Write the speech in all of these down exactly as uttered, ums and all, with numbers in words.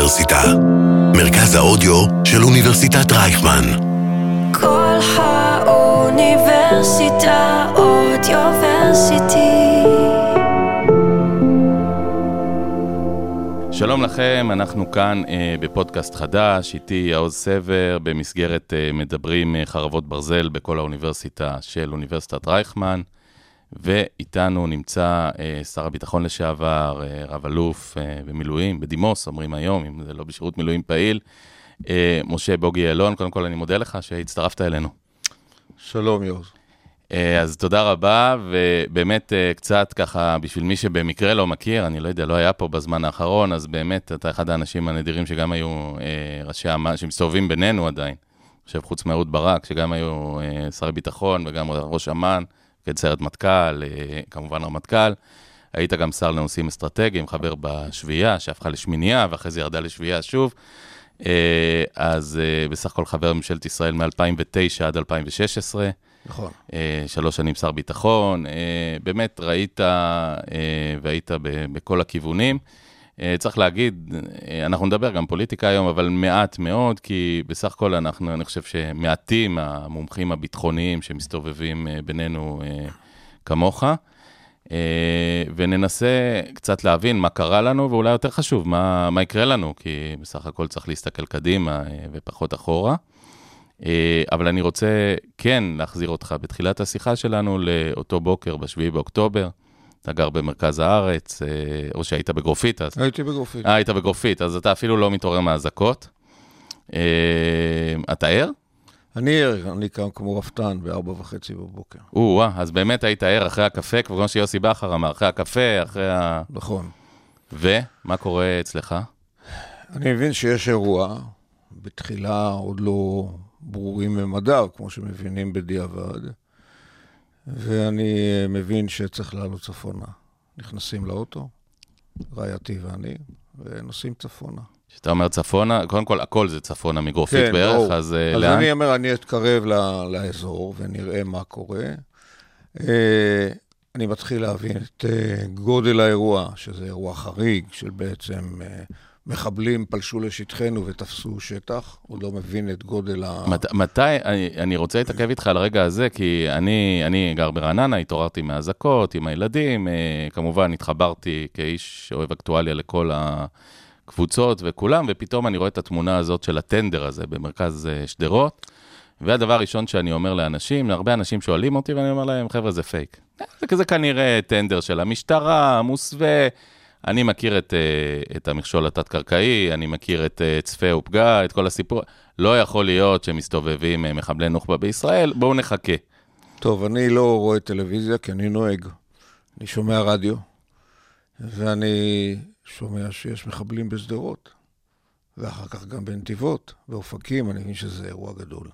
האוניברסיטה. מרכז האודיו של אוניברסיטת רייכמן. כל האוניברסיטה אודיוורסיטי. שלום לכם, אנחנו כאן אה, בפודקאסט חדש, איתי יעוז סבר, במסגרת אה, מדברים אה, חרבות ברזל בכל האוניברסיטה של אוניברסיטת רייכמן, ואיתנו נמצא אה, שר הביטחון לשעבר, אה, רב אלוף אה, במילואים, בדימוס, אומרים היום, אם זה לא בשירות מילואים פעיל, אה, משה בוגי אלון. קודם כל אני מודה לך שהצטרפת אלינו. שלום יעוז. אז תודה רבה, ובאמת קצת ככה, בשביל מי שבמקרה לא מכיר, אני לא יודע, לא היה פה בזמן האחרון, אז באמת אתה אחד האנשים הנדירים שגם היו אה, ראשי אמ"ן, שמסתובבים בינינו עדיין, אני חושב חוץ מאהוד ברק, שגם היו אה, שרי ביטחון וגם ראש אמ"ן, כסיירת מטכ"ל, אה, כמובן רמטכ"ל, היית גם שר לנושאים אסטרטגיים, חבר בשביעייה, שהפכה לשמינייה, ואחרי זה ירדה לשביעייה שוב, אה, אז אה, בסך הכל חבר ממשלת ישראל מ-אלפיים ותשע עד אלפיים ושש עשרה, נכון. שלוש שנים שר ביטחון, באמת ראית והיית בכל הכיוונים. צריך להגיד, אנחנו נדבר גם פוליטיקה היום, אבל מעט מאוד, כי בסך הכל אנחנו, אני חושב שמעטים המומחים הביטחוניים שמסתובבים בינינו כמוך, וננסה קצת להבין מה קרה לנו, ואולי יותר חשוב, מה, מה יקרה לנו, כי בסך הכל צריך להסתכל קדימה ופחות אחורה. אבל אני רוצה כן להחזיר אותך בתחילת השיחה שלנו לאותו בוקר בשביעי באוקטובר. אתה גר במרכז הארץ, או שהיית בגרופית אז? הייתי בגרופית. אה, היית בגרופית, אז אתה אפילו לא מתעורר מהאזעקות. אתה ער? אני ער, אני קם כמו רפתן בארבע וחצי בבוקר. או, אז באמת היית ער אחרי הקפה, כמו שיוסי בכר אמר, אחרי הקפה, אחרי ה... נכון. ומה קורה אצלך? אני מבין שיש אירוע, בתחילה עוד לא ברורים ממדיו, כמו שמבינים בדיעבד, ואני מבין שצריך לעלות צפונה. נכנסים לאוטו, רעייתי ואני, ונוסעים צפונה. כשאתה אומר צפונה, קודם כל הכל זה צפונה מגרופית כן, בערך, ברור. אז, אז לאן? אני אומר, אני אתקרב לאזור ונראה מה קורה. אני מתחיל להבין את גודל האירוע, שזה אירוע חריג של בעצם מחבלים פלשו לשטחנו ותפסו שטח, הוא לא מבין את גודל ה... מת, מתי, אני, אני רוצה להתעכב איתך על הרגע הזה, כי אני, אני גר ברעננה, התעוררתי מהאזעקות עם הילדים, כמובן התחברתי כאיש אוהב אקטואליה לכל הקבוצות וכולם, ופתאום אני רואה את התמונה הזאת של הטנדר הזה במרכז שדרות, והדבר הראשון שאני אומר לאנשים, להרבה אנשים שואלים אותי, ואני אומר להם, חבר'ה, זה פייק. זה כזה כנראה טנדר של המשטרה, מוסווה, אני מכיר את, את המכשול התת-קרקעי, אני מכיר את צפה ופגע, את כל הסיפור. לא יכול להיות שמסתובבים מחבלי נוח'בה בישראל, בואו נחכה. טוב, אני לא רואה טלוויזיה כי אני נוהג. אני שומע רדיו, ואני שומע שיש מחבלים בשדרות, ואחר כך גם בנתיבות, באופקים, אני מבין שזה אירוע גדול.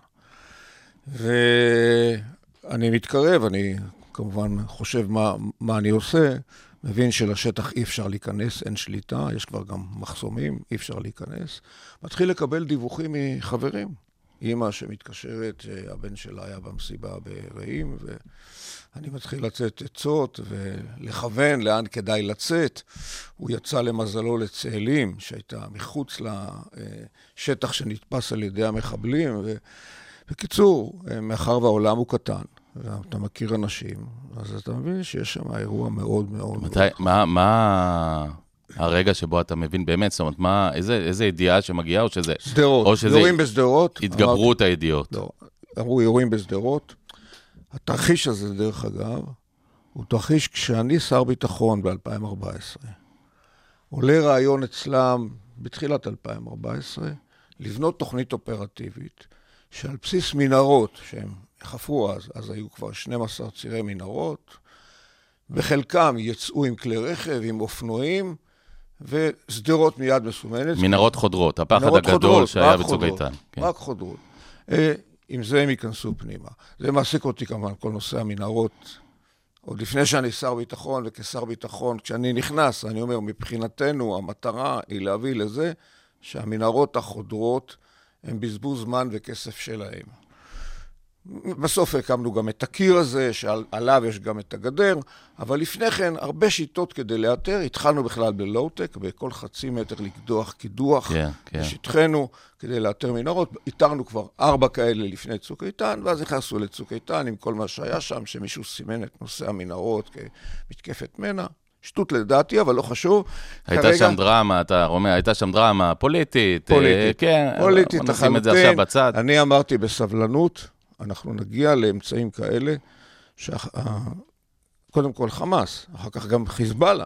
ואני מתקרב, אני כמובן חושב מה, מה אני עושה, מבין שלשטח אי אפשר להיכנס, אין שליטה, יש כבר גם מחסומים, אי אפשר להיכנס. מתחיל לקבל דיווחים מחברים. אמא שמתקשרת, שהבן שלה היה במסיבה ברעים, ואני מתחיל לצאת עצות ולכוון לאן כדאי לצאת. הוא יצא למזלו לצאלים, שהייתה מחוץ לשטח שנתפס על ידי המחבלים. ובקיצור, מאחר והעולם הוא קטן, ואתה מכיר אנשים, אז אתה מבין שיש שם אירוע מאוד מאוד... מתי, מה, מה הרגע שבו אתה מבין באמת, זאת אומרת, מה, איזה, איזה ידיעה שמגיעה, או שזה... סדרות, או שזה אירועים בסדרות. התגברות הידיעות. לא, אמרו אירועים בסדרות. התרחיש הזה, דרך אגב, הוא תרחיש כשאני שר ביטחון ב-אלפיים וארבע עשרה. עולה רעיון אצלם בתחילת אלפיים וארבע עשרה, לבנות תוכנית אופרטיבית, שעל בסיס מנהרות שהם חפרו אז, אז היו כבר שנים עשר צירי מנהרות, בחלקם יצאו עם כלי רכב, עם אופנועים, וסדרות מיד מסומנת. מנהרות חודרות, הפחד הגדול חודרות, שהיה בצוק איתן. כן. רק חודרות. אה, עם זה הם ייכנסו פנימה. זה מעסיק אותי כמובן, כל נושא המנהרות. עוד לפני שאני שר ביטחון, וכשר ביטחון, כשאני נכנס, אני אומר, מבחינתנו, המטרה היא להביא לזה, שהמנהרות החודרות, הם בזבוז זמן וכסף שלהם. בסוף הקמנו גם את הקיר הזה, שעליו יש גם את הגדר, אבל לפני כן, הרבה שיטות כדי לאתר, התחלנו בכלל בלואו-טק, בכל חצי מטר לקדוח קידוח, כן, כן. בשטחנו, כדי לאתר מנהרות. איתרנו כבר ארבע כאלה לפני צוק איתן, ואז נכנסנו לצוק איתן עם כל מה שהיה שם, שמישהו סימן את נושא המנהרות כמתקפת מנע. שטות לדעתי, אבל לא חשוב. הייתה כרגע... שם דרמה, אתה אומר, הייתה שם דרמה פוליטית. פוליטית, כן, פוליטית נשים את זה עכשיו בצד. אני אמרתי בסבלנות, אנחנו נגיע לאמצעים כאלה, שקודם כל חמאס, אחר כך גם חיזבאללה,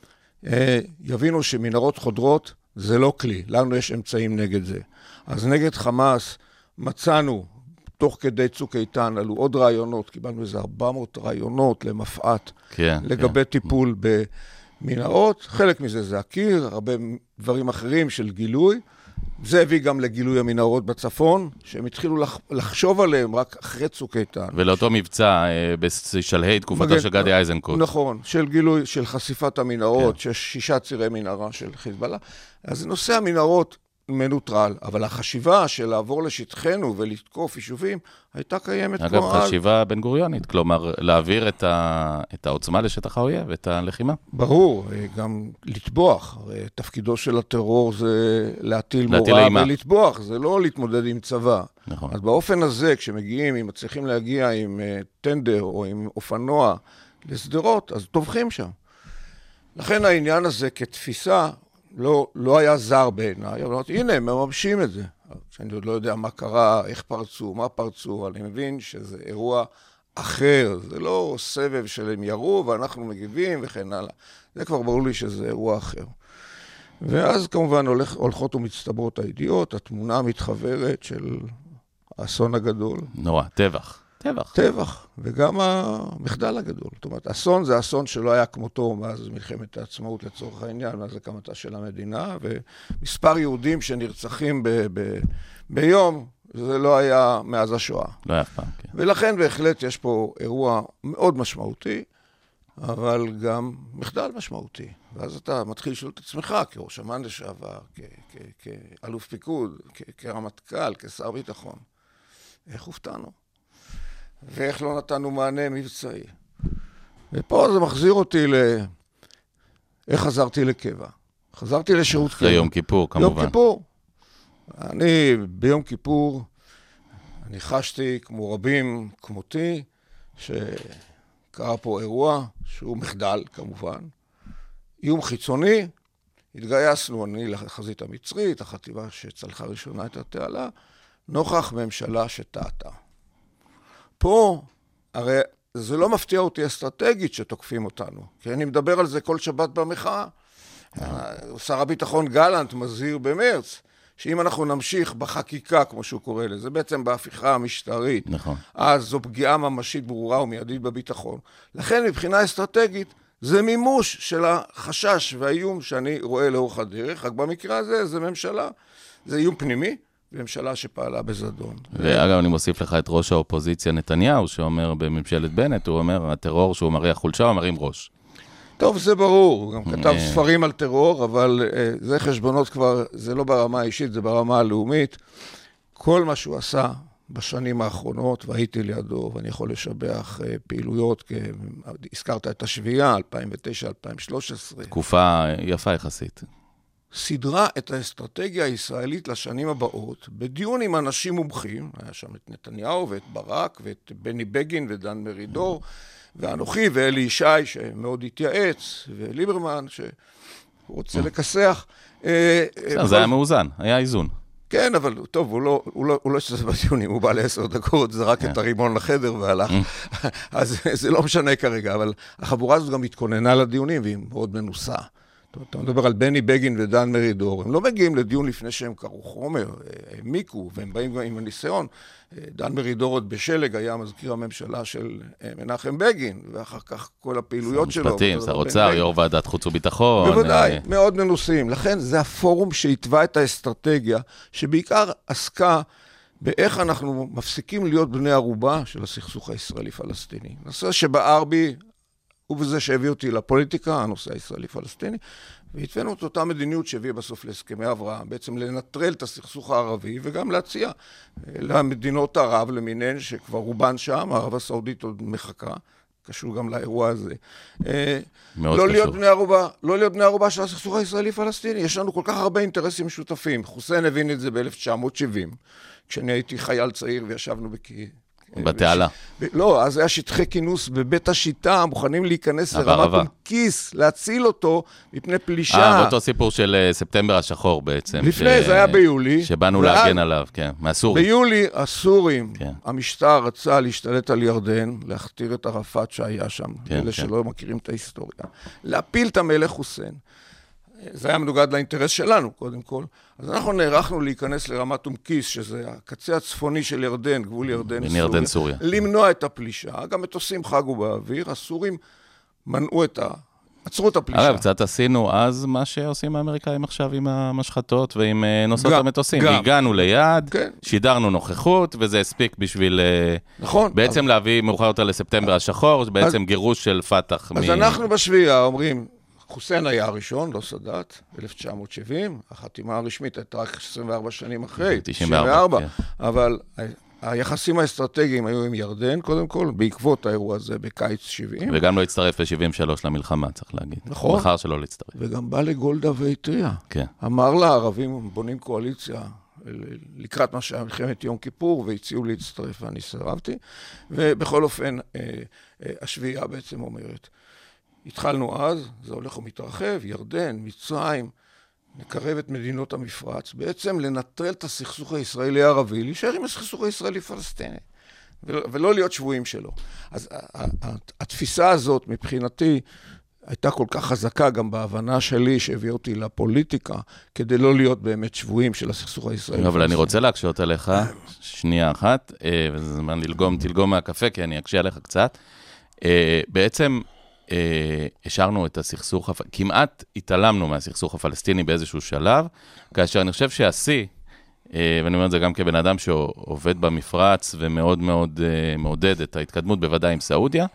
יבינו שמנהרות חודרות זה לא כלי, לנו יש אמצעים נגד זה. אז נגד חמאס מצאנו, תוך כדי צוק איתן, עלו עוד רעיונות, קיבלנו איזה ארבע מאות רעיונות למפעת, כן, לגבי כן. טיפול במנהרות, חלק מזה זה הקיר, הרבה דברים אחרים של גילוי, זה הביא גם לגילוי המנהרות בצפון, שהם התחילו לחשוב עליהם רק אחרי צוק איתן. ולאותו מבצע בשלהי תקופתו של גדי איזנקוט. נכון, של גילוי, של חשיפת המנהרות, שיש שישה צירי מנהרה של חיזבאללה. אז נושא המנהרות מנוטרל, אבל החשיבה של לעבור לשטחנו ולתקוף יישובים, הייתה קיימת אגב, כמו אז. חשיבה בן גוריונית, כלומר, להעביר את, ה... את העוצמה לשטח האויב, את הלחימה. ברור, גם לטבוח. תפקידו של הטרור זה להטיל מורא אימה. ולטבוח, זה לא להתמודד עם צבא. נכון. אז באופן הזה, כשמגיעים, אם מצליחים להגיע עם טנדר או עם אופנוע לסדרות, אז טובחים שם. לכן העניין הזה כתפיסה, לא, לא היה זר בעיניי, אבל אמרתי, הנה, הם מממשים את זה. שאני עוד לא יודע מה קרה, איך פרצו, מה פרצו, אני מבין שזה אירוע אחר, זה לא סבב שלהם ירו ואנחנו מגיבים וכן הלאה. זה כבר ברור לי שזה אירוע אחר. ואז כמובן הולך, הולכות ומצטברות הידיעות, התמונה המתחברת של האסון הגדול. נורא, טבח. טבח. טבח, וגם המחדל הגדול. זאת אומרת, אסון זה אסון שלא היה כמותו מאז מלחמת העצמאות לצורך העניין, מאז הקמתה של המדינה, ומספר יהודים שנרצחים ב- ב- ביום, זה לא היה מאז השואה. לא היה אף פעם, כן. ולכן בהחלט יש פה אירוע מאוד משמעותי, אבל גם מחדל משמעותי. ואז אתה מתחיל לשאול את עצמך, כראש אמ"ן לשעבר, כ- כ- כאלוף פיקוד, כ- כרמטכ"ל, כשר ביטחון. איך הופתענו? ואיך לא נתנו מענה מבצעי. ופה זה מחזיר אותי ל... איך חזרתי לקבע? חזרתי לשירות קבע. אחרי יום כיפור, כמובן. יום כיפור. אני, ביום כיפור, אני חשתי, כמו רבים כמותי, שקרה פה אירוע, שהוא מחדל, כמובן. איום חיצוני, התגייסנו, אני לחזית המצרית, החטיבה שצלחה ראשונה את התעלה, נוכח ממשלה שטעתה. פה, הרי זה לא מפתיע אותי אסטרטגית שתוקפים אותנו, כי אני מדבר על זה כל שבת במחאה. שר הביטחון גלנט מזהיר במרץ, שאם אנחנו נמשיך בחקיקה, כמו שהוא קורא לזה, בעצם בהפיכה המשטרית, נכון. אז זו פגיעה ממשית ברורה ומיידית בביטחון. לכן, מבחינה אסטרטגית, זה מימוש של החשש והאיום שאני רואה לאורך הדרך, רק במקרה הזה זה ממשלה, זה איום פנימי, ממשלה שפעלה בזדון. ואגב, אני מוסיף לך את ראש האופוזיציה נתניהו, שאומר בממשלת בנט, הוא אומר, הטרור שהוא מריח חולשה, הוא מרים ראש. טוב, זה ברור, הוא גם כתב ספרים על טרור, אבל זה חשבונות כבר, זה לא ברמה האישית, זה ברמה הלאומית. כל מה שהוא עשה בשנים האחרונות, והייתי לידו, ואני יכול לשבח פעילויות, הזכרת את השביעייה, אלפיים ותשע אלפיים ושלוש עשרה. תקופה יפה יחסית. סדרה את האסטרטגיה הישראלית לשנים הבאות, בדיון עם אנשים מומחים, היה שם את נתניהו ואת ברק ואת בני בגין ודן מרידור, ואנוכי ואלי ישי שמאוד התייעץ, וליברמן שרוצה לכסח. זה היה מאוזן, היה איזון. כן, אבל טוב, הוא לא, הוא לא, הוא לא שזה בדיונים, הוא בא לעשר דקות, זרק את הרימון לחדר והלך. אז זה לא משנה כרגע, אבל החבורה הזאת גם התכוננה לדיונים, והיא מאוד מנוסה. אתה מדבר על בני בגין ודן מרידור, הם לא מגיעים לדיון לפני שהם קראו חומר, הם מיקו, והם באים גם עם הניסיון. דן מרידור עוד בשלג היה מזכיר הממשלה של מנחם בגין, ואחר כך כל הפעילויות שלו. משפטים, שר אוצר, יו"ר ועדת חוץ וביטחון. בוודאי, מאוד מנוסים. לכן זה הפורום שהתווה את האסטרטגיה, שבעיקר עסקה באיך אנחנו מפסיקים להיות בני ערובה של הסכסוך הישראלי-פלסטיני. נושא שבער בי ובזה שהביא אותי לפוליטיקה, הנושא הישראלי-פלסטיני, והתווינו את אותה מדיניות שהביאה בסוף להסכמי אברהם, בעצם לנטרל את הסכסוך הערבי, וגם להציע למדינות ערב למיניהן, שכבר רובן שם, ערב הסעודית עוד מחכה, קשור גם לאירוע הזה. לא להיות בני ערובה, לא להיות בני ערובה של הסכסוך הישראלי-פלסטיני. יש לנו כל כך הרבה אינטרסים משותפים. חוסיין הבין את זה ב-אלף תשע מאות שבעים, כשאני הייתי חייל צעיר וישבנו בקי... בתעלה. לא, אז היה שטחי כינוס בבית השיטה, מוכנים להיכנס לרמת אום-כיס, להציל אותו מפני פלישה. אה, באותו סיפור של ספטמבר השחור בעצם. לפני, זה היה ביולי. שבאנו להגן עליו, כן, מהסורים. ביולי, הסורים, המשטר רצה להשתלט על ירדן, להכתיר את ערפאת שהיה שם, אלה שלא מכירים את ההיסטוריה. להפיל את המלך חוסיין. זה היה מנוגד לאינטרס שלנו, קודם כל. אז אנחנו נערכנו להיכנס לרמת אום-כיס, שזה הקצה הצפוני של ירדן, גבול ירדן, ירדן סוריה. למנוע את הפלישה. גם מטוסים חגו באוויר, הסורים מנעו את ה... עצרו את הפלישה. אגב, קצת עשינו אז מה שעושים האמריקאים עכשיו עם המשחטות ועם נוסעות המטוסים. גם. הגענו ליד, כן. שידרנו נוכחות, וזה הספיק בשביל... נכון. בעצם אז... להביא מאוחר יותר לספטמבר השחור, בעצם אז... גירוש של פתח. אז מ... אנחנו בשביעה אומרים... חוסיין היה הראשון, לא סאדאת, אלף תשע מאות שבעים, החתימה הרשמית הייתה רק עשרים וארבע שנים אחרי, תשעים וארבע, כן. אבל היחסים האסטרטגיים היו עם ירדן, קודם כל, בעקבות האירוע הזה בקיץ שבעים. וגם לא הצטרף ב-שבעים ושלוש למלחמה, צריך להגיד. נכון. בחר שלא להצטרף. וגם בא לגולדה והטריע. כן. אמר לה, הערבים בונים קואליציה לקראת מה שהיה מלחמת יום כיפור, והציעו להצטרף, ואני סירבתי. ובכל אופן, השביעייה בעצם אומרת, התחלנו אז, זה הולך ומתרחב, ירדן, מצרים, נקרב את מדינות המפרץ, בעצם לנטרל את הסכסוך הישראלי-ערבי, להישאר עם הסכסוך הישראלי-פלסטיני, ולא להיות שבויים שלו. אז התפיסה הזאת, מבחינתי, הייתה כל כך חזקה גם בהבנה שלי, שהביא אותי לפוליטיקה, כדי לא להיות באמת שבויים של הסכסוך הישראלי. אבל אני רוצה להקשות עליך, שנייה אחת, וזה זמן ללגום, תלגום מהקפה, כי אני אקשה עליך קצת. בעצם, השארנו את הסכסוך, כמעט התעלמנו מהסכסוך הפלסטיני באיזשהו שלב, כאשר אני חושב שהשיא, ואני אומר את זה גם כבן אדם שעובד במפרץ ומאוד מאוד מעודד את ההתקדמות, בוודאי עם סעודיה,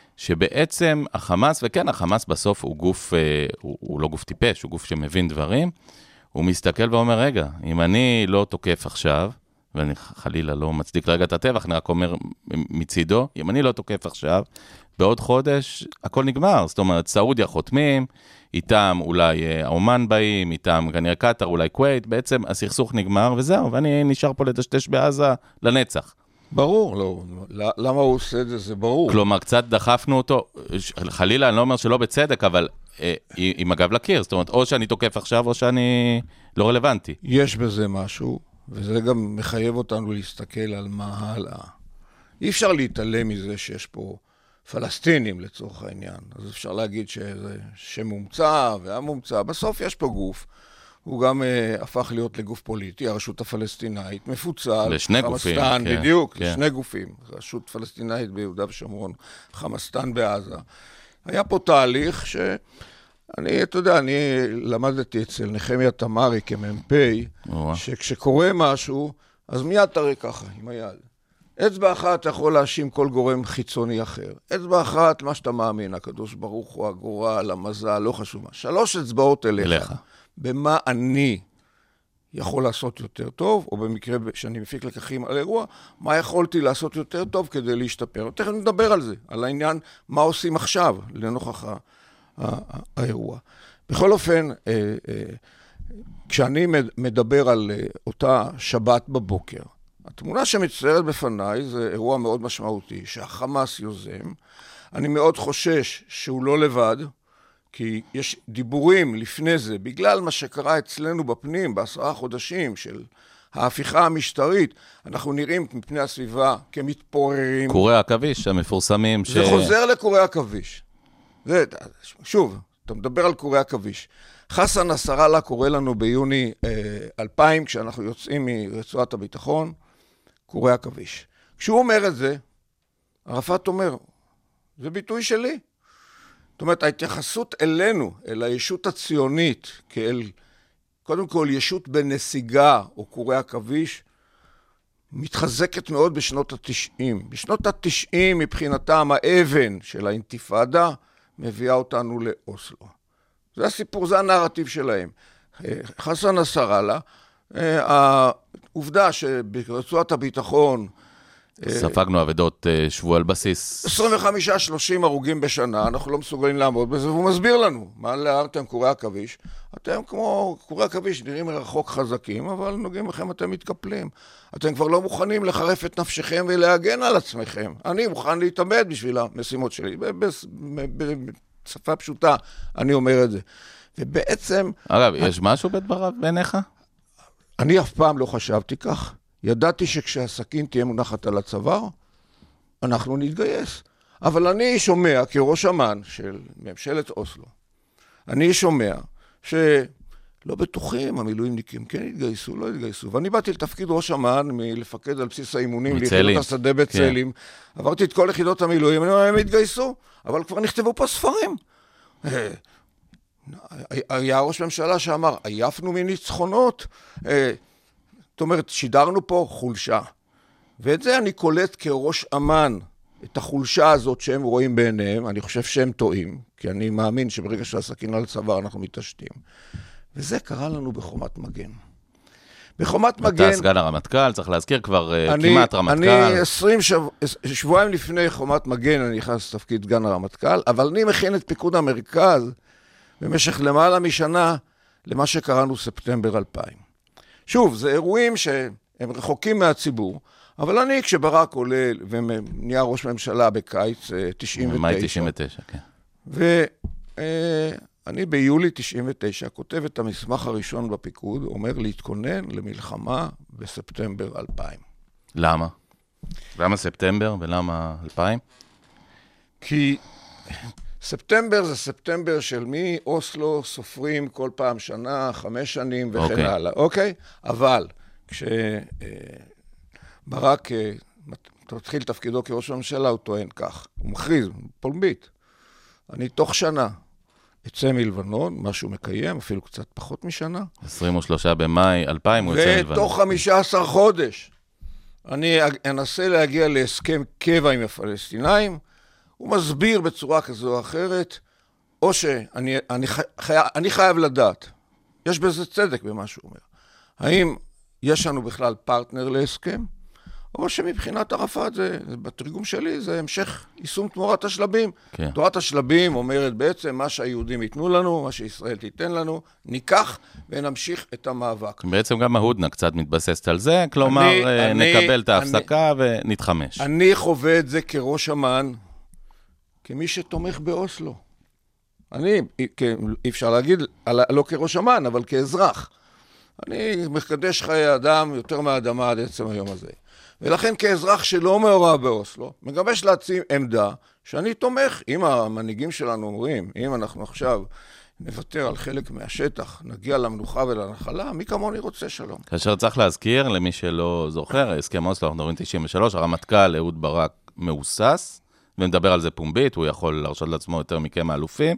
שבעצם החמאס, וכן, החמאס בסוף הוא גוף, הוא, הוא לא גוף טיפש, הוא גוף שמבין דברים, הוא מסתכל ואומר, רגע, אם אני לא תוקף עכשיו, ואני חלילה לא מצדיק רגע את הטבח, אני רק אומר מצידו, אם אני לא תוקף עכשיו, בעוד חודש הכל נגמר, זאת אומרת, סעודיה חותמים, איתם אולי אומן באים, איתם כנראה קטר, אולי כווית, בעצם הסכסוך נגמר וזהו, ואני נשאר פה לדשדש בעזה לנצח. ברור, לא, למה הוא עושה את זה, זה ברור. כלומר, קצת דחפנו אותו, חלילה, אני לא אומר שלא בצדק, אבל אה, עם הגב לקיר, זאת אומרת, או שאני תוקף עכשיו, או שאני לא רלוונטי. יש בזה משהו, וזה גם מחייב אותנו להסתכל על מה הלאה. אי אפשר להתעלם מזה שיש פה פלסטינים לצורך העניין, אז אפשר להגיד שזה שמומצא והמומצא, בסוף יש פה גוף, הוא גם uh, הפך להיות לגוף פוליטי, הרשות הפלסטינאית, מפוצל, לשני גופים, חמאסטן, כן, בדיוק, כן. לשני גופים, רשות פלסטינאית ביהודה ושומרון, חמאסטן בעזה. היה פה תהליך שאני, אתה יודע, אני למדתי אצל נחמיה תמרי כמ"פ, שכשקורה משהו, אז מיד תראה ככה, עם היד. אצבע אחת אתה יכול להאשים כל גורם חיצוני אחר. אצבע אחת, מה שאתה מאמין, הקדוש ברוך הוא, הגורל, המזל, לא חשוב מה. שלוש אצבעות אליך. אליך. במה אני יכול לעשות יותר טוב, או במקרה שאני מפיק לקחים על אירוע, מה יכולתי לעשות יותר טוב כדי להשתפר. תכף נדבר על זה, על העניין, מה עושים עכשיו לנוכח האירוע. בכל אופן, כשאני מדבר על אותה שבת בבוקר, התמונה שמצטיירת בפניי זה אירוע מאוד משמעותי, שהחמאס יוזם. אני מאוד חושש שהוא לא לבד, כי יש דיבורים לפני זה, בגלל מה שקרה אצלנו בפנים, בעשרה חודשים של ההפיכה המשטרית, אנחנו נראים מפני הסביבה כמתפוררים. קורי עכביש, המפורסמים. זה ש... חוזר לקורי עכביש. זה, שוב, אתה מדבר על קורי עכביש. חסן נסראללה קורא לנו ביוני אה, אלפיים, כשאנחנו יוצאים מרצועת הביטחון, קורי עכביש. כשהוא אומר את זה, ערפאת אומר, זה ביטוי שלי. זאת אומרת, ההתייחסות אלינו, אל הישות הציונית, כאל, קודם כל, ישות בנסיגה או קורי עכביש, מתחזקת מאוד בשנות התשעים. בשנות התשעים, מבחינתם, האבן של האינתיפאדה מביאה אותנו לאוסלו. זה הסיפור, זה הנרטיב שלהם. חסן נסראללה, העובדה שברצועת הביטחון ספגנו עבדות שבוע על בסיס. עשרים וחמישה שלושים הרוגים בשנה, אנחנו לא מסוגלים לעמוד בזה, והוא מסביר לנו, מה לארתם קורי עכביש? אתם כמו קורי עכביש, נראים מרחוק חזקים, אבל נוגעים לכם, אתם מתקפלים. אתם כבר לא מוכנים לחרף את נפשכם ולהגן על עצמכם. אני מוכן להתאבד בשביל המשימות שלי. בשפה פשוטה, אני אומר את זה. ובעצם... אגב, יש משהו בדבריו בעיניך? אני אף פעם לא חשבתי כך. ידעתי שכשהסכין תהיה מונחת על הצוואר, אנחנו נתגייס. אבל אני שומע, כראש אמ"ן של ממשלת אוסלו, אני שומע שלא בטוחים, המילואימניקים כן התגייסו, לא התגייסו. ואני באתי לתפקיד ראש אמ"ן מלפקד על בסיס האימונים, ליחידות השדה בצאלים. כן. עברתי את כל יחידות המילואים, אני אומר, הם התגייסו, אבל כבר נכתבו פה ספרים. היה ראש ממשלה שאמר, עייפנו מניצחונות, זאת אומרת, שידרנו פה חולשה. ואת זה אני קולט כראש אמ"ן, את החולשה הזאת שהם רואים בעיניהם, אני חושב שהם טועים, כי אני מאמין שברגע שהסכין על צוואר אנחנו מתעשתים. וזה קרה לנו בחומת מגן. בחומת מגן... אתה סגן הרמטכ"ל, צריך להזכיר כבר אני, כמעט רמטכ"ל. אני עשרים שבוע, שבועיים לפני חומת מגן, אני נכנס לתפקיד סגן הרמטכ"ל, אבל אני מכין את פיקוד המרכז, במשך למעלה משנה, למה שקראנו ספטמבר אלפיים. שוב, זה אירועים שהם רחוקים מהציבור, אבל אני, כשברק עולה ונהיה ראש ממשלה בקיץ תשעים ותשע, מאי תשעים ותשע, כן. ואני ביולי תשעים ותשע כותב את המסמך הראשון בפיקוד, אומר להתכונן למלחמה בספטמבר אלפיים. למה? למה ספטמבר ולמה אלפיים? כי ספטמבר זה ספטמבר של מי אוסלו סופרים כל פעם שנה, חמש שנים וכן okay. הלאה, אוקיי? אבל כשברק תתחיל תפקידו כראש הממשלה, הוא טוען כך, הוא מכריז, פומבית, אני תוך שנה אצא מלבנון, משהו מקיים, אפילו קצת פחות משנה. עשרים ושלושה במאי אלפיים הוא יצא מלבנון. ותוך חמישה עשר חודש אני אנסה להגיע להסכם קבע עם הפלסטינאים, הוא מסביר בצורה כזו או אחרת, או שאני אני חי, אני חייב לדעת, יש בזה צדק במה שהוא אומר. האם יש לנו בכלל פרטנר להסכם, או שמבחינת ערפאת, זה, בתרגום שלי, זה המשך יישום תמורת השלבים. כן. תמורת השלבים אומרת בעצם מה שהיהודים ייתנו לנו, מה שישראל תיתן לנו, ניקח ונמשיך את המאבק. בעצם גם ההודנה קצת מתבססת על זה, כלומר אני, נקבל אני, את ההפסקה אני, ונתחמש. אני חווה את זה כראש אמ"ן, כמי שתומך באוסלו. אני, אי אפשר להגיד, לא כראש אמ"ן, אבל כאזרח. אני מקדש חיי אדם יותר מהאדמה עד עצם היום הזה. ולכן כאזרח שלא מעורב באוסלו, מגבש להציג עמדה שאני תומך. אם המנהיגים שלנו אומרים, אם אנחנו עכשיו נוותר על חלק מהשטח, נגיע למנוחה ולנחלה, מי כמוני רוצה שלום. כאשר צריך להזכיר, למי שלא זוכר, הסכם אוסלו, אנחנו מדברים תשעים ושלוש, הרמטכ"ל אהוד ברק מאוסס, ונדבר על זה פומבית, הוא יכול להרשות לעצמו יותר מכמה אלופים,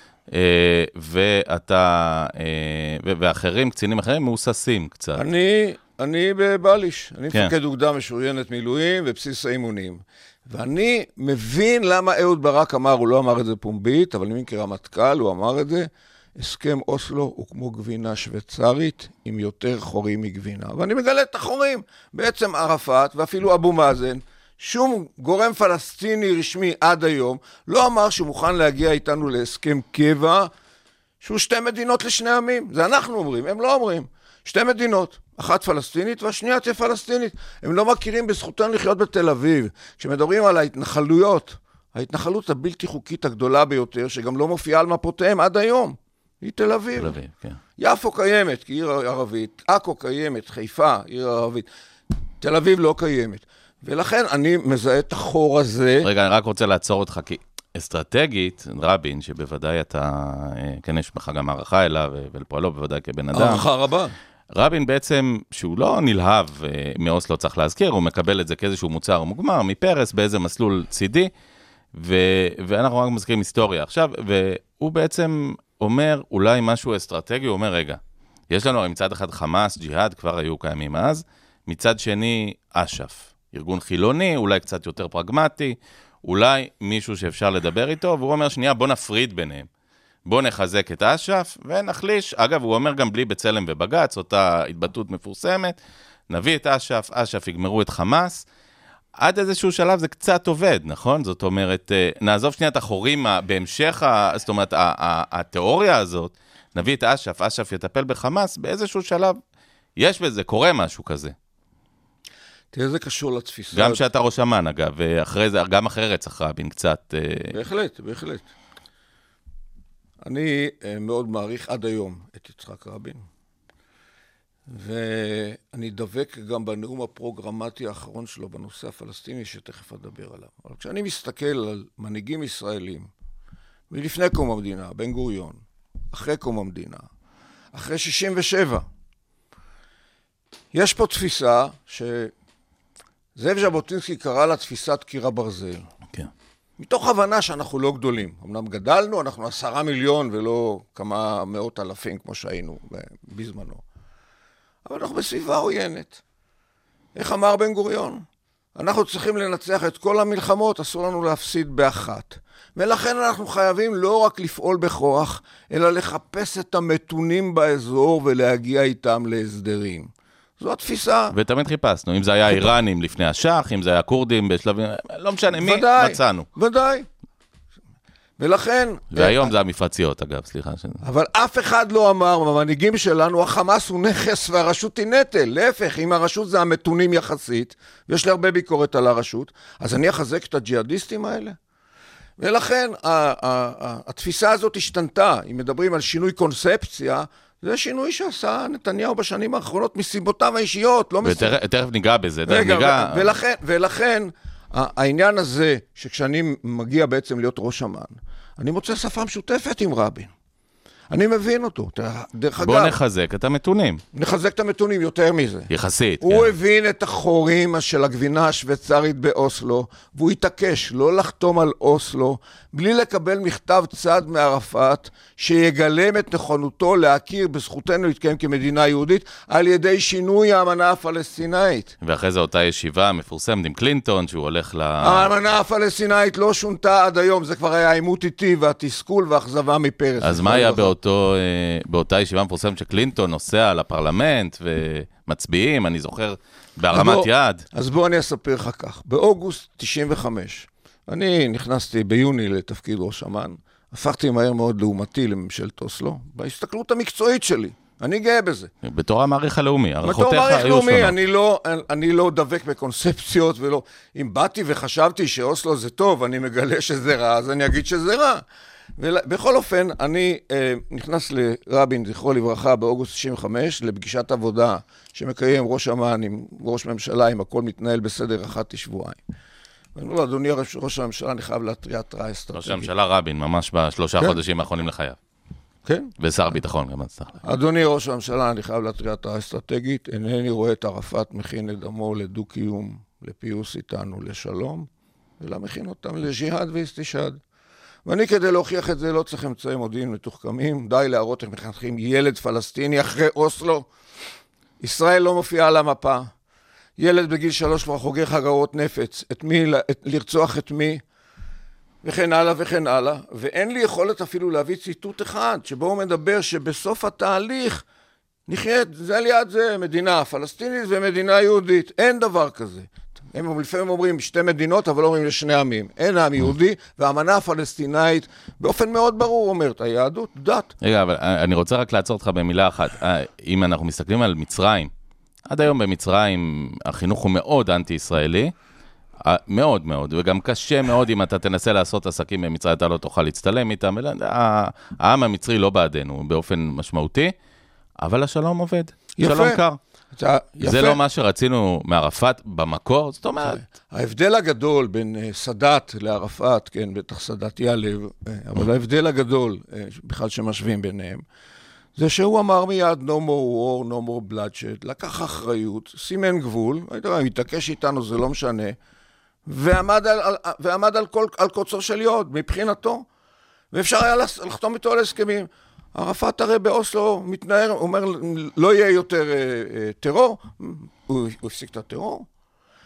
ואתה, ואחרים, קצינים אחרים, מאוססים קצת. אני, אני בבליש, אני מפקד אוגדה משוריינת מילואים ובסיס האימונים, ואני מבין למה אהוד ברק אמר, הוא לא אמר את זה פומבית, אבל אני מבין כרמטכ"ל, הוא אמר את זה, הסכם אוסלו הוא כמו גבינה שוויצרית עם יותר חורים מגבינה, ואני מגלה את החורים, בעצם ערפאת ואפילו אבו מאזן, שום גורם פלסטיני רשמי עד היום לא אמר שהוא מוכן להגיע איתנו להסכם קבע שהוא שתי מדינות לשני עמים. זה אנחנו אומרים, הם לא אומרים. שתי מדינות, אחת פלסטינית והשנייה תהיה פלסטינית. הם לא מכירים בזכותן לחיות בתל אביב. כשמדברים על ההתנחלויות, ההתנחלות הבלתי חוקית הגדולה ביותר, שגם לא מופיעה על מפותיהם עד היום, היא תל אביב. תל אביב, כן. יפו קיימת, כעיר ערבית, עכו קיימת, חיפה, עיר ערבית. תל אביב לא קיימת. ולכן אני מזהה את החור הזה. רגע, אני רק רוצה לעצור אותך, כי אסטרטגית, רבין, שבוודאי אתה, כן, יש לך גם הערכה אליו, ולפועלו בוודאי כבן אדם. הערכה רבה. רבין בעצם, שהוא לא נלהב מאוסלו, צריך להזכיר, הוא מקבל את זה כאיזשהו מוצר מוגמר, מפרס, באיזה מסלול צידי, ו... ואנחנו רק מזכירים היסטוריה עכשיו, והוא בעצם אומר, אולי משהו אסטרטגי, הוא אומר, רגע, יש לנו מצד אחד חמאס, ג'יהאד, כבר היו קיימים אז, מצד שני, אש"ף. ארגון חילוני, אולי קצת יותר פרגמטי, אולי מישהו שאפשר לדבר איתו, והוא אומר, שנייה, בוא נפריד ביניהם. בוא נחזק את אש"ף ונחליש. אגב, הוא אומר גם בלי בצלם ובגץ, אותה התבטאות מפורסמת, נביא את אש"ף, אש"ף יגמרו את חמאס. עד איזשהו שלב זה קצת עובד, נכון? זאת אומרת, נעזוב שנייה את החורים בהמשך, זאת אומרת, התיאוריה הזאת, נביא את אש"ף, אש"ף יטפל בחמאס, באיזשהו שלב יש בזה, קורה משהו כזה. תראה, זה קשור לתפיסה. גם שאתה ראש אמ"ן, אגב, ואחרי זה, גם אחרי רצח רבין קצת... בהחלט, בהחלט. אני מאוד מעריך עד היום את יצחק רבין, ואני דבק גם בנאום הפרוגרמטי האחרון שלו בנושא הפלסטיני, שתכף אדבר עליו. אבל כשאני מסתכל על מנהיגים ישראלים, מלפני קום המדינה, בן גוריון, אחרי קום המדינה, אחרי שישים ושבע, יש פה תפיסה שזאב ז'בוטינסקי קרא לה תפיסת קיר הברזל. כן. מתוך הבנה שאנחנו לא גדולים. אמנם גדלנו, אנחנו עשרה מיליון ולא כמה מאות אלפים כמו שהיינו בזמנו. אבל אנחנו בסביבה עוינת. איך אמר בן גוריון? אנחנו צריכים לנצח את כל המלחמות, אסור לנו להפסיד באחת. ולכן אנחנו חייבים לא רק לפעול בכוח, אלא לחפש את המתונים באזור ולהגיע איתם להסדרים. זו התפיסה. ותמיד חיפשנו, אם זה היה איראנים לפני השח, אם זה היה קורדים בשלבים, לא משנה מי, ודאי, מצאנו. ודאי. ולכן... והיום זה המפרציות, אגב, סליחה. אבל אף אחד לא אמר, במנהיגים שלנו, החמאס הוא נכס והרשות היא נטל. להפך, אם הרשות זה המתונים יחסית, ויש לי הרבה ביקורת על הרשות, אז אני אחזק את הג'יהאדיסטים האלה. ולכן התפיסה הזאת השתנתה. אם מדברים על שינוי קונספציה, זה שינוי שעשה נתניהו בשנים האחרונות מסיבותיו האישיות, לא מסיבות. ותכף ניגע בזה. רגע, ניגע... ולכן, ולכן העניין הזה, שכשאני מגיע בעצם להיות ראש אמ"ן, אני מוצא שפה משותפת עם רבין. אני מבין אותו. דרך אגב... בוא נחזק את המתונים. נחזק את המתונים יותר מזה. יחסית, הוא כן. הבין את החורים של הגבינה השוויצרית באוסלו, והוא התעקש לא לחתום על אוסלו, בלי לקבל מכתב צד מערפאת, שיגלם את נכונותו להכיר בזכותנו להתקיים כמדינה יהודית, על ידי שינוי האמנה הפלסטינאית. ואחרי זה אותה ישיבה מפורסמת עם קלינטון, שהוא הולך ל... האמנה הפלסטינאית לא שונתה עד היום, זה כבר היה עימות איטי, והתסכול והאכזבה מפרס. אז מה היה באותו, באותה ישיבה מפורסמת שקלינטון נוסע לפרלמנט ומצביעים, אני זוכר, בהרמת יד. אז בוא אני אספר לך כך. באוגוסט תשעים וחמש, אני נכנסתי ביוני לתפקיד ראש אמ"ן, הפכתי מהר מאוד לעומתי לממשלת אוסלו, בהסתכלות המקצועית שלי. אני גאה בזה. בתור המעריך הלאומי, הערכותיך היו שונות. אני לא, אני לא דבק בקונספציות ולא... אם באתי וחשבתי שאוסלו זה טוב, אני מגלה שזה רע, אז אני אגיד שזה רע. ובכל אופן, אני אה, נכנס לרבין, זכרו לברכה, באוגוסט תשעים וחמש, לפגישת עבודה שמקיים ראש אמ"ן עם ראש ממשלה, אם הכל מתנהל בסדר אחת לשבועיים. ואני אומר לו, אדוני ראש, ראש הממשלה, אני חייב להתריע התרעה אסטרטגית. ראש הממשלה רבין, ממש בשלושה כן? חודשים האחרונים לחייו. כן? ושר ביטחון גם הצטרך. אדוני ראש הממשלה, אני חייב להתריע התרעה אסטרטגית, אינני רואה את ערפאת מכין את דמו לדו-קיום, לפיוס איתנו, לשלום, אלא מכין אותם לג'יהאד ואסתישאד. ואני כדי להוכיח את זה לא צריך אמצעי מודיעין מתוחכמים, די להראות איך מחנכים ילד פלסטיני אחרי אוסלו. ישראל לא מופיעה על המפה. ילד בגיל שלוש כבר חוגר חגרות נפץ, את מי, את, לרצוח את מי, וכן הלאה וכן הלאה. ואין לי יכולת אפילו להביא ציטוט אחד, שבו הוא מדבר שבסוף התהליך נחיה זה ליד זה, מדינה פלסטינית ומדינה יהודית. אין דבר כזה. הם לפעמים אומרים שתי מדינות, אבל לא אומרים לשני עמים. אין עם יהודי, והאמנה הפלסטינאית באופן מאוד ברור אומרת, היהדות, דת. רגע, אבל אני רוצה רק לעצור אותך במילה אחת. אם אנחנו מסתכלים על מצרים, עד היום במצרים החינוך הוא מאוד אנטי-ישראלי, מאוד מאוד, וגם קשה מאוד אם אתה תנסה לעשות עסקים במצרים, אתה לא תוכל להצטלם איתם. העם המצרי לא בעדנו באופן משמעותי, אבל השלום עובד. יפה. שלום קר. יפה. זה לא מה שרצינו מערפאת במקור, זאת אומרת. ההבדל הגדול בין סאדאת לערפאת, כן, בטח סאדאת יעלב, אבל ההבדל הגדול, בכלל שמשווים ביניהם, זה שהוא אמר מיד, no more war, no more bloodshed, לקח אחריות, סימן גבול, התעקש איתנו, זה לא משנה, ועמד על, על, ועמד על, כל, על קוצו של יוד, מבחינתו, ואפשר היה לחתום איתו על הסכמים. ערפאת הרי באוסלו מתנער, אומר, לא יהיה יותר אה, אה, טרור, הוא, הוא הפסיק את הטרור.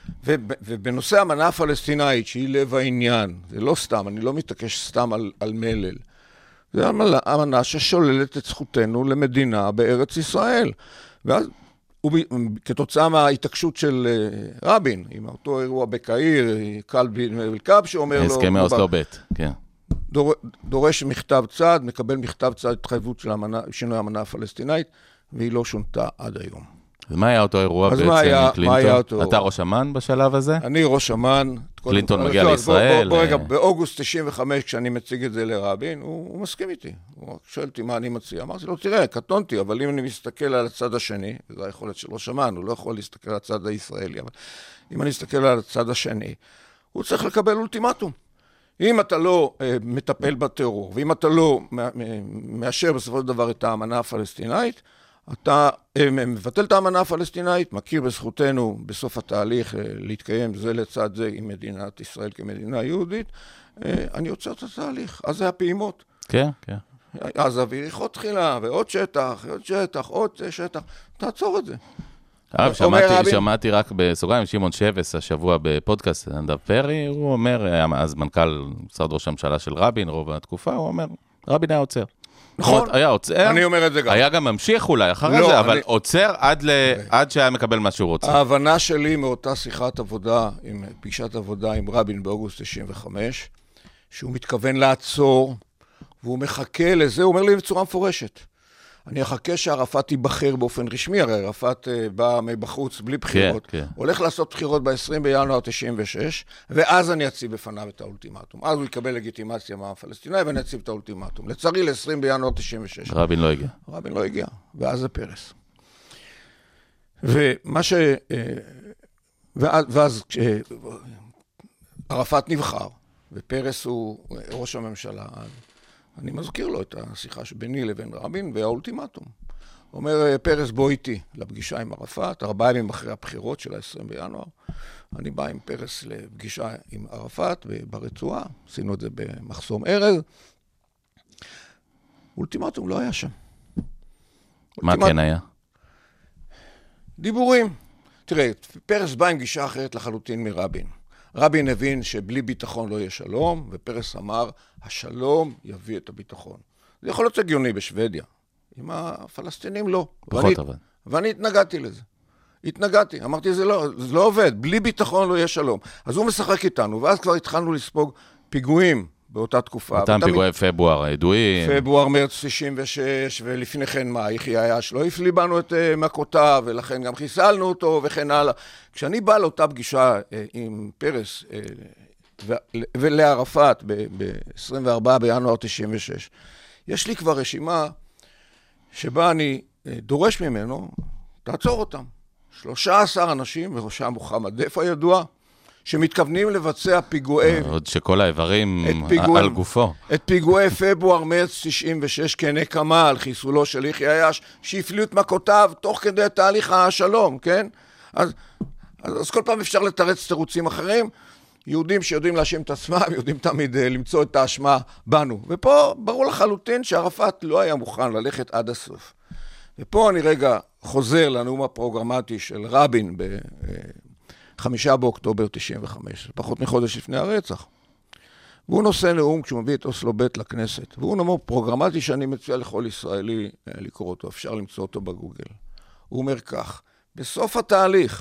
ובנושא המנה הפלסטינאית, שהיא לב העניין, זה לא סתם, אני לא מתעקש סתם על, על מלל, זה המנה ששוללת את זכותנו למדינה בארץ ישראל. ואז, כתוצאה מההתעקשות של רבין, עם אותו אירוע בקהיר, קל בלקב, שאומר לו... הסכמי אוסלו ב', כן. דור, דורש מכתב צד, מקבל מכתב צד התחייבות של המנה, שינוי המנה הפלסטינאית, והיא לא שונתה עד היום. אז מה היה אותו אירוע בעצם עם קלינטון? אתה ראש אמן בשלב הזה? אני ראש אמן. קלינטון מגיע לישראל. בוא רגע, באוגוסט תשעים וחמש, כשאני מציג את זה לרבין, הוא מסכים איתי. הוא שואל אותי מה אני מציע. אמרתי לו, תראה, קטונתי, אבל אם אני מסתכל על הצד השני, וזו היכולת של ראש אמן, הוא לא יכול להסתכל על הצד הישראלי, אבל אם אני אסתכל על הצד השני, הוא צריך לקבל אולטימטום. אם אתה לא מטפל בטרור, ואם אתה לא מאשר בסופו של דבר את האמנה הפלסטינאית, אתה מבטל את האמנה הפלסטינאית, מכיר בזכותנו בסוף התהליך להתקיים זה לצד זה עם מדינת ישראל כמדינה יהודית, אני יוצר את התהליך. אז זה הפעימות. כן, כן. אז אוויריכות תחילה, ועוד שטח, עוד שטח, עוד שטח, תעצור את זה. הרב, שמעתי, שמעתי רק בסוגריים, שמעון שבס, השבוע בפודקאסט, נדב פרי, הוא אומר, אז מנכ"ל משרד ראש הממשלה של רבין, רוב התקופה, הוא אומר, רבין היה עוצר. נכון, היה עוצר, אני אומר את זה גם. היה גם ממשיך אולי אחרי זה, אבל עוצר עד שהיה מקבל מה שהוא רוצה. ההבנה שלי מאותה שיחת עבודה, עם פגישת עבודה עם רבין באוגוסט תשעים וחמש, שהוא מתכוון לעצור, והוא מחכה לזה, הוא אומר לי בצורה מפורשת. אני אחכה שערפאת ייבחר באופן רשמי, הרי ערפאת בא מבחוץ בלי בחירות, כן, כן. הולך לעשות בחירות ב-עשרים בינואר תשעים ושש, ואז אני אציב בפניו את האולטימטום. אז הוא יקבל לגיטימציה מהפלסטינאי, ואני אציב את האולטימטום. לצערי, ל-עשרים בינואר תשעים ושש. רבין לא הגיע. רבין לא הגיע, ואז זה פרס. ומה ש... ואז, ואז ערפאת נבחר, ופרס הוא ראש הממשלה, אני מזכיר לו את השיחה שביני לבין רבין והאולטימטום. אומר פרס בוא איתי לפגישה עם ערפאת, ארבעה ימים אחרי הבחירות של ה-עשרים בינואר. אני בא עם פרס לפגישה עם ערפאת ברצועה, עשינו את זה במחסום ארז. אולטימטום לא היה שם. מה אולטימט... כן היה? דיבורים. תראה, פרס בא עם גישה אחרת לחלוטין מרבין. רבין הבין שבלי ביטחון לא יהיה שלום, ופרס אמר, השלום יביא את הביטחון. זה יכול להיות הגיוני בשוודיה. עם הפלסטינים לא. פחות ואני, אבל. ואני התנגדתי לזה. התנגדתי. אמרתי, זה לא, זה לא עובד. בלי ביטחון לא יהיה שלום. אז הוא משחק איתנו, ואז כבר התחלנו לספוג פיגועים באותה תקופה. אותם פיגועי פברואר, הידועים. פברואר, מרץ תשעים ושש, ולפני כן מה, יחיא עיאש לא הפליא בנו את uh, מכותיו, ולכן גם חיסלנו אותו וכן הלאה. כשאני בא לאותה פגישה uh, עם פרס uh, ולערפאת ב-עשרים וארבעה בינואר תשעים ושש, יש לי כבר רשימה שבה אני uh, דורש ממנו, תעצור אותם. שלושה עשר אנשים, בראשם מוחמד דף הידוע, שמתכוונים לבצע פיגועי... עוד שכל האיברים על גופו. את פיגועי פברואר, מרץ תשעים ושש כנקמה על חיסולו של יחיא עיאש, שהפליאו את מכותיו תוך כדי תהליך השלום, כן? אז, אז, אז כל פעם אפשר לתרץ תירוצים אחרים. יהודים שיודעים להאשים את עצמם, יודעים תמיד למצוא את האשמה בנו. ופה ברור לחלוטין שערפאת לא היה מוכן ללכת עד הסוף. ופה אני רגע חוזר לנאום הפרוגרמטי של רבין ב... חמישה באוקטובר תשעים וחמש, פחות מחודש לפני הרצח. והוא נושא נאום כשהוא מביא את אוסלו ב' לכנסת. והוא נאום פרוגרמטי שאני מציע לכל ישראלי לקרוא אותו, אפשר למצוא אותו בגוגל. הוא אומר כך, בסוף התהליך,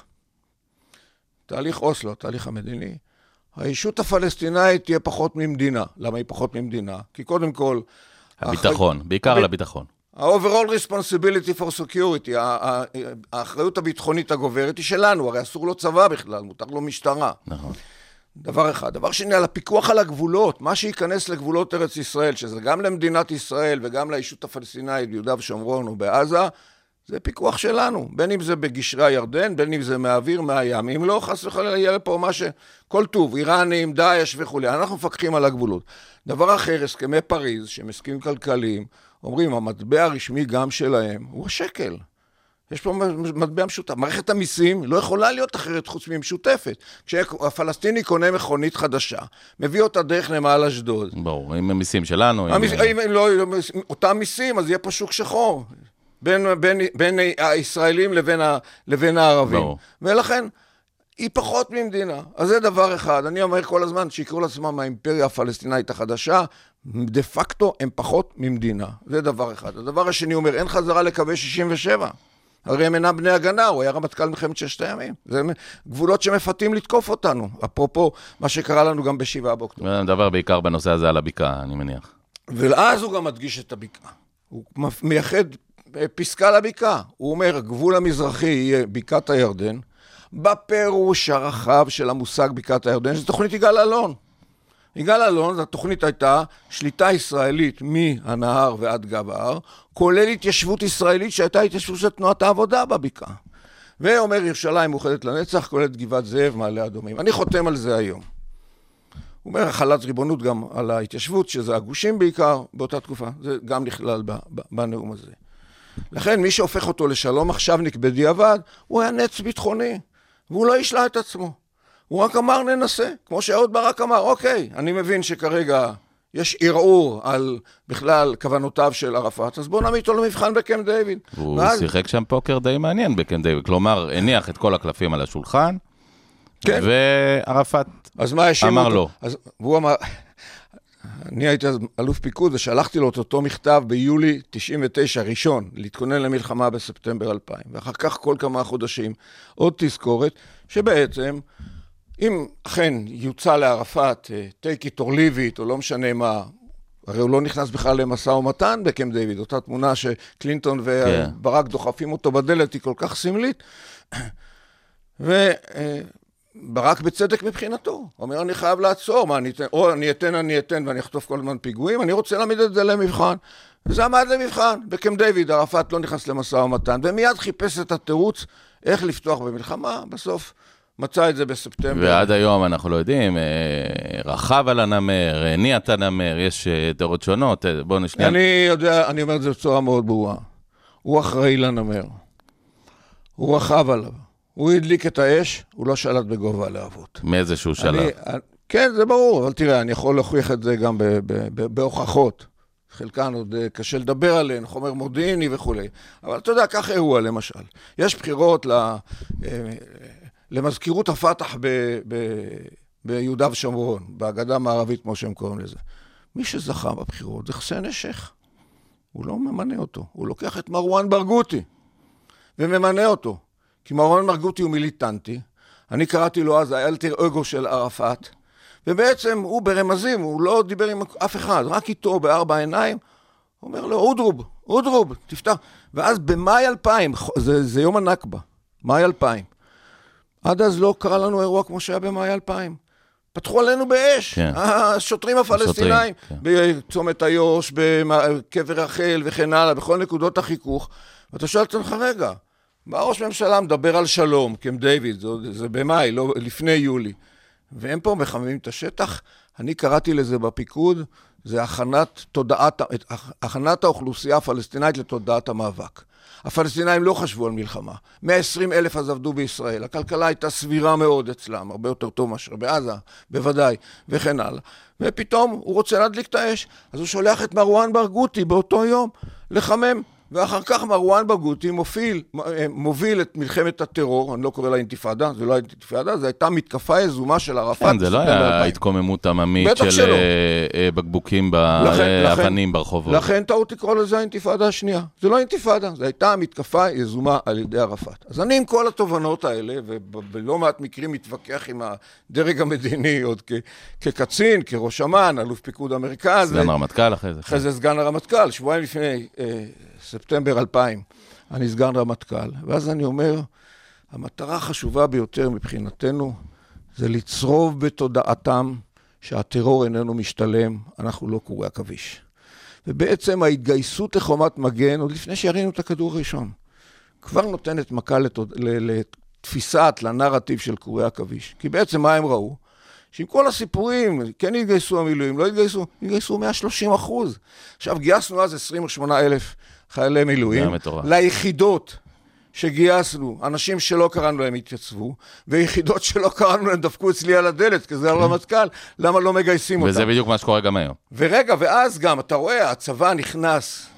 תהליך אוסלו, התהליך המדיני, הישות הפלסטינאית תהיה פחות ממדינה. למה היא פחות ממדינה? כי קודם כל... הביטחון, בעיקר על הביטחון. ה-overall responsibility for security, האחריות הביטחונית הגוברת היא שלנו, הרי אסור לו צבא בכלל, מותר לו משטרה. נכון. דבר אחד. דבר שני, על הפיקוח על הגבולות, מה שייכנס לגבולות ארץ ישראל, שזה גם למדינת ישראל וגם לישות הפלסטינאית ביהודה ושומרון ובעזה, זה פיקוח שלנו, בין אם זה בגשרי הירדן, בין אם זה מהאוויר, מהים. אם לא, חס וחלילה יהיה פה מה שכל טוב, איראנים, דאעש וכו'. אנחנו מפקחים על הגבולות. דבר אחר, הסכמי פריז, שהם הסכמים כלכליים, אומרים, המטבע הרשמי גם שלהם הוא השקל. יש פה מטבע משותף. מערכת המיסים לא יכולה להיות אחרת חוץ ממשותפת. כשהפלסטיני קונה מכונית חדשה, מביא אותה דרך נמל אשדוד. ברור, עם המיסים שלנו. המס... עם... אם לא, אותם מיסים, אז יהיה פה שוק שחור. בין, בין, בין הישראלים לבין, ה... לבין הערבים. ברור. ולכן, היא פחות ממדינה. אז זה דבר אחד. אני אומר כל הזמן שיקראו לעצמם האימפריה הפלסטינאית החדשה, דה פקטו הם פחות ממדינה. זה דבר אחד. הדבר השני אומר, אין חזרה לקווי שישים ושבע. הרי הם אינם בני הגנה, הוא היה רמטכ"ל מלחמת ששת הימים. זה גבולות שמפתים לתקוף אותנו. אפרופו מה שקרה לנו גם בשבעה באוקטובר. אני מדבר בעיקר בנושא הזה על הבקעה, אני מניח. ואז הוא גם מדגיש את הבקעה. הוא מייחד פסקה לבקעה. הוא אומר, הגבול המזרחי יהיה בקעת הירדן, בפירוש הרחב של המושג בקעת הירדן, שזו תוכנית יגאל אלון. יגאל אלון, התוכנית הייתה שליטה ישראלית מהנהר ועד גב ההר, כולל התיישבות ישראלית שהייתה התיישבות של תנועת העבודה בבקעה. ואומר ירושלים מאוחדת לנצח, כוללת גבעת זאב, מעלה אדומים. אני חותם על זה היום. הוא אומר, החלת ריבונות גם על ההתיישבות, שזה הגושים בעיקר באותה תקופה, זה גם נכלל בנאום הזה. לכן מי שהופך אותו לשלום עכשווניק בדיעבד, הוא היה נץ ביטחוני, והוא לא ישלה את עצמו. הוא רק אמר ננסה, כמו שאהוד ברק אמר, אוקיי, אני מבין שכרגע יש ערעור על בכלל כוונותיו של ערפאת, אז בואו נעמיד אותו למבחן בקמפ דיוויד. הוא ואז... שיחק שם פוקר די מעניין בקמפ דיוויד, כלומר, הניח את כל הקלפים על השולחן, כן. וערפאת אמר לו. אז והוא אמר, אני הייתי אז אלוף פיקוד ושלחתי לו את אותו מכתב ביולי תשעים ותשע ראשון, להתכונן למלחמה בספטמבר אלפיים, ואחר כך כל כמה חודשים עוד תזכורת, שבעצם אם אכן יוצא לערפאת, take it or leave it, או לא משנה מה, הרי הוא לא נכנס בכלל למשא ומתן בקמפ דיוויד, אותה תמונה שקלינטון וברק דוחפים אותו בדלת, היא כל כך סמלית, וברק בצדק מבחינתו, הוא אומר, אני חייב לעצור, מה, אני אתן, או אני אתן, אני אתן, ואני אחטוף כל הזמן פיגועים, אני רוצה להעמיד את זה למבחן, וזה עמד למבחן, בקמפ דיוויד, ערפאת לא נכנס למשא ומתן, ומיד חיפש את התירוץ, איך לפתוח במלחמה, בסוף, מצא את זה בספטמבר. ועד היום אנחנו לא יודעים, רחב על הנמר, הניע את הנמר, יש תיאוריות שונות, בואו נשנייה. אני יודע, אני אומר את זה בצורה מאוד ברורה. הוא אחראי לנמר. הוא רחב עליו. הוא הדליק את האש, הוא לא שלט בגובה הלהבות. מאיזשהו שלב. כן, זה ברור, אבל תראה, אני יכול להוכיח את זה גם בהוכחות. חלקן עוד קשה לדבר עליהן, חומר מודיעיני וכו'. אבל אתה יודע, כך אירוע למשל. יש בחירות ל... למזכירות הפתח ב, ב, ביהודה ושומרון, בהגדה המערבית, כמו שהם קוראים לזה. מי שזכה בבחירות זה חסן נשך. הוא לא ממנה אותו. הוא לוקח את מרואן ברגותי וממנה אותו. כי מרואן ברגותי הוא מיליטנטי. אני קראתי לו אז האלטר אגו של ערפאת. ובעצם הוא ברמזים, הוא לא דיבר עם אף אחד, רק איתו בארבע עיניים. הוא אומר לו, אודרוב, אודרוב, תפתח. ואז במאי אלפיים, זה, זה יום הנכבה, מאי אלפיים. עד אז לא קרה לנו אירוע כמו שהיה במאי אלפיים. פתחו עלינו באש. כן. השוטרים הפלסטינאים, כן. בצומת איו"ש, בקבר רחל וכן הלאה, בכל נקודות החיכוך. ואתה שואל לך רגע, מה ראש ממשלה מדבר על שלום, קמפ דיוויד, זה, זה במאי, לא, לפני יולי. והם פה מחממים את השטח. אני קראתי לזה בפיקוד, זה הכנת, תודעת, הכנת האוכלוסייה הפלסטינאית לתודעת המאבק. הפלסטינאים לא חשבו על מלחמה. מאה ועשרים אלף אז עבדו בישראל. הכלכלה הייתה סבירה מאוד אצלם, הרבה יותר טוב מאשר בעזה, בוודאי, וכן הלאה. ופתאום הוא רוצה להדליק את האש, אז הוא שולח את מרואן ברגותי באותו יום לחמם. ואחר כך מרואן ברגותי מוביל, מוביל את מלחמת הטרור, אני לא קורא לה אינתיפאדה, זה לא הייתה אינתיפאדה, זו הייתה מתקפה יזומה של ערפאת. כן, זה לא היה התקוממות עממית של בקבוקים באבנים ברחובות. לכן טעות לקרוא לזה האינתיפאדה השנייה. זה לא אינתיפאדה, זו הייתה מתקפה יזומה על ידי ערפאת. אז אני עם כל התובנות האלה, ובלא מעט מקרים מתווכח עם הדרג המדיני, עוד כקצין, כראש אמ"ן, אלוף פיקוד המרכז. סגן הרמטכ"ל אחרי זה. אחרי זה סגן הרמטכ"ל, שבועיים לפני ספטמבר אלפיים, אני סגן רמטכ"ל, ואז אני אומר, המטרה החשובה ביותר מבחינתנו, זה לצרוב בתודעתם שהטרור איננו משתלם, אנחנו לא קורי עכביש. ובעצם ההתגייסות לחומת מגן, עוד לפני שירינו את הכדור הראשון, כבר נותנת מכה לתוד... לתפיסת, לנרטיב של קורי עכביש. כי בעצם מה הם ראו? שעם כל הסיפורים, כן התגייסו המילואים, לא התגייסו, התגייסו מאה ושלושים אחוז. עכשיו גייסנו אז עשרים ושמונה אלף חיילי מילואים, ליחידות שגייסנו, אנשים שלא קראנו להם התייצבו, ויחידות שלא קראנו להם דפקו אצלי על הדלת, כי זה הרמטכ"ל, למה לא מגייסים אותם? וזה בדיוק מה שקורה גם היום. ורגע, ואז גם, אתה רואה, הצבא נכנס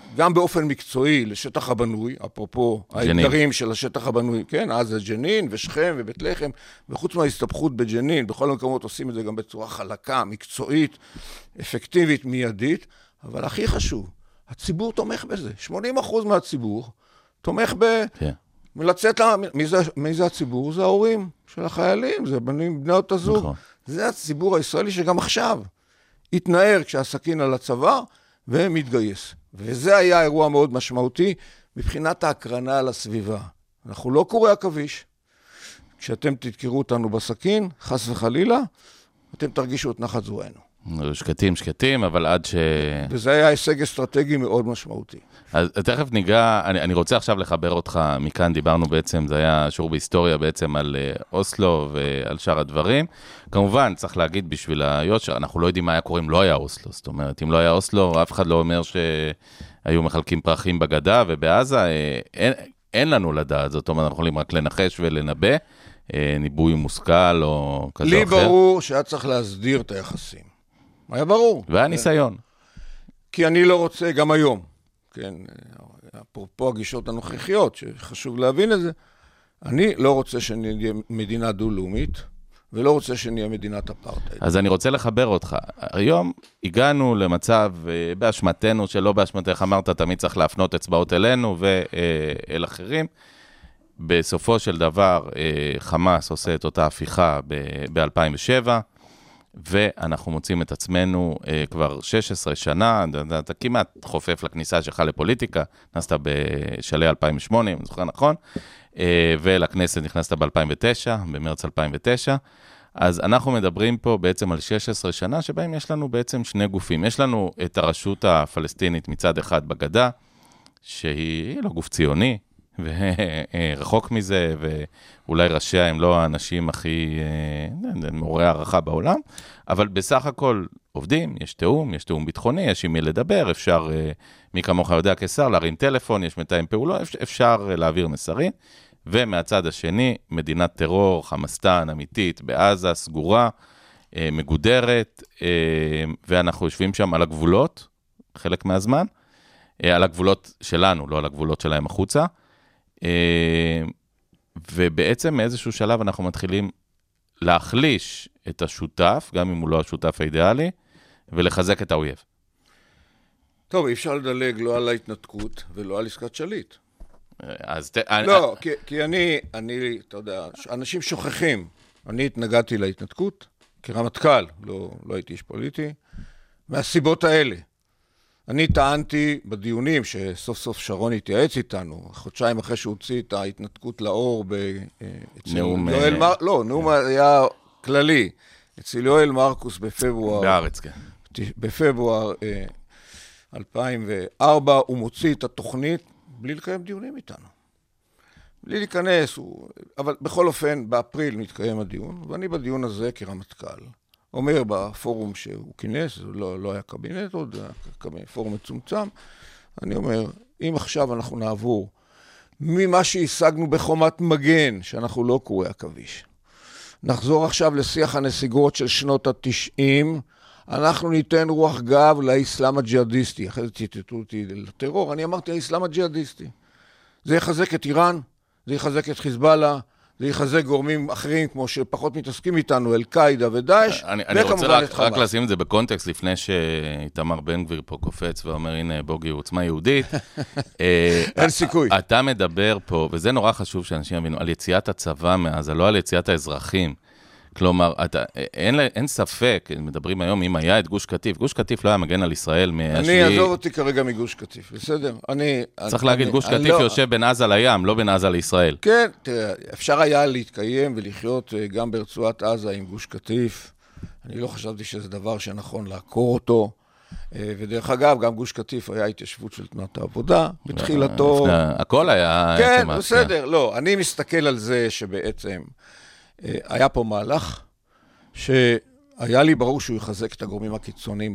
גם באופן מקצועי לשטח הבנוי, אפרופו האתגרים של השטח הבנוי, כן, אז זה ג'נין ושכם ובית לחם, וחוץ מההסתבכות בג'נין, בכל המקומות עושים את זה גם בצורה חלקה, מקצועית, אפקטיבית, מיידית, אבל הכי חשוב, הציבור תומך בזה. שמונים אחוז מהציבור תומך ב... כן. מלצאת לה... מי זה, מי זה הציבור? זה ההורים של החיילים, זה בני, בנות הזוג. נכון. זה הציבור הישראלי שגם עכשיו התנער כשהסכין על הצוואר ומתגייס. וזה היה אירוע מאוד משמעותי מבחינת ההקרנה על הסביבה. אנחנו לא קוראי עכביש. כשאתם תתקרו אותנו בסכין, חס וחלילה, אתם תרגישו את נחת זרוענו. שקטים, שקטים, אבל עד ש... וזה היה הישג אסטרטגי מאוד משמעותי. אז תכף ניגע, אני, אני רוצה עכשיו לחבר אותך מכאן, דיברנו בעצם, זה היה שיעור בהיסטוריה בעצם על אוסלו ועל שאר הדברים. כמובן, צריך להגיד בשביל היושר, אנחנו לא יודעים מה היה קורה אם לא היה אוסלו. זאת אומרת, אם לא היה אוסלו, אף אחד לא אומר שהיו מחלקים פרחים בגדה ובעזה, אין, אין לנו לדעת, זאת אומרת, אנחנו יכולים רק לנחש ולנבא, ניבוי מושכל או כזה לי או אחר. לי ברור שהיה צריך להסדיר את היחסים. היה ברור. והיה ניסיון. כי אני לא רוצה, גם היום, כן, אפרופו הגישות הנוכחיות, שחשוב להבין את זה, אני לא רוצה שנהיה מדינה דו-לאומית, ולא רוצה שנהיה מדינת אפרטהייד. אז אני רוצה לחבר אותך. היום הגענו למצב באשמתנו, שלא באשמתך אמרת, תמיד צריך להפנות אצבעות אלינו ואל אחרים. בסופו של דבר, חמאס עושה את אותה הפיכה ב-אלפיים ושבע, ואנחנו מוצאים את עצמנו כבר שש עשרה שנה, אתה כמעט חופף לכניסה שלך לפוליטיקה, נכנסת בשלהי אלפיים ושמונה, אם זוכר נכון, ולכנסת נכנסת ב-אלפיים ותשע, במרץ אלפיים ותשע, אז אנחנו מדברים פה בעצם על שש עשרה שנה, שבהם יש לנו בעצם שני גופים. יש לנו את הרשות הפלסטינית מצד אחד בגדה, שהיא לא גוף ציוני, ורחוק מזה, ואולי ראשיה הם לא האנשים הכי מעוררי הערכה בעולם, אבל בסך הכל עובדים, יש תאום, יש תאום ביטחוני, יש עם מי לדבר, אפשר, מי כמוך יודע כשר, להרים טלפון, יש מתאם פעולה, אפשר להעביר מסרים, ומהצד השני, מדינת טרור, חמאסטן, אמיתית, בעזה, סגורה, מגודרת, ואנחנו יושבים שם על הגבולות, חלק מהזמן, על הגבולות שלנו, לא על הגבולות שלהם החוצה, ובעצם מאיזשהו שלב אנחנו מתחילים להחליש את השותף, גם אם הוא לא השותף האידיאלי, ולחזק את האויב. טוב, אי אפשר לדלג לא על ההתנתקות ולא על עסקת שליט. אז... לא, כי, כי אני, אני, אתה יודע, אנשים שוכחים. אני התנגדתי להתנתקות, כרמטכ"ל, לא, לא הייתי איש פוליטי, מהסיבות האלה. אני טענתי בדיונים שסוף סוף שרון התייעץ איתנו, חודשיים אחרי שהוא הוציא את ההתנתקות לאור ב... נאום... יואל מר... לא, נאום היה כללי. אצל יואל מרקוס בפברואר... בארץ, כן. בפברואר אלפיים וארבע הוא מוציא את התוכנית בלי לקיים דיונים איתנו. בלי להיכנס, הוא... אבל בכל אופן, באפריל מתקיים הדיון, ואני בדיון הזה כרמטכ"ל. אומר בפורום שהוא כינס, לא, לא היה קבינט עוד, היה פורום מצומצם, אני אומר, אם עכשיו אנחנו נעבור ממה שהשגנו בחומת מגן, שאנחנו לא קוראי עכביש, נחזור עכשיו לשיח הנסיגות של שנות התשעים, אנחנו ניתן רוח גב לאסלאם הג'יהאדיסטי, אחרי זה ציטטו אותי לטרור, אני אמרתי האסלאם הג'יהאדיסטי. זה יחזק את איראן, זה יחזק את חיזבאללה, זה יחזק גורמים אחרים, כמו שפחות מתעסקים איתנו, אל-קאידה ודאעש, אני, אני רוצה רק, רק לשים את זה בקונטקסט, לפני שאיתמר בן גביר פה קופץ, ואומר, הנה, בוגי, עוצמה יהודית. אין סיכוי. אתה מדבר פה, וזה נורא חשוב שאנשים יבינו, על יציאת הצבא מעזה, לא על יציאת האזרחים. כלומר, אתה, אין, אין ספק, מדברים היום, אם היה את גוש קטיף, גוש קטיף לא היה מגן על ישראל מהשביעי. אני אעזוב אותי כרגע מגוש קטיף, בסדר? אני... צריך אני, להגיד, אני, גוש קטיף לא... יושב בין עזה לים, לא בין עזה לישראל. כן, תראה, אפשר היה להתקיים ולחיות גם ברצועת עזה עם גוש קטיף. אני לא חשבתי שזה דבר שנכון לעקור אותו. ודרך אגב, גם גוש קטיף היה התיישבות של תנועת העבודה, בתחילתו... הכל היה... כן, בסדר, לא. אני מסתכל על זה שבעצם... היה פה מהלך שהיה לי ברור שהוא יחזק את הגורמים הקיצוניים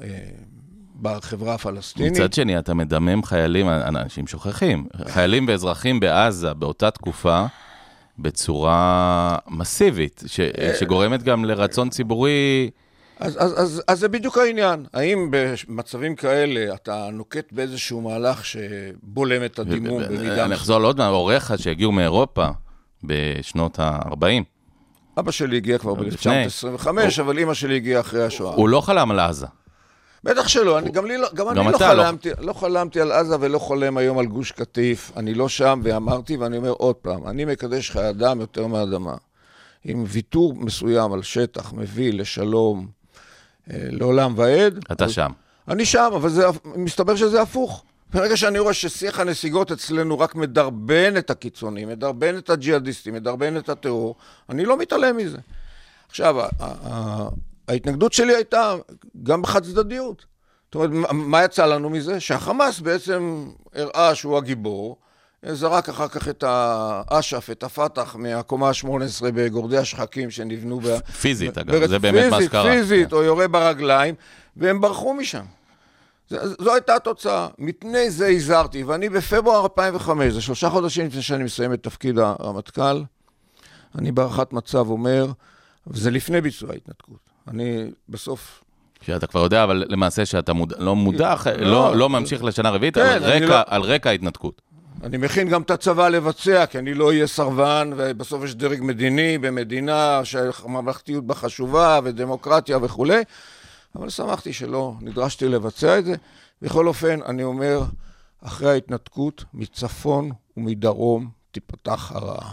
בחברה הפלסטינית. מצד שני, אתה מדמם חיילים, אנשים שוכחים, חיילים ואזרחים בעזה באותה תקופה, בצורה מסיבית, ש, שגורמת גם לרצון ציבורי אז, אז, אז, אז זה בדיוק העניין. האם במצבים כאלה אתה נוקט באיזשהו מהלך שבולם את הדימום במידה... אני אחזור לעוד מהעורך שהגיעו מאירופה בשנות ה-ארבעים. אבא שלי הגיע כבר ב-אלף תשע מאות עשרים וחמש, אבל אמא שלי הגיעה אחרי השואה. הוא לא חלם על עזה. בטח שלא, גם אני לא חלמתי, לא חלמתי על עזה ולא חולם היום על גוש קטיף. אני לא שם ואמרתי, ואני אומר עוד פעם, אני מקדש חיי אדם יותר מהאדמה. עם ויתור מסוים על שטח מביא לשלום, לעולם ועד. אתה שם. אני שם, אבל זה, מסתבר שזה הפוך. ברגע שאני רואה ששיח הנסיגות אצלנו רק מדרבן את הקיצונים, מדרבן את הג'יהאדיסטים, מדרבן את הטרור, אני לא מתעלם מזה. עכשיו, ההתנגדות שלי הייתה גם בחד צדדיות. זאת אומרת, מה יצא לנו מזה? שהחמאס בעצם הראה שהוא הגיבור, זרק אחר כך את האש"ף, את הפתח מהקומה ה-שמונה עשרה בגורדי השחקים שנבנו ב... פיזית, אגב, זה באמת מה שקרה. פיזית, או יורה ברגליים, והם ברחו משם. זו הייתה התוצאה. מפני זה הזהרתי, ואני בפברואר אלפיים וחמש, זה שלושה חודשים לפני שאני מסיים את תפקיד הרמטכ"ל, אני בהערכת מצב אומר, וזה לפני ביצוע ההתנתקות. אני בסוף... שאתה כבר יודע, אבל למעשה שאתה מודע, לא מודע, לא, לא ממשיך לשנה רביעית, כן, על, רקע, לא... על רקע ההתנתקות. אני מכין גם את הצבא לבצע, כי אני לא אהיה סרבן, ובסוף יש דרג מדיני במדינה, שהממלכתיות בה חשובה, ודמוקרטיה וכו'. אבל שמחתי שלא נדרשתי לבצע את זה. בכל אופן, אני אומר, אחרי ההתנתקות, מצפון ומדרום תיפתח הרעה.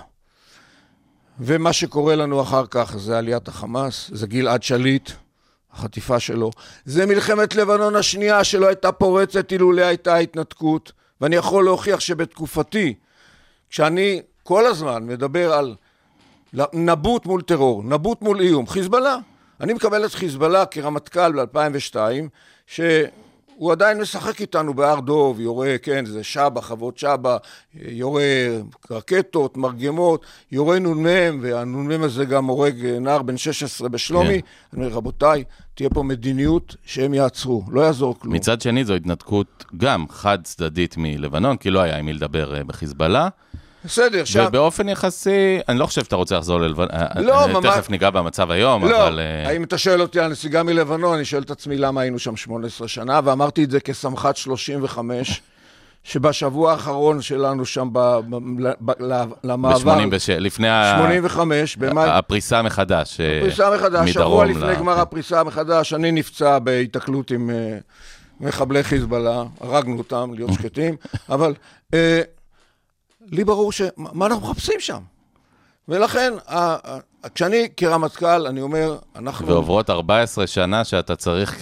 ומה שקורה לנו אחר כך זה עליית החמאס, זה גלעד שליט, החטיפה שלו. זה מלחמת לבנון השנייה שלא הייתה פורצת אילולא הייתה התנתקות, ואני יכול להוכיח שבתקופתי, כשאני כל הזמן מדבר על נבוט מול טרור, נבוט מול איום, חיזבאללה, אני מקבל את חיזבאללה כרמטכ"ל ב-אלפיים ושתיים, שהוא עדיין משחק איתנו בהר דוב, יורה, כן, זה שבא, חוות שבא, יורה רקטות, מרגמות, יורה נ"מ, והנ"מ הזה גם הורג נער בן שש עשרה בשלומי. Yeah. אני אומר, רבותיי, תהיה פה מדיניות שהם יעצרו, לא יעזור כלום. מצד שני, זו התנתקות גם חד צדדית מלבנון, כי לא היה עם מי לדבר בחיזבאללה. בסדר, שם... ובאופן יחסי, אני לא חושב שאתה רוצה לחזור ללבנון, לא, ממש... תכף ניגע במצב היום, לא, אבל... האם אתה שואל אותי על נסיגה מלבנון, אני שואל את עצמי למה היינו שם שמונה עשרה שנה, ואמרתי את זה כסמח"ט שלושים וחמש, שבשבוע האחרון שלנו שם ב... ב... למעבר... ב-שמונים ושש, לפני שמונים וחמש, ה... במאי... הפריסה מחדש, הפריסה מחדש, שבוע לפני ל... גמר הפריסה מחדש, אני נפצע בהתקלות עם מחבלי חיזבאללה, הרגנו אותם, להיות שקטים, אבל... לי ברור שמה אנחנו מחפשים שם. ולכן, כשאני כרמטכ"ל, אני אומר, אנחנו... ועוברות ארבע עשרה שנה שאתה צריך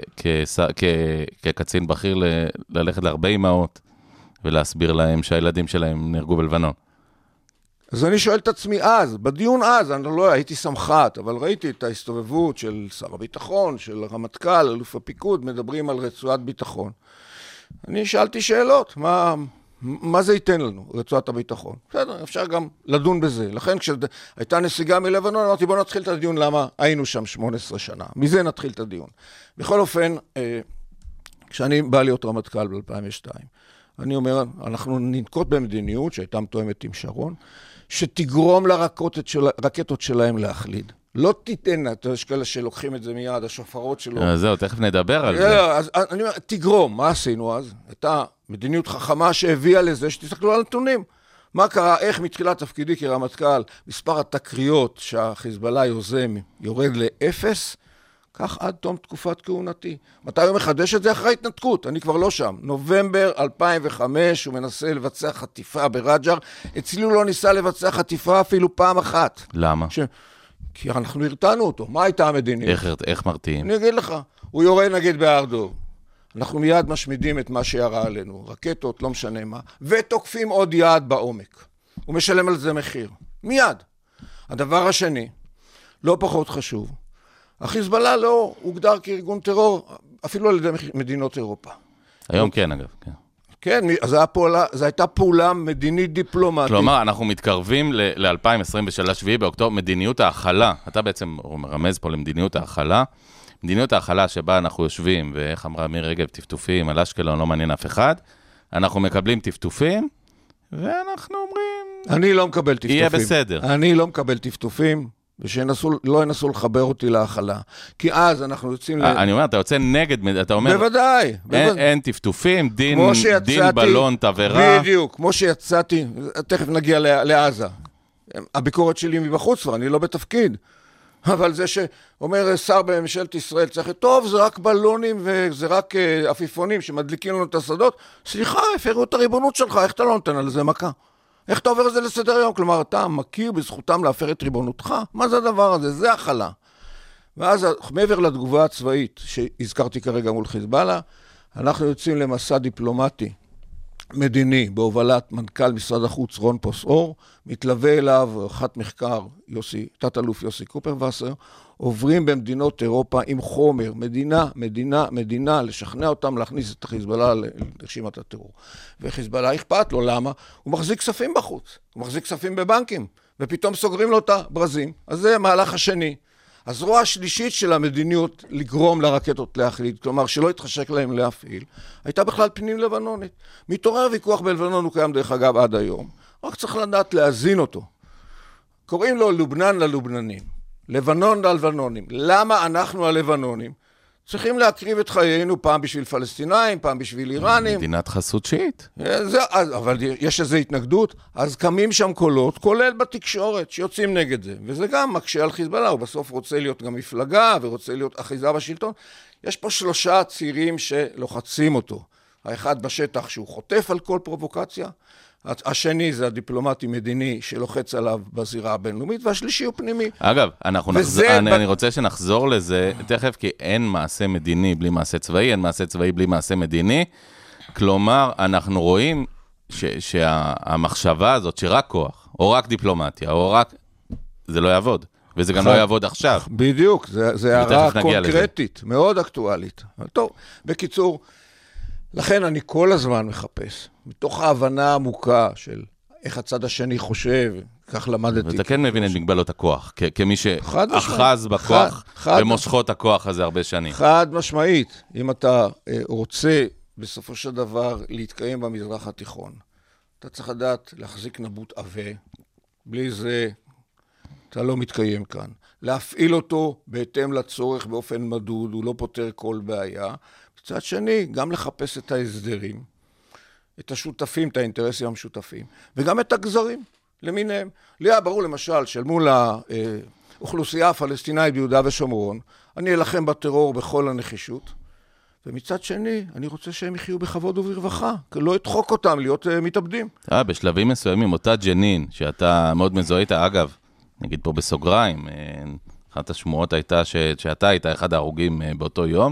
כקצין בכיר ללכת להרבה אמהות, ולהסביר להם שהילדים שלהם נהרגו בלבנון. אז אני שואל את עצמי אז, בדיון אז, אני לא הייתי סמח"ט, אבל ראיתי את ההסתובבות של שר הביטחון, של הרמטכ"ל, אלוף הפיקוד, מדברים על רצועת ביטחון. אני שאלתי שאלות, מה... מה זה ייתן לנו, רצועת הביטחון? בסדר, אפשר גם לדון בזה. לכן כשהייתה נסיגה מלבנון, אמרתי בוא נתחיל את הדיון למה היינו שם שמונה עשרה שנה. מזה נתחיל את הדיון. בכל אופן, כשאני בא להיות רמטכ"ל ב-אלפיים ושתיים, אני אומר, אנחנו ננקוט במדיניות שהייתה מתואמת עם שרון, שתגרום לרקטות שלהם להחליד. לא תיתן, יש כאלה שלוקחים את זה מיד, השופרות שלו. זהו, תכף נדבר על זה. אז אני אומר, תגרום, מה עשינו אז? הייתה מדיניות חכמה שהביאה לזה, שתסתכלו על נתונים. מה קרה, איך מתחילת תפקידי כרמטכ"ל, מספר התקריות שהחיזבאללה יוזם יורד לאפס, כך עד תום תקופת כהונתי. מתי הוא מחדש את זה? אחרי התנתקות, אני כבר לא שם. נובמבר אלפיים וחמש, הוא מנסה לבצע חטיפה ברג'ר, אצלי הוא לא ניסה לבצע חטיפה אפילו פעם אחת. למה? ש... כי אנחנו הרתענו אותו. מה הייתה המדיניות? איך, איך מרתיעים? אני אגיד לך, הוא יורה נגיד בהר דוב. אנחנו מיד משמידים את מה שירה עלינו, רקטות, לא משנה מה, ותוקפים עוד יעד בעומק. הוא משלם על זה מחיר. מיד. הדבר השני, לא פחות חשוב, החיזבאללה לא הוגדר כארגון טרור, אפילו על ידי מדינות אירופה. היום כן, אגב, כן. כן, אז זו הייתה פעולה מדינית דיפלומטית. כלומר, אנחנו מתקרבים ל-אלפיים עשרים ושלוש, שביעי באוקטובר, מדיניות האכלה, אתה בעצם מרמז פה למדיניות האכלה, מדיניות האכלה שבה אנחנו יושבים, ואיך אמרה מיר רגב, טפטופים, על אשקלון, לא מעניין אף אחד, אנחנו מקבלים טפטופים, ואנחנו אומרים... אני לא מקבל טפטופים. יהיה בסדר. אני לא מקבל טפטופים, ושלא ינסו לחבר אותי להכלה. כי אז אנחנו יוצאים... אני אומר, אתה יוצא נגד, אתה אומר... בוודאי. אין טפטופים, דין בלון, תברה. בדיוק, כמו שיצאתי, תכף נגיע לעזה. הביקורת שלי מבחוץ, אני לא בתפקיד. אבל זה שאומר שר בממשלת ישראל, צריך, טוב, זה רק בלונים וזה רק עפיפונים שמדליקים לנו את השדות. סליחה, הפרו את הריבונות שלך, איך אתה לא נותן על זה מכה? איך אתה עובר את זה לסדר היום? כלומר, אתה מכיר בזכותם להפר את ריבונותך? מה זה הדבר הזה? זה החלה. ואז, מעבר לתגובה הצבאית שהזכרתי כרגע מול חיזבאללה, אנחנו יוצאים למסע דיפלומטי מדיני בהובלת מנכ"ל משרד החוץ רון פוסאור, מתלווה אליו עורכת מחקר יוסי, תת-אלוף יוסי קופרווסר, עוברים במדינות אירופה עם חומר, מדינה, מדינה, מדינה, לשכנע אותם להכניס את חיזבאללה לרשימת הטרור. וחיזבאללה אכפת לו, למה? הוא מחזיק כספים בחוץ, הוא מחזיק כספים בבנקים, ופתאום סוגרים לו את הברזים. אז זה המהלך השני. הזרוע השלישית של המדיניות לגרום לרקטות להחליט, כלומר שלא יתחשק להם להפעיל, הייתה בכלל פנים לבנונית. מתעורר ויכוח בלבנון, הוא קיים דרך אגב עד היום, רק צריך לדעת להזין אותו. קוראים לו לובנן ללובננים, לבנון ללבנונים. למה אנחנו הלבנונים צריכים להקריב את חיינו פעם בשביל פלסטינאים, פעם בשביל איראנים? מדינת חסות שיעית. זה, אבל יש איזו התנגדות, אז קמים שם קולות, כולל בתקשורת, שיוצאים נגד זה. וזה גם מקשה על חיזבאללה, הוא בסוף רוצה להיות גם מפלגה, ורוצה להיות אחיזה בשלטון. יש פה שלושה צירים שלוחצים אותו. האחד בשטח שהוא חוטף על כל פרובוקציה, השני זה הדיפלומטי-מדיני שלוחץ עליו בזירה הבינלאומית, והשלישי הוא פנימי. אגב, אנחנו נחזור, אני, ב... אני רוצה שנחזור לזה תכף, כי אין מעשה מדיני בלי מעשה צבאי, אין מעשה צבאי בלי מעשה מדיני. כלומר, אנחנו רואים ש, שהמחשבה הזאת שרק כוח, או רק דיפלומטיה, או רק... זה לא יעבוד. וזה גם לא יעבוד עכשיו. בדיוק, זה, זה הערה קונקרטית, מאוד אקטואלית. טוב, בקיצור... לכן אני כל הזמן מחפש, מתוך ההבנה העמוקה של איך הצד השני חושב, כך למדתי. ואתה כן מבין את מגבלות הכוח, כמי שאחז בכוח ומושכות הכוח הזה הרבה שנים. חד משמעית, אם אתה רוצה בסופו של דבר להתקיים במזרח התיכון, אתה צריך לדעת להחזיק נבוט עבה, בלי זה אתה לא מתקיים כאן. להפעיל אותו בהתאם לצורך באופן מדוד, הוא לא פותר כל בעיה, מצד שני, גם לחפש את ההסדרים, את השותפים, את האינטרסים המשותפים, וגם את הגזרים למיניהם. לי היה ברור למשל, של מול האוכלוסייה הפלסטינאית ביהודה ושומרון, אני אלחם בטרור בכל הנחישות, ומצד שני, אני רוצה שהם יחיו בכבוד וברווחה, כי לא אדחוק אותם להיות מתאבדים. אה, בשלבים מסוימים, אותה ג'נין, שאתה מאוד מזוהה איתה, אגב, נגיד פה בסוגריים, אחת השמועות הייתה שאתה היית אחד ההרוגים באותו יום,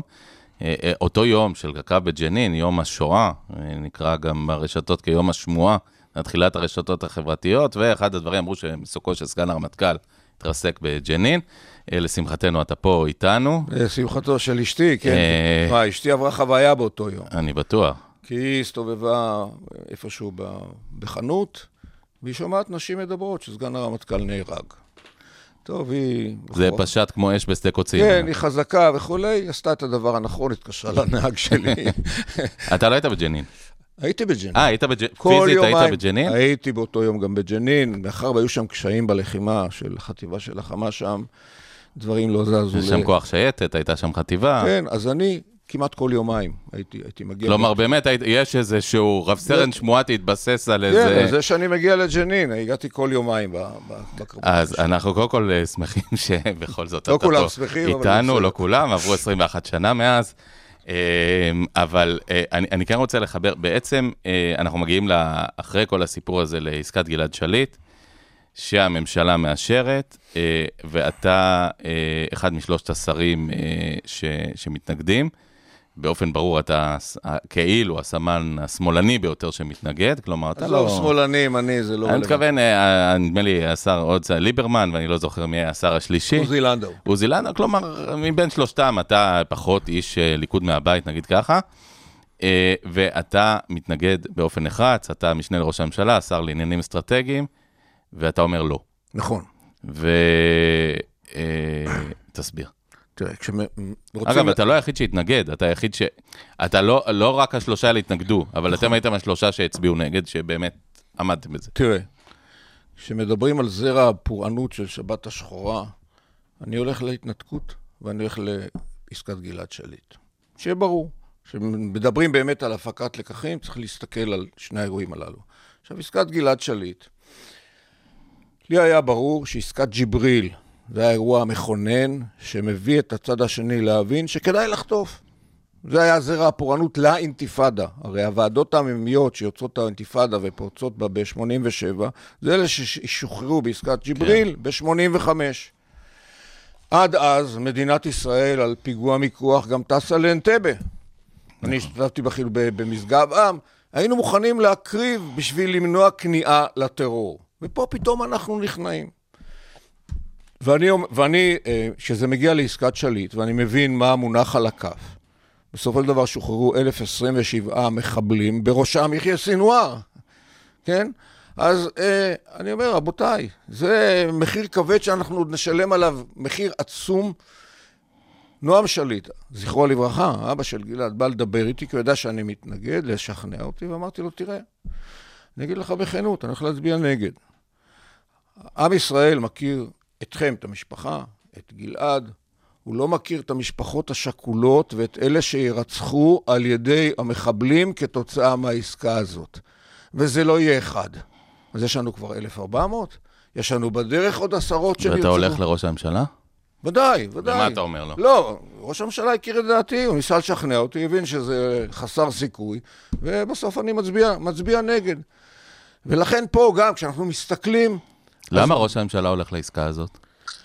אותו יום של קרב בג'נין, יום השואה, נקרא גם ברשתות כיום השמועה, תחילת הרשתות החברתיות, ואחד הדברים אמרו שמסוכו של סגן הרמטכ"ל התרסק בג'נין, לשמחתנו אתה פה איתנו. לשמחתו של אשתי, כן. מה, אשתי עברה חוויה באותו יום. אני בטוח. כי היא הסתובבה איפשהו בחנות, והיא שומעת נשים מדברות שסגן הרמטכ"ל נהרג. טוב, היא... זה פשט כמו אש בשדה קוצים. כן, היא חזקה וכולי, היא עשתה את הדבר הנכון, התקשרה לנהג שלי. אתה לא היית בג'נין? הייתי בג'נין. אה, היית בג'נין? פיזית היית בג'נין? הייתי באותו יום גם בג'נין, מאחר והיו שם קשיים בלחימה של חטיבה של החמה שם, דברים לא זזו. שם כוח שייטת, הייתה שם חטיבה. כן, אז אני... כמעט כל יומיים הייתי, הייתי מגיע... כלומר, באמת, יש איזשהו רב סרן שמועתי התבסס על איזה... כן, זה שאני מגיע לג'נין, הגעתי כל יומיים בקרבות. אז אנחנו קודם כל שמחים שבכל זאת... לא כולם שמחים, אבל... איתנו, לא כולם, עברו עשרים ואחת שנה מאז, אבל אני כן רוצה לחבר, בעצם אנחנו מגיעים אחרי כל הסיפור הזה לעסקת גלעד שליט, שהממשלה מאשרת, ואתה אחד משלושת השרים שמתנגדים, באופן ברור, אתה כאילו הסמן השמאלני ביותר שמתנגד, כלומר, אתה לא... עזוב שמאלנים, אני, זה לא... אני מתכוון, נדמה לי, השר עוד ליברמן, ואני לא זוכר מי השר השלישי. עוזי לנדאו. עוזי לנדאו, כלומר, מבין שלושתם, אתה פחות איש ליכוד מהבית, נגיד ככה, ואתה מתנגד באופן נחרץ, אתה משנה לראש הממשלה, שר לעניינים אסטרטגיים, ואתה אומר לא. נכון. ותסביר. תראה, כשרוצים... אגב, אתה לא היחיד שהתנגד, אתה היחיד ש... אתה לא, לא רק השלושה האלה התנגדו, אבל אתם הייתם השלושה שהצביעו נגד, שבאמת עמדתם בזה. תראה, כשמדברים על זרע הפורענות של שבת השחורה, אני הולך להתנתקות, ואני הולך לעסקת גלעד שליט. שיהיה ברור, שמדברים באמת על הפקת לקחים, צריך להסתכל על שני האירועים הללו. עכשיו, עסקת גלעד שליט, לי היה ברור שעסקת ג'יבריל, זה האירוע המכונן, שמביא את הצד השני להבין שכדאי לחטוף. זה היה זרע הפורענות לאינתיפאדה. הרי הוועדות העממיות שיוצאות האינתיפאדה ופורצות בה ב-שמונים ושבע, זה אלה ששוחררו בעסקת ג'יבריל כן. ב-שמונים וחמש. עד אז מדינת ישראל על פיגוע מיקוח גם טסה לאנטבה. אני השתתפתי בכלל במשגב עם. היינו מוכנים להקריב בשביל למנוע כניעה לטרור. ופה פתאום אנחנו נכנעים. ואני, ואני, שזה מגיע לעסקת שליט, ואני מבין מה המונח על הכף. בסופו של דבר שוחררו אלף עשרים ושבע מחבלים, בראשם יחיא סינואר, כן? אז אה, אני אומר, רבותיי, זה מחיר כבד שאנחנו נשלם עליו, מחיר עצום. נועם שליט, זכרו לברכה, אבא של גלעד, בא לדבר איתי, כי הוא ידע שאני מתנגד, לשכנע אותי, ואמרתי לו, תראה, אני אגיד לך בכנות, אני הולך להצביע נגד. עם ישראל מכיר אתכם, את המשפחה, את גלעד, הוא לא מכיר את המשפחות השכולות ואת אלה שירצחו על ידי המחבלים כתוצאה מהעסקה הזאת. וזה לא יהיה אחד. אז יש לנו כבר אלף וארבע מאות, יש לנו בדרך עוד עשרות שנרצחו. ואתה הולך לראש הממשלה? ודאי, ודאי. ומה אתה אומר לו? לא, ראש הממשלה הכיר את דעתי, הוא ניסה לשכנע אותי, הבין שזה חסר סיכוי, ובסוף אני מצביע, מצביע נגד. ולכן פה גם, כשאנחנו מסתכלים... למה ראש הממשלה הולך לעסקה הזאת?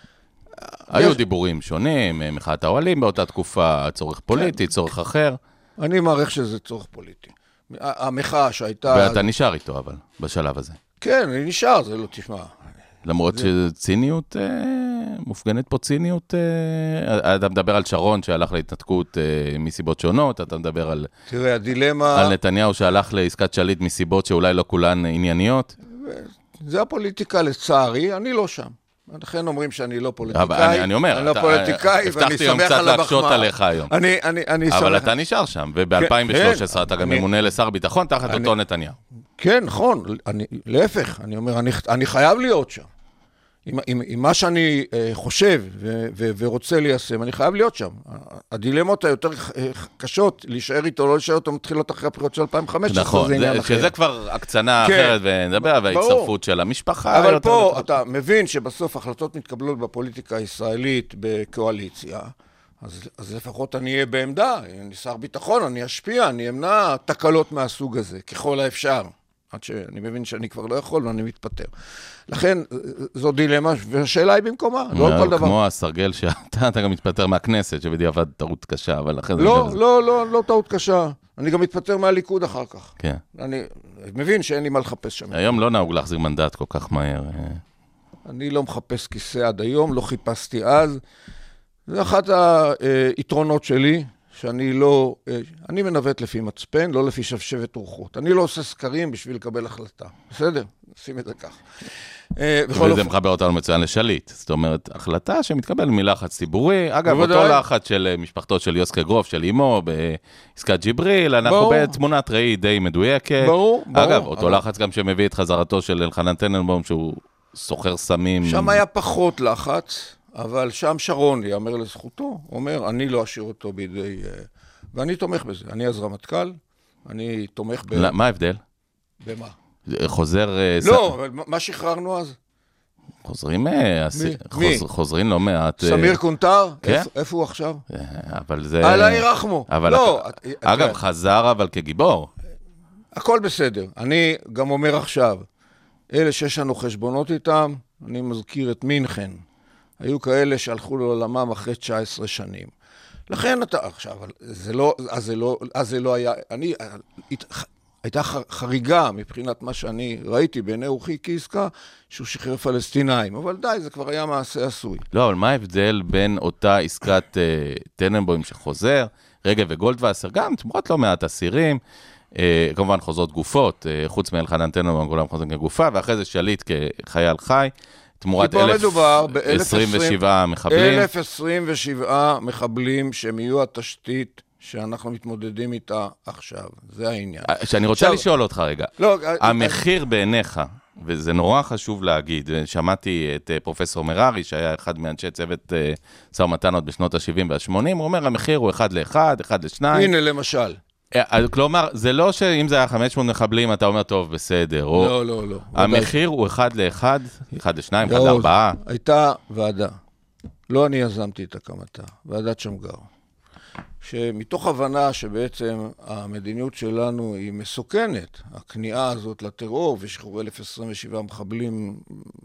היו דיבורים שונים, מחאת האוהלים באותה תקופה, צורך פוליטי, צורך אחר. אני מעריך שזה צורך פוליטי. המחאה שהייתה... ואתה נשאר איתו, אבל, בשלב הזה. כן, אני נשאר, זה לא תשמע. למרות שציניות, מופגנת פה ציניות, אתה מדבר על שרון שהלך להתנתקות מסיבות שונות, אתה מדבר על... תראה, הדילמה... על נתניהו שהלך לעסקת שליט מסיבות שאולי לא כולן ענייניות. זה הפוליטיקה לצערי, אני לא שם. לכן אומרים שאני לא פוליטיקאי. אני, אני אומר, אני לא פוליטיקאי, ואני שמח על להקשות עליך היום. אני, אני, אני אבל שמח... אתה נשאר שם, וב-אלפיים ושלוש עשרה אתה גם ממונה לשר ביטחון תחת אני, אותו נתניהו. כן, נכון. אני, להפך, אני אומר, אני, אני חייב להיות שם. עם, עם, עם מה שאני uh, חושב ו, ו, ורוצה ליישם, אני חייב להיות שם. הדילמות היותר קשות, להישאר איתו, לא להישאר איתו, מתחילות אחרי הבחירות של אלפיים וחמש עשרה, נכון, זה עניין אחר. שזה כבר הקצנה כן, אחרת, ונדבר, וההצטרפות של המשפחה. אבל פה יותר... אתה מבין שבסוף החלטות מתקבלות בפוליטיקה הישראלית בקואליציה, אז, אז לפחות אני אהיה בעמדה, אני שר ביטחון, אני אשפיע, אני אמנע תקלות מהסוג הזה, ככל האפשר. עד שאני מבין שאני כבר לא יכול ואני מתפטר. לכן, זו דילמה, והשאלה היא במקומה, לא כל דבר. כמו הסרגל שאתה, אתה גם מתפטר מהכנסת, שבדיעבד טעות קשה, אבל לכן... לא, לא, לא, לא טעות קשה. אני גם מתפטר מהליכוד אחר כך. כן. אני מבין שאין לי מה לחפש שם. היום לא נהוג להחזיר מנדט כל כך מהר. אני לא מחפש כיסא עד היום, לא חיפשתי אז. זה אחת היתרונות שלי, שאני לא, אני מנווט לפי מצפן, לא לפי שבשבת אורחות. אני לא עושה סקרים בשביל לקבל החלטה. בסדר? שים את זה כך. וזה מחבר אותנו מצוין לשליט. זאת אומרת, החלטה שמתקבל מלחץ ציבורי. אגב, אותו לחץ של משפחתו של יוסקה גרוף, של אמו, בעסקת ג'יבריל, אנחנו בתמונת ראי די מדויקת. ברור, ברור. אגב, אותו לחץ גם שמביא את חזרתו של אלחנן טננבאום, שהוא סוחר סמים. שם היה פחות לחץ. אבל שם שרון יאמר לזכותו, אומר, אני לא אשאיר אותו בידי... ואני תומך בזה. אני אז רמטכ"ל, אני תומך ב... מה ההבדל? במה? חוזר... לא, אבל מה שחררנו אז? חוזרים... מי? חוזרים לא מעט... סמיר קונטר? איפה הוא עכשיו? אבל זה... עלי רחמו. לא. אגב, חזר אבל כגיבור. הכל בסדר. אני גם אומר עכשיו, אלה שיש לנו חשבונות איתם, אני מזכיר את מינכן. היו כאלה שהלכו לעולמם אחרי תשע עשרה שנים. לכן אתה, עכשיו, זה לא, אז זה לא, אז זה לא היה, אני, הייתה חריגה מבחינת מה שאני ראיתי בעיני רוחי כעסקה, שהוא שחרר פלסטינאים, אבל די, זה כבר היה מעשה עשוי. לא, אבל מה ההבדל בין אותה עסקת uh, טננבוים שחוזר, רגב וגולדווסר, גם תמורת לא מעט אסירים, uh, כמובן חוזרות גופות, uh, חוץ מאלחנן טננבוים, כולם חוזרים כגופה, ואחרי זה שליט כחייל חי, תמורת אלף עשרים ושבעה מחבלים. אלף עשרים ושבעה מחבלים שהם יהיו התשתית שאנחנו מתמודדים איתה עכשיו. זה העניין. שאני רוצה לשאול אותך רגע. המחיר בעיניך וזה נורא חשוב להגיד, שמעתי את פרופסור מררי, שהיה אחד מאנשי צוות משא ומתן עוד בשנות ה-שבעים וה-שמונים, הוא אומר, המחיר הוא אחד לאחד, אחד לשניים. הנה למשל. כלומר, זה לא שאם זה היה חמש מאות מחבלים, אתה אומר, טוב, בסדר. לא, לא, לא. המחיר הוא אחד לאחד, אחד לשניים, אחד לארבעה. הייתה ועדה, לא אני יזמתי את הקמתה, ועדת שמגר, שמתוך הבנה שבעצם המדיניות שלנו היא מסוכנת, הכניעה הזאת לטרור ושחרור אלף עשרים ושבעה מחבלים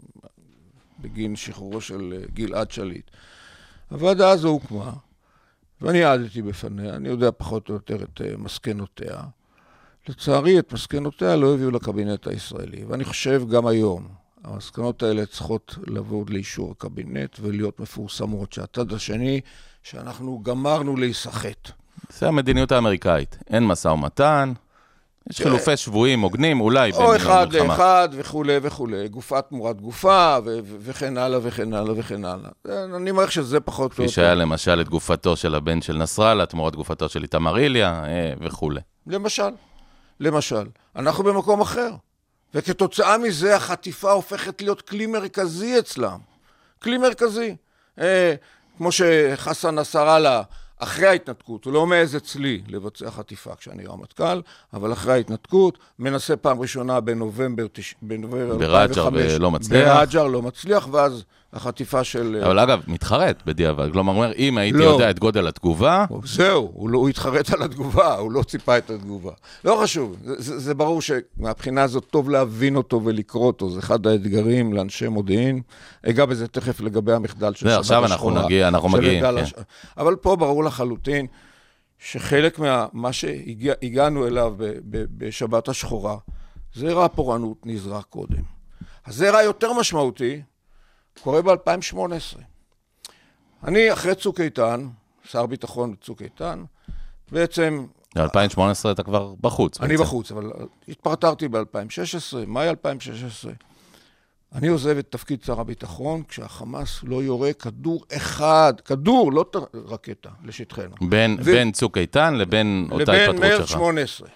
בגין שחרורו של גלעד שליט. הוועדה הזו הוקמה, ואני עדתי בפניה, אני יודע פחות או יותר את מסקנותיה. לצערי, את מסקנותיה לא הביאו לקבינט הישראלי, ואני חושב גם היום, המסקנות האלה צריכות לבוא לאישור הקבינט ולהיות מפורסמות, שהצד השני, שאנחנו גמרנו להיסחט. זה המדיניות האמריקאית, אין משא ומתן, יש חילופי שבויים, מוגנים, אולי. או אחד לאחד וכו' וכו', גופה תמורת גופה וכן הלאה וכן הלאה וכן הלאה. אני מעריך שזה פחות... כפי שהיה למשל את גופתו של הבן של נסראללה, תמורת גופתו של איתמר איליה וכו'. למשל, למשל, אנחנו במקום אחר. וכתוצאה מזה החטיפה הופכת להיות כלי מרכזי אצלם. כלי מרכזי. אה, כמו שחסן נסראללה, אחרי ההתנתקות, הוא לא מעז אצלי לבצע חטיפה כשאני רמטכ"ל, אבל אחרי ההתנתקות, מנסה פעם ראשונה בנובמבר, בנובמבר ברג'ר ולא מצליח. ברג'ר לא מצליח, ואז החטיפה של... אבל אגב, מתחרט בדיעבד. כלומר, אומר, אם הייתי לא. יודע את גודל התגובה... זהו, הוא, לא, הוא התחרט על התגובה, הוא לא ציפה את התגובה. לא חשוב, זה, זה, זה ברור שמהבחינה הזאת טוב להבין אותו ולקרוא אותו, זה אחד האתגרים לאנשי מודיעין. אגע בזה תכף לגבי המחדל של שבת השחורה. עכשיו אנחנו נגיע, אנחנו מגיעים. כן. הש... אבל פה ברור לחלוטין שחלק מה שהגענו אליו ב, ב, בשבת השחורה, זרע הפורענות נזרע קודם. הזרע היותר משמעותי, קורה ב-אלפיים שמונה עשרה. אני אחרי צוק איתן, שר ביטחון בצוק איתן, בעצם... ב-אלפיים שמונה עשרה אתה כבר בחוץ. אני בעצם. בחוץ, אבל התפרטרתי ב-אלפיים שש עשרה, מאי אלפיים שש עשרה. אני עוזב את תפקיד שר הביטחון, כשהחמאס לא יורה כדור אחד, כדור, לא רקטה, לשטחנו. בין, ו... בין צוק איתן לבין אותה התפטרות שלך. לבין מרץ שמונה עשרה.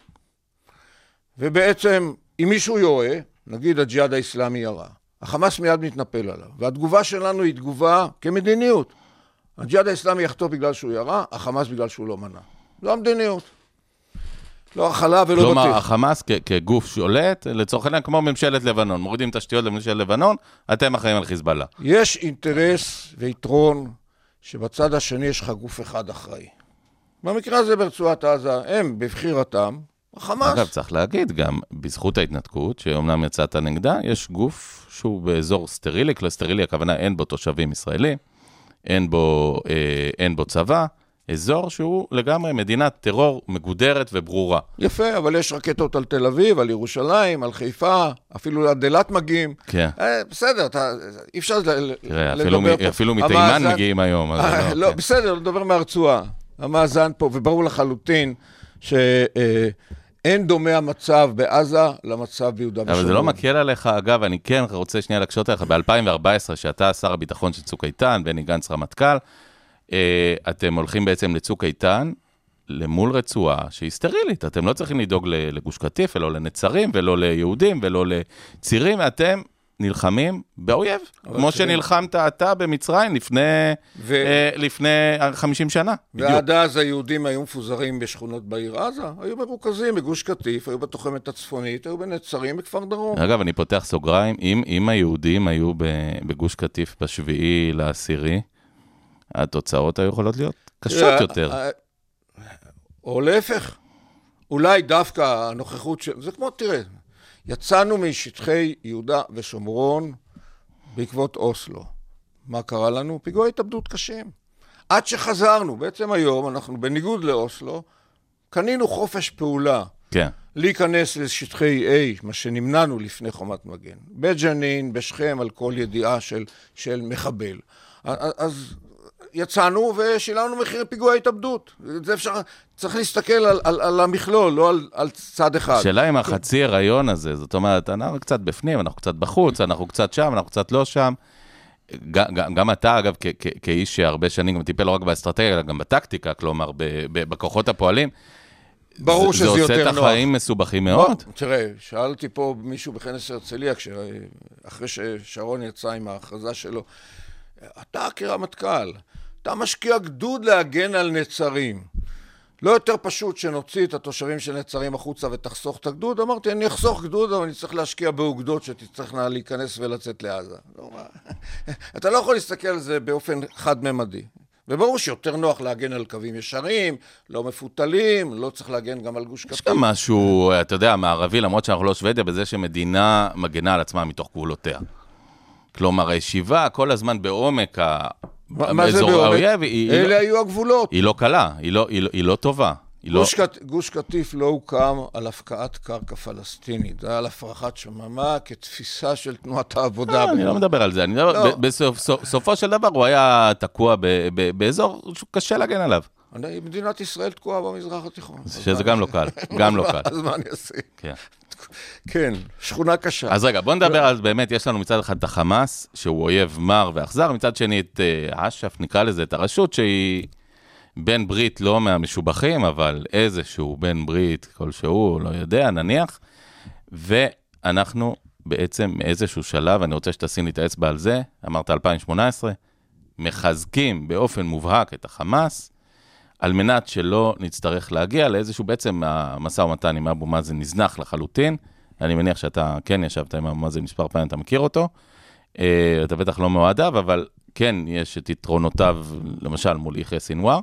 ובעצם, אם מישהו יורה, נגיד הג'יהאד האסלאמי ירה, החמאס מיד מתנפל עליו, והתגובה שלנו היא תגובה כמדיניות. הג'יהאד האסלאמי יחטוף בגלל שהוא ירה, החמאס בגלל שהוא לא מנע. לא המדיניות. לא החלה ולא בטיח. כלומר, החמאס כ- כגוף שולט, לצורך העניין כמו ממשלת לבנון, מורידים תשתיות לממשלת לבנון, אתם אחראים על חיזבאללה. יש אינטרס ויתרון שבצד השני יש לך גוף אחד אחראי. במקרה הזה ברצועת עזה, הם בבחירתם, החמאס. אגב, צריך להגיד גם, בזכות ההתנתקות, שאומנם יצאת נגדה, יש גוף שהוא באזור סטרילי, כלל סטרילי, הכוונה אין בו תושבים ישראלים, אין בו, אה, אין בו צבא, אזור שהוא לגמרי מדינת טרור מגודרת וברורה. יפה, אבל יש רקטות על תל אביב, על ירושלים, על חיפה, אפילו עד אילת מגיעים. כן. אה, בסדר, אתה, אי אפשר תראה, לדבר אפילו, פה. אפילו מתימן המאזן... מגיעים היום. אה, לא, לא כן. בסדר, לדבר מהרצועה. המאזן פה, וברור לחלוטין שאין דומה המצב בעזה למצב ביהודה ושומרון. אבל זה לא מקל עליך, אגב, אני כן רוצה שנייה לקשוט עליך, ב-אלפיים וארבע עשרה, שאתה שר הביטחון של צוק איתן, בני גנץ רמטכ"ל, אתם הולכים בעצם לצוק איתן, למול רצועה שהיא סטרילית. אתם לא צריכים לדאוג לגוש קטיף, ולא לנצרים, ולא ליהודים, ולא לצירים, אתם נלחמים באויב, כמו שנלחמת אתה במצרים לפני, ו... לפני חמישים שנה. ועד אז היהודים היו מפוזרים בשכונות בעיר עזה, היו מרוכזים בגוש קטיף, היו בתוחמת הצפונית, היו בנצרים, בכפר דרום. אגב, אני פותח סוגריים, אם, אם היהודים היו בגוש קטיף בשביעי לעשירי, התוצאות היו יכולות להיות קשות יותר. או להפך, אולי דווקא הנוכחות של... זה כמו, תראה, יצאנו משטחי יהודה ושומרון בעקבות אוסלו. מה קרה לנו? פיגועי התאבדות קשים. עד שחזרנו, בעצם היום אנחנו בניגוד לאוסלו, קנינו חופש פעולה. כן. להיכנס לשטחי A, מה שנמנענו לפני חומת מגן. בג'נין, בשכם, על כל ידיעה של, של מחבל. אז... יצאנו ושילמנו מחיר פיגועי התאבדות. זה אפשר, צריך להסתכל על, על, על המכלול, לא על, על צד אחד. שאלה עם החצי הריון הזה, זאת אומרת, אנחנו קצת בפנים, אנחנו קצת בחוץ, אנחנו קצת שם, אנחנו קצת לא שם. גם, גם אתה, אגב, כ- כ- כאיש שהרבה שנים גם טיפל לא רק באסטרטגיה, אלא גם בטקטיקה, כלומר, ב- ב- בכוחות הפועלים, ברור שזה יותר נוח. זה עושה את החיים מסובכים מאוד. תראה, שאלתי פה מישהו בכנס הרצליה, אחרי ששרון יצא עם ההכרזה שלו, אתה כרמטכ"ל, אתה משקיע גדוד להגן על נצרים. לא יותר פשוט שנוציא את התושבים של נצרים החוצה ותחסוך את הגדוד? אמרתי, אני אחסוך גדוד, אבל אני צריך להשקיע באוגדות שתצטרכנה להיכנס ולצאת לעזה. אתה לא יכול להסתכל על זה באופן חד-ממדי. וברור שיותר נוח להגן על קווים ישרים, לא מפותלים, לא צריך להגן גם על גוש קטיף. יש גם משהו, אתה יודע, מערבי, למרות שאנחנו לא שוודיה, בזה שמדינה מגנה על עצמה מתוך גבולותיה. כלומר, הישיבה כל הזמן בעומק ה... מה זה בעומק? אלה היו הגבולות. היא לא קלה, היא לא, היא לא, היא לא טובה. גוש, לא... קט... גוש קטיף לא הוקם על הפקעת קרקע פלסטינית, זה על הפרחת שממה כתפיסה של תנועת העבודה. אני לא מדבר על זה, אני מדבר, לא. בסופו של דבר הוא היה תקוע ב... ב... באזור שקשה להגן עליו. אני, מדינת ישראל תקועה במזרח התיכון. שזה גם לא קל, גם לא קל. אז מה אני אעשה? כן. כן, שכונה קשה. אז רגע, בוא נדבר על, באמת, יש לנו מצד אחד את החמאס, שהוא אויב מר ואכזר, מצד שני את אש"ף, נקרא לזה, את הרשות שהיא בן ברית לא מהמשובחים, אבל איזשהו בן ברית כלשהו, לא יודע, נניח, ואנחנו בעצם מאיזשהו שלב, אני רוצה שתשים לי את האצבע על זה, אמרת אלפיים שמונה עשרה, מחזקים באופן מובהק את החמאס, על מנת שלא נצטרך להגיע לאיזשהו בעצם המשא ומתן עם אבו מאזן נזנח לחלוטין. אני מניח שאתה כן ישבת עם אבו מאזן מספר פעמים, אתה מכיר אותו. אתה בטח לא מועדיו, אבל כן יש את יתרונותיו, למשל מול יחיא סינואר,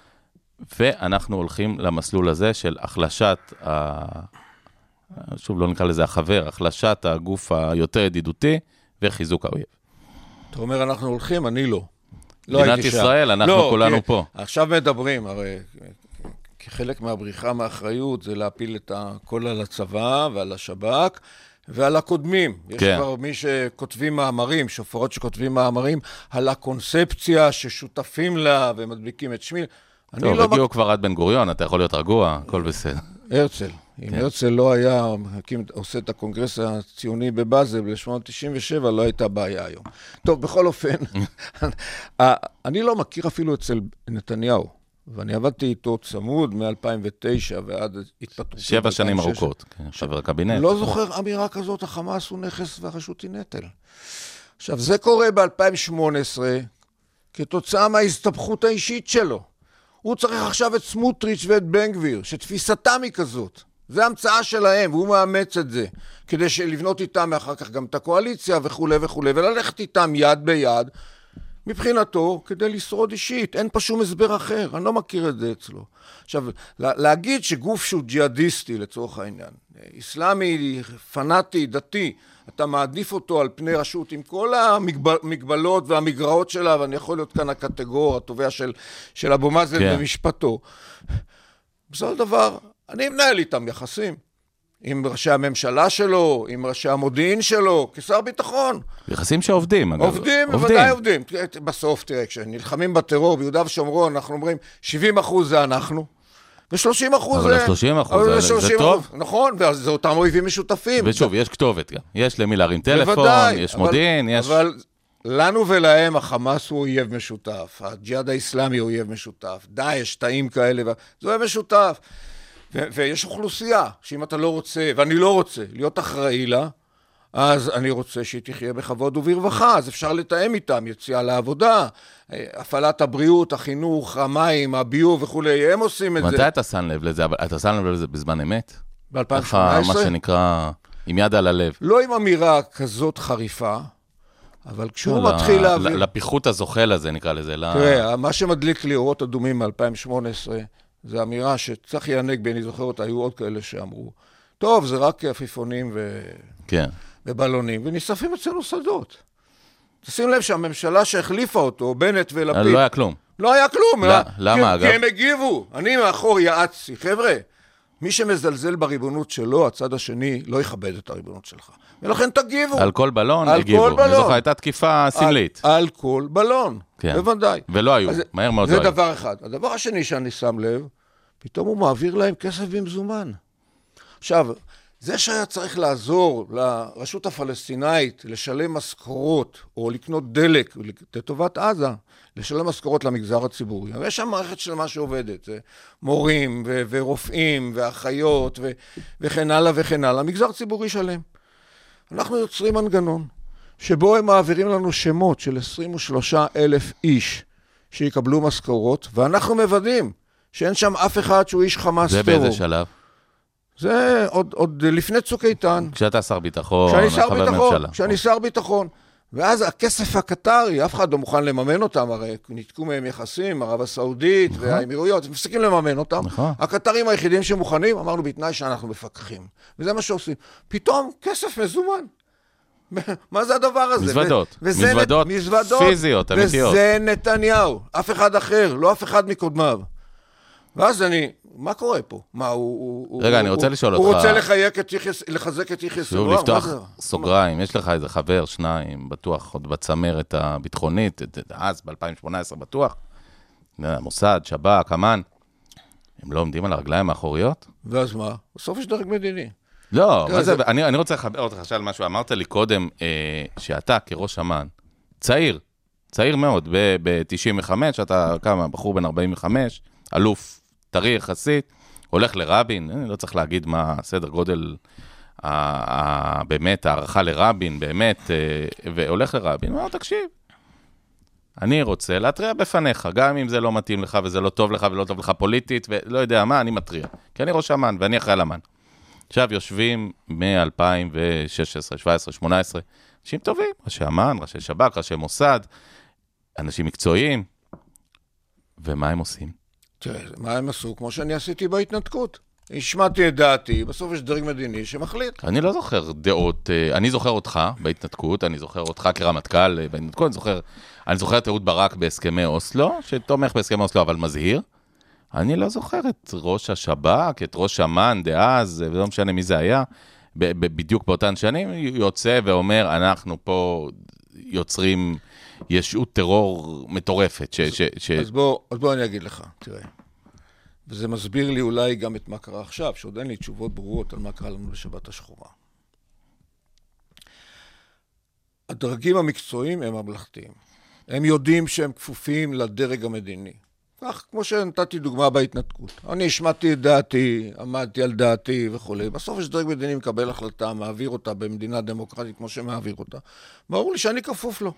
ואנחנו הולכים למסלול הזה של החלשת, ה... שוב לא נקרא לזה החבר, החלשת הגוף היותר ידידותי וחיזוק האויב. אתה אומר אנחנו הולכים, אני לא. מדינת ישראל, אנחנו לא, כולנו כי, פה. עכשיו מדברים, הרי כחלק מהבריחה מאחריות זה להפיל את הכל על הצבא ועל השב"כ ועל הקודמים. יש כן. כבר מי שכותבים מאמרים, שופרות שכותבים מאמרים, על הקונספציה ששותפים לה ומדביקים את שמי. טוב, לא הגיעו מק... כבר עד בן גוריון, אתה יכול להיות רגוע, הכל בסדר. הרצל. אם כן. הרצל לא היה עושה את הקונגרס הציוני בבאזל ב-שמונה מאות תשעים ושבע, לא הייתה בעיה היום. טוב, בכל אופן, אני לא מכיר אפילו אצל נתניהו, ואני עבדתי איתו צמוד מ-אלפיים ותשע ועד התפטרות. שבע שנים ארוכות, חבר הקבינט. לא זוכר אמירה כזאת, החמאס הוא נכס והרשות היא נטל. עכשיו, זה קורה ב-אלפיים שמונה עשרה, כתוצאה מההסתבכות האישית שלו. הוא צריך עכשיו את סמוטריץ' ואת בן גביר, שתפיסתם היא כזאת. זה המצאה שלהם, והוא מאמץ את זה, כדי לבנות איתם אחר כך גם את הקואליציה וכו' וכו', וללכת איתם יד ביד, מבחינתו, כדי לשרוד אישית. אין פה שום הסבר אחר, אני לא מכיר את זה אצלו. עכשיו, להגיד שגוף שהוא ג'יהאדיסטי לצורך העניין, איסלאמי, פנאטי, דתי, אתה מעדיף אותו על פני רשות עם כל המגבלות והמגרעות שלה, ואני יכול להיות כאן הקטגור, התובע של, של אבו מאזן כן. במשפטו. בסופו של דבר, אני מנהל איתם יחסים. עם ראשי הממשלה שלו, עם ראשי המודיעין שלו, כשר ביטחון. יחסים שעובדים, אגב. עובדים, בוודאי עובדים. בסוף, תראה, כשנלחמים בטרור ביהודה ושומרון, אנחנו אומרים, שבעים אחוז זה אנחנו, ו-שלושים אחוז זה... אבל שלושים אחוז זה, זה טוב. נכון, וזה אותם אויבים משותפים. ושוב, יש כתובת גם. יש למי להרים טלפון, בוודאי, יש אבל, מודיעין, יש... אבל לנו ולהם החמאס הוא אויב משותף, הג'יהאד האסלאמי הוא אויב משותף, דאעש, תאים כאלה, זה אויב משותף. ו- ויש אוכלוסייה, שאם אתה לא רוצה, ואני לא רוצה, להיות אחראי לה, אז אני רוצה שהיא תחיה בכבוד וברווחה, אז אפשר לתאם איתם, יציאה לעבודה, הפעלת הבריאות, החינוך, המים, הביוב וכו', הם עושים את זה. מתי אתה שם לב לזה? אתה שם לב לזה בזמן אמת? ב-אלפיים שמונה עשרה? מה שנקרא, עם יד על הלב. לא עם אמירה כזאת חריפה, אבל כשהוא מתחיל להעביר... לפיחות הזוחל הזה נקרא לזה. תראה, מה שמדליק לי אורות אדומים מ-אלפיים שמונה עשרה, זו אמירה שצחי הנגבי, אני זוכר אותה, היו עוד כאלה שאמרו, טוב, זה רק עפיפונים ו... כן. ובלונים, ונשרפים אצלנו שדות. תשים לב שהממשלה שהחליפה אותו, בנט ולפיד... לא היה כלום. לא היה כלום. לא, למה, אגב? כי הם הגיבו. אני מאחור יעצתי. חבר'ה, מי שמזלזל בריבונות שלו, הצד השני לא יכבד את הריבונות שלך. ולכן תגיבו. על כל בלון הגיבו. אני זוכר, הייתה תקיפה סמלית. על, על כל בלון, כן. בוודאי. ולא היו, אז, מהר מאוד לא היו. זה דבר אחד. הדבר השני שאני שם לב, פתאום הוא מעביר להם כסף במזומן. עכשיו, זה שהיה צריך לעזור לרשות הפלסטינאית לשלם משכורות, או לקנות דלק, לטובת עזה, לשלם משכורות למגזר הציבורי. ויש שם מערכת של מה שעובדת, זה מורים ו- ורופאים ואחיות ו- וכן הלאה וכן הלאה. המגזר ציבורי שלם. אנחנו יוצרים מנגנון, שבו הם מעבירים לנו שמות של עשרים ושלושה אלף איש שיקבלו משכורות, ואנחנו מוודאים שאין שם אף אחד שהוא איש חמאס טרור. זה באיזה שלב? זה עוד, עוד לפני צוק איתן. כשאתה שר ביטחון, כשאני שר חבר ביטחון, ממשלה. כשאני שר ביטחון. ואז הכסף הקטרי, אף אחד לא מוכן לממן אותם, הרי ניתקו מהם יחסים, ערב הסעודית והאמירויות, מפסיקים לממן אותם. הקטרים היחידים שמוכנים, אמרנו בתנאי שאנחנו מפקחים. וזה מה שעושים. פתאום כסף מזומן. מה זה הדבר הזה? מזוודות. מזוודות פיזיות, אמיתיות. וזה נתניהו, אף אחד אחר, לא אף אחד מקודמיו. ואז אני, מה קורה פה? מה, הוא... רגע, אני רוצה לשאול אותך. הוא רוצה לחזק את יחיא סנוואר? שוב, לפתוח סוגריים, יש לך איזה חבר, שניים, בטוח, עוד בצמרת הביטחונית, אז ב-אלפיים שמונה עשרה בטוח, המוסד, שב"כ, אמ"ן, הם לא עומדים על הרגליים האחוריות? ואז מה? בסוף יש דרג מדיני. לא, מה זה, אני רוצה לחבר אותך עכשיו על משהו, אמרת לי קודם, שאתה כראש אמ"ן, צעיר, צעיר מאוד, ב-תשעים וחמש, אתה כמה, בחור בן ארבעים וחמש, אלוף, טרי יחסית, הולך לרבין, אני לא צריך להגיד מה סדר גודל, באמת, הערכה לרבין, באמת, והולך לרבין, מה, תקשיב, אני רוצה להתריע בפניך, גם אם זה לא מתאים לך, וזה לא טוב לך, ולא טוב לך פוליטית, ולא יודע מה, אני מתריע, כי אני ראש אמ"ן, ואני אחראי לאמ"ן. עכשיו יושבים מ-אלפיים ושש עשרה, שבע עשרה, שמונה עשרה, אנשים טובים, ראשי אמ"ן, ראשי שב"כ, ראשי מוסד, אנשים מקצועיים, ומה הם עושים? תראה, מה הם עשו? כמו שאני עשיתי בהתנתקות. השמעתי את דעתי, בסוף יש דרג מדיני שמחליט. אני לא זוכר דעות, אני זוכר אותך בהתנתקות, אני זוכר אותך כרמטכ"ל בהתנתקות, אני זוכר, אני זוכר את אהוד ברק בהסכמי אוסלו, שתומך בהסכמי אוסלו אבל מזהיר. אני לא זוכר את ראש השב"כ, את ראש אמ"ן דאז, ולא משנה מי זה היה, בדיוק באותן שנים, יוצא ואומר, אנחנו פה יוצרים ישות טרור מטורפת. ש, ש, ש... אז בוא, אז בוא אני אגיד לך, תראה. וזה מסביר לי אולי גם את מה קרה עכשיו, שעוד אין לי תשובות ברורות על מה קרה לנו בשבת השחורה. הדרגים המקצועיים הם ממלכתיים. הם יודעים שהם כפופים לדרג המדיני. כך, כמו שנתתי דוגמה בהתנתקות. אני השמעתי את דעתי, עמדתי על דעתי וכו'. בסוף יש דרג מדיני מקבל החלטה, מעביר אותה במדינה דמוקרטית כמו שמעביר אותה. ברור לי שאני כפוף לו.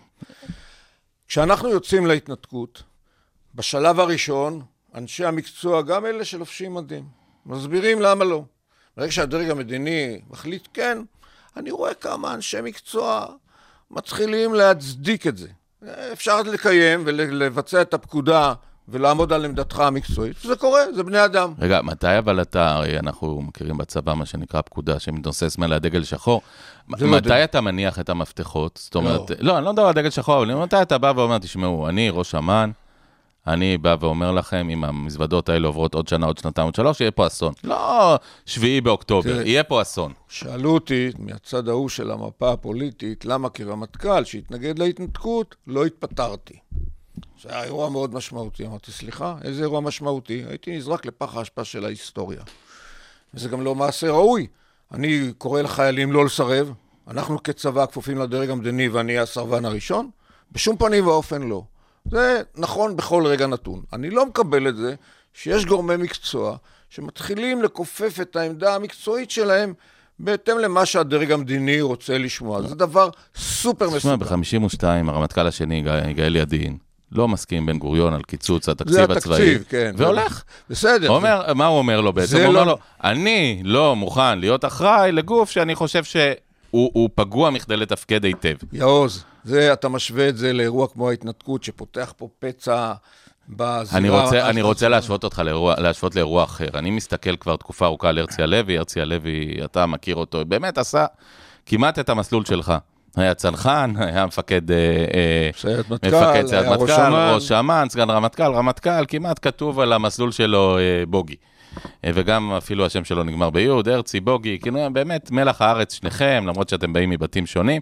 כשאנחנו יוצאים להתנתקות, בשלב הראשון, אנשי המקצוע, גם אלה שלובשים מדים, מסבירים למה לא. ברגע שהדרג המדיני מחליט כן, אני רואה כמה אנשי מקצוע מתחילים להצדיק את זה. אפשר לקיים ולבצע את הפקודה ולעמוד על עמדתך המקצועית. זה קורה, זה בני אדם. רגע, מתי אבל אתה, הרי אנחנו מכירים בצבא מה שנקרא פקודה, שמתנוסס מעל הדגל שחור. מתי אתה מניח את המפתחות? זאת אומרת, לא, אני לא מדבר על דגל שחור, אבל מתי אתה בא ואומר, תשמעו, אני ראש אמ"ן, אני בא ואומר לכם, אם המזוודות האלה עוברות עוד שנה, עוד שנתיים, עוד שלוש, יהיה פה אסון. לא שביעי באוקטובר, יהיה פה אסון. שאלו אותי, מהצד ההוא של המפה הפוליטית, למה כרמטכ"ל שהתנגד להתנתקות, לא התפטרתי. זה היה אירוע מאוד משמעותי. אמרתי, סליחה, איזה אירוע משמעותי? הייתי נזרק לפח ההשפעה של ההיסטוריה. וזה גם לא מעשה ראוי. אני קורא לחיילים לא לסרב. אנחנו כצבא כפופים לדרג המדיני ואני הסרבן הראשון. בשום פנים ואופן לא. זה נכון בכל רגע נתון. אני לא מקבל את זה שיש גורמי מקצוע שמתחילים לכופף את העמדה המקצועית שלהם בהתאם למה שהדרג המדיני רוצה לשמוע. זה דבר סופר מסוכן. תשמע, ב-חמישים ושתיים הרמטכ"ל השני, יגאל ידין, לא מסכים בן גוריון על קיצוץ התקציב הצבאי. זה התקציב, כן. והולך. בסדר. אומר, מה הוא אומר לו בעצם? הוא אומר לו, אני לא מוכן להיות אחראי לגוף שאני חושב שהוא פגוע מכדי לתפקד היטב. יעוז, זה, אתה משווה את זה לאירוע כמו ההתנתקות, שפותח פה פצע בזירה. אני רוצה, אני רוצה להשוות אותך לאירוע, להשוות לאירוע אחר. אני מסתכל כבר תקופה ארוכה על הרצי הלוי, הרצי הלוי, אתה מכיר אותו, באמת עשה כמעט את המסלול שלך. היה צנחן, היה מפקד סיירת מטכ"ל, סיירת מטכ"ל, ראש אמ"ן, סגן רמטכ"ל, רמטכ"ל, כמעט כתוב על המסלול שלו בוגי. וגם אפילו השם שלו נגמר ביוד, הרצי, בוגי, באמת מלח הארץ שניכם, למרות שאתם באים מבתים שונים.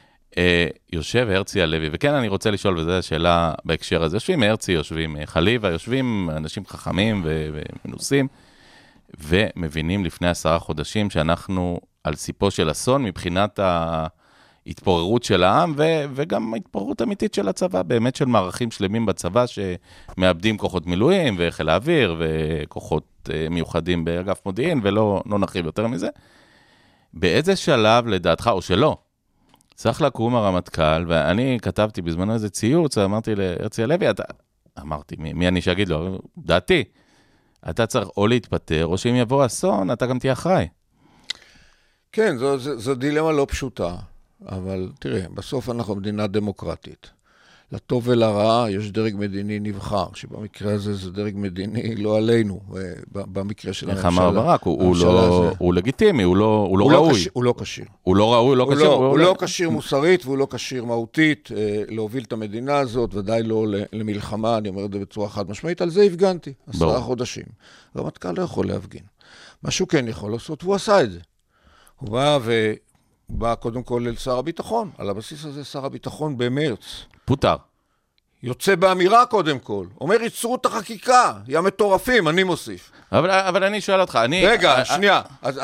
יושב הרצי הלוי, וכן אני רוצה לשאול, וזו השאלה בהקשר הזה, יושבים הרצי, יושבים חליבה, יושבים אנשים חכמים ומנוסים, ומבינים לפני עשרה חודשים שאנחנו על סיפו של אסון מבחינת ההתפוררות של העם, ו- וגם ההתפוררות אמיתית של הצבא, באמת של מערכים שלמים בצבא שמאבדים כוחות מילואים וחיל האוויר וכוחות מיוחדים באגף מודיעין, ולא לא נרחיב יותר מזה. באיזה שלב לדעתך, או שלא, צריך לקום הרמטכ"ל, ואני כתבתי בזמנו איזה ציוץ, אמרתי להרצי הלוי, אתה, אמרתי, מי, מי אני שאגיד לו? דעתי, אתה צריך או להתפטר, או שאם יבוא אסון, אתה גם תהיה אחראי. כן, זו, זו, זו דילמה לא פשוטה, אבל תראה, בסוף אנחנו מדינה דמוקרטית. לטוב ולרעה יש דרג מדיני נבחר, שבמקרה הזה זה דרג מדיני לא עלינו, במקרה של הממשלה. איך אמר ברק, הוא, לא, הוא לגיטימי, הוא לא, הוא לא ראוי. הוא לא קשיר. הוא לא ראוי, הוא לא קשיר. הוא לא קשיר מוסרית והוא לא קשיר מהותית להוביל את המדינה הזאת, ודאי לא למלחמה, אני אומר את זה בצורה חד משמעית, על זה הפגנתי, עשרה חודשים. רמטכ"ל לא יכול להפגין. משהו כן יכול לעשות, והוא עשה את זה. הוא בא ו... בא קודם כל אל שר הביטחון, על הבסיס הזה שר הביטחון במרץ. פוטר. יוצא באמירה קודם כל, אומר יצרו את החקיקה, יא מטורפים, אני מוסיף. אבל, אבל אני שואל אותך, אני... רגע, שנייה, אז,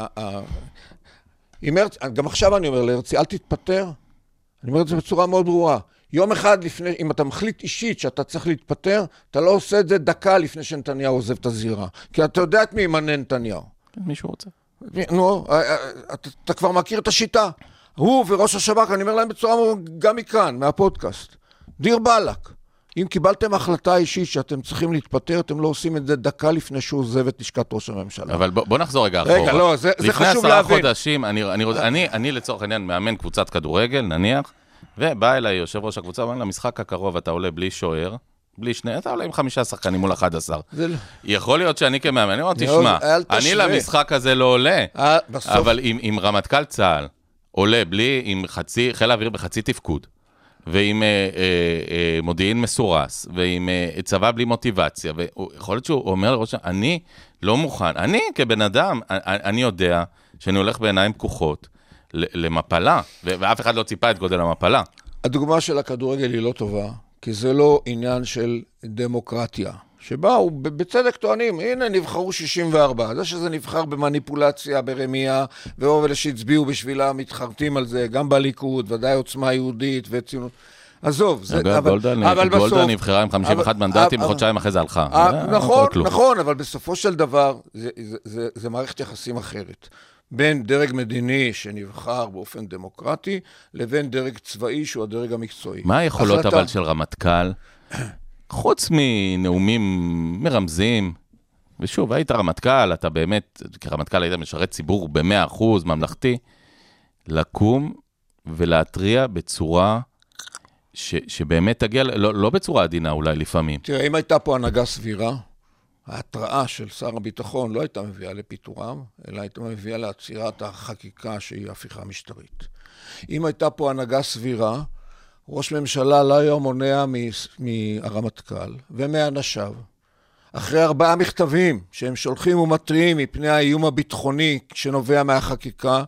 גם עכשיו אני אומר להרצי, אל תתפטר, אני אומר את זה בצורה מאוד ברורה. יום אחד לפני, אם אתה מחליט אישית שאתה צריך להתפטר, אתה לא עושה את זה דקה לפני שנתניהו עוזב את הזירה. כי אתה יודע את מי ימנה נתניהו. מישהו רוצה. נו, אתה, אתה כבר מכיר את השיטה. הוא וראש השב"כ, אני אומר להם בצורה גם מכאן, מהפודקאסט. דיר בלק. אם קיבלתם החלטה אישית שאתם צריכים להתפטר, אתם לא עושים את זה דקה לפני שהוא עוזב את לשכת ראש הממשלה. אבל בוא, בוא נחזור רגע אחורה. רגע, לא, זה, זה חשוב להבין. לפני עשרה חודשים, אני, אני, אני, אני לצורך העניין מאמן קבוצת כדורגל, נניח, ובא אליי יושב ראש הקבוצה, ואומר, למשחק הקרוב אתה עולה בלי שוער, בלי שני, אתה עולה עם חמישה שחקנים מול אחד עשר. יכול להיות שאני כמאמן, אני אומר, תשמע, אני למשחק הזה לא עולה, אבל אם רמטכ"ל צה"ל עולה בלי, עם חצי, חיל האוויר בחצי תפקוד, ועם מודיעין מסורס, ועם צבא בלי מוטיבציה, ויכול להיות שהוא אומר לראש, אני לא מוכן, אני כבן אדם, אני יודע שאני הולך בעיניים פקוחות למפלה, ואף אחד לא ציפה את גודל המפלה. הדוגמה של הכדורגל היא לא טובה, כי זה לא עניין של דמוקרטיה, שבה הוא בצדק טוענים, הנה נבחרו שישים וארבע, זה שזה נבחר במניפולציה, ברמייה, ואלה שהצביעו בשבילה מתחרטים על זה, גם בליכוד, ודאי עוצמה יהודית וציונות. עזוב, זה, אגב, אבל, גולדה, אבל גולדה בסוף... נבחרה עם חמישים ואחת מנדטים, וחודשיים אחרי זה הלכה. נכון, נכון, אבל בסופו של דבר, זה, זה, זה, זה מערכת יחסים אחרת. בין דרג מדיני שנבחר באופן דמוקרטי, לבין דרג צבאי שהוא הדרג המקצועי. מה היכולות אבל של רמטכ"ל? חוץ מנאומים מרמזים, ושוב, היית רמטכ"ל, אתה באמת, כרמטכ"ל היית משרת ציבור ב-מאה אחוז ממלכתי, לקום ולהטריע בצורה ש, שבאמת תגיע, לא, לא בצורה עדינה אולי לפעמים. תראה, אם הייתה פה הנהגה סבירה, ההתראה של שר הביטחון לא הייתה מביאה לפיטורם, אלא הייתה מביאה לעצירת החקיקה שהיא הפיכה משטרית. אם הייתה פה הנהגה סבירה, ראש ממשלה לא היה מונע מהרמטכ"ל ומאנשיו, אחרי ארבעה מכתבים שהם שולחים ומטריעים מפני האיום הביטחוני שנובע מהחקיקה,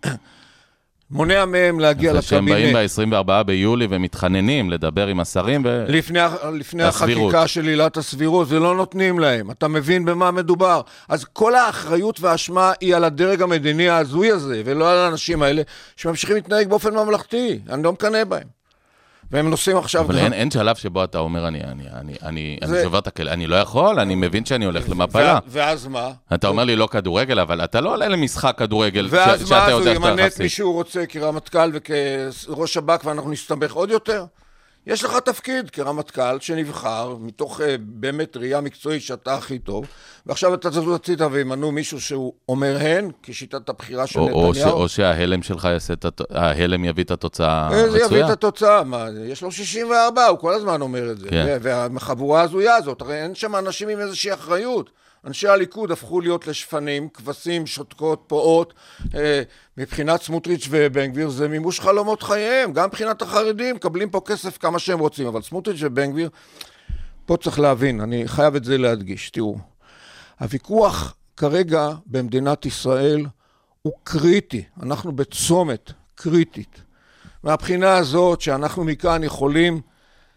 מונע מהם להגיע לקבינט. שהם באים ב-עשרים וארבעה ביולי ומתחננים לדבר עם השרים ו... לפני, לפני החקיקה של עילת הסבירות, ולא נותנים להם. אתה מבין במה מדובר. אז כל האחריות והאשמה היא על הדרג המדיני ההזוי הזה, ולא על האנשים האלה שממשיכים להתנהג באופן ממלכתי. אני לא מקנה בהם. והם נוסעים עכשיו... אבל אין, אין שלב שבו אתה אומר, אני, אני, אני, אני, זה... אני שובר את הכלי, אני לא יכול, אני מבין שאני הולך למפלה. ואז מה? אתה אומר לי לא כדורגל, אבל אתה לא עולה למשחק כדורגל ואז ש... מה, שאתה אז הוא ימנה את חסי. מי שהוא רוצה כרמטכ"ל וכראש שב"כ, ואנחנו נסתבך עוד יותר? יש לך תפקיד כרמטכ"ל שנבחר מתוך באמת ראייה מקצועית שאתה הכי טוב, ועכשיו אתה תצאת וימנו מישהו שהוא אומר הן, כשיטת הבחירה של או, נתניהו. או, ש, או שההלם שלך יעשה את הת... ההלם יביא את התוצאה הרצויה. זה יביא את רצויה. התוצאה, מה, יש לו שישים וארבע, הוא כל הזמן אומר את זה. כן. והחבורה הזויה הזאת, הרי אין שם אנשים עם איזושהי אחריות. אנשי הליכוד הפכו להיות לשפנים, כבשים, שותקות, פועות. אה, מבחינת סמוטריץ' ובן גביר זה מימוש חלומות חייהם. גם מבחינת החרדים, מקבלים פה כסף כמה שהם רוצים. אבל סמוטריץ' ובן גביר, פה צריך להבין, אני חייב את זה להדגיש. תראו, הוויכוח כרגע במדינת ישראל הוא קריטי. אנחנו בצומת קריטית. מהבחינה הזאת שאנחנו מכאן יכולים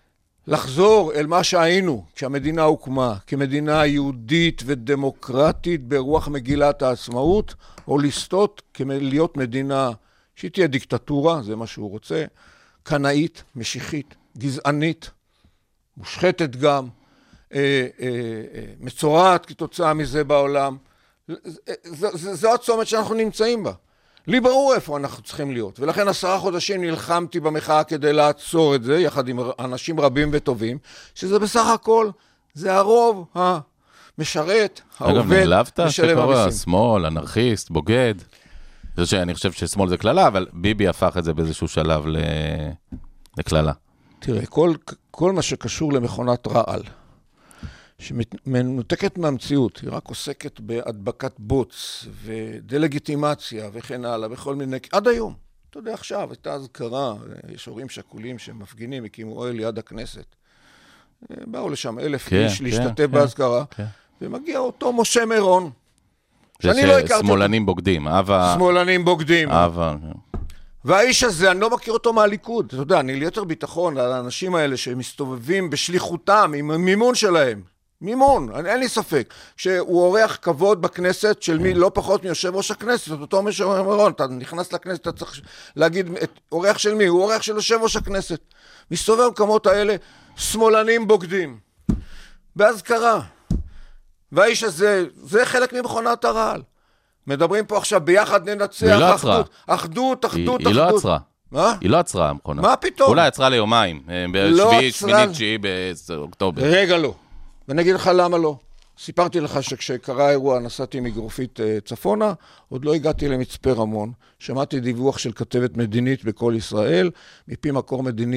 לחזור אל מה שהיינו כשהמדינה הוקמה, כמדינה יהודית ודמוקרטית ברוח מגילת העצמאות, או לסטות כלהיות מדינה שהיא תהיה דיקטטורה, זה מה שהוא רוצה, קנאית, משיחית, גזענית, מושחתת גם, אה, אה, אה, מצורעת כתוצאה מזה בעולם. זו, זו, זו הצומת שאנחנו נמצאים בה. לי ברור איפה אנחנו צריכים להיות, ולכן עשרה חודשים נלחמתי במחאה כדי לעצור את זה, יחד עם אנשים רבים וטובים, שזה בסך הכל, זה הרוב המשרת, העובד, אגב, נעלבת שקורא, שמאל, אנרכיסט, בוגד. זה שאני חושב ששמאל זה כללה, אבל ביבי הפך את זה באיזשהו שלב לכללה. תראה, כל, כל מה שקשור למכונת רעל, שמנותקת מהמציאות, היא רק עוסקת בהדבקת בוץ ודלגיטימציה וכן הלאה, בכל מיני, עד היום. אתה יודע, עכשיו, הייתה הזכרה, יש הורים שכולים שמפגינים, הקימו אוהל ליד הכנסת. באו לשם אלף כן, איש כן, להשתתף כן, בהזכרה, כן. ומגיע אותו משה מירון, שאני לא הכרתי. שמאלנים בוגדים, אהבה... שמאלנים בוגדים. אהבה... והאיש הזה, אני לא מכיר אותו מהליכוד. אתה יודע, אני ליותר ביטחון על האנשים האלה שמסתובבים בשליחותם, עם מימון שלהם. מימון, אין לי ספק. שהוא אורח כבוד בכנסת של מי לא פחות מיושב ראש הכנסת. אותו משה מירון, אתה נכנס לכנסת, אתה צריך להגיד, אורח של מי? הוא אורח של יושב ראש הכנסת. מסתובב במקומות האלה, שמאלנים בוגדים. בהזכרה. והאיש הזה, זה חלק ממכונת הרעל. מדברים פה עכשיו ביחד ננצח, היא לא אחדות, אחדות, אחדות, היא לא עצרה. מה? היא לא עצרה המכונה. מה פתאום? אולי עצרה ליומיים, בשביעי, שמינית, תשיעי באוקטובר. רגע לא. ואני אגיד לך למה לא. סיפרתי לך שכשקרה האירוע נסעתי מגרופית צפונה, עוד לא הגעתי למצפה רמון, שמעתי דיווח של כתבת מדינית בכל ישראל, מפי מקור מדיני,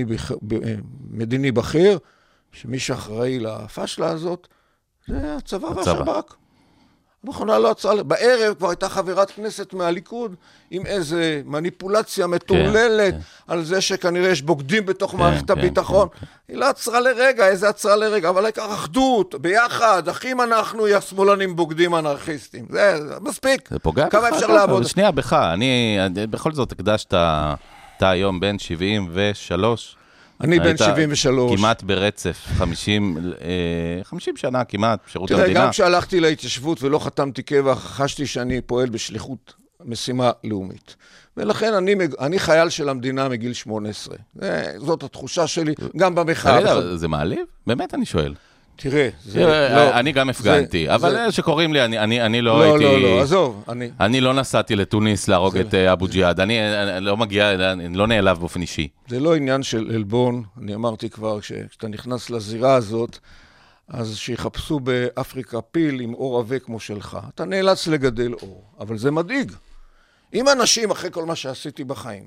מדיני בכיר, שמי שאחראי לפשלה הזאת, זה הצבא והשב"כ. המכונה לא עצרה, בערב כבר הייתה חברת כנסת מהליכוד, עם איזה מניפולציה מטורללת, כן, כן. על זה שכנראה יש בוגדים בתוך כן, מערכת כן, הביטחון. כן, כן. היא לא עצרה לרגע, איזה עצרה לרגע, אבל העיקר אחדות, ביחד, אחים אנחנו, יא שמאלנים בוגדים אנרכיסטים. זה, זה מספיק. זה פוגע כמה בך, אפשר אבל לעבוד? שנייה, בך, אני, בכל זאת הקדשת, אתה היום בן שבעים ושלוש, אני בן שבעים ושלוש. כמעט ברצף, חמישים, חמישים שנה כמעט, שירות המדינה. תראה, גם כשהלכתי להתיישבות ולא חתמתי קבע, חשתי שאני פועל בשליחות משימה לאומית. ולכן אני, אני חייל של המדינה מגיל שמונה עשרה. זאת התחושה שלי, גם במחאה. זה מעליב? באמת אני שואל. תראה, זה... לא, אני גם הפגנתי, זה, אבל זה... שקוראים לי, אני, אני, אני לא, לא הייתי... לא, לא, עזוב, אני... אני לא נסעתי לתוניס להרוג זה... את אבו ג'יהאד, אני, אני לא מגיע, אני לא נעלב באופן אישי. זה לא עניין של אלבון, אני אמרתי כבר, כשאתה נכנס לזירה הזאת, אז שיחפשו באפריקה פיל עם אור עבה כמו שלך. אתה נאלץ לגדל אור, אבל זה מדאיג. אם אנשים, אחרי כל מה שעשיתי בחיים,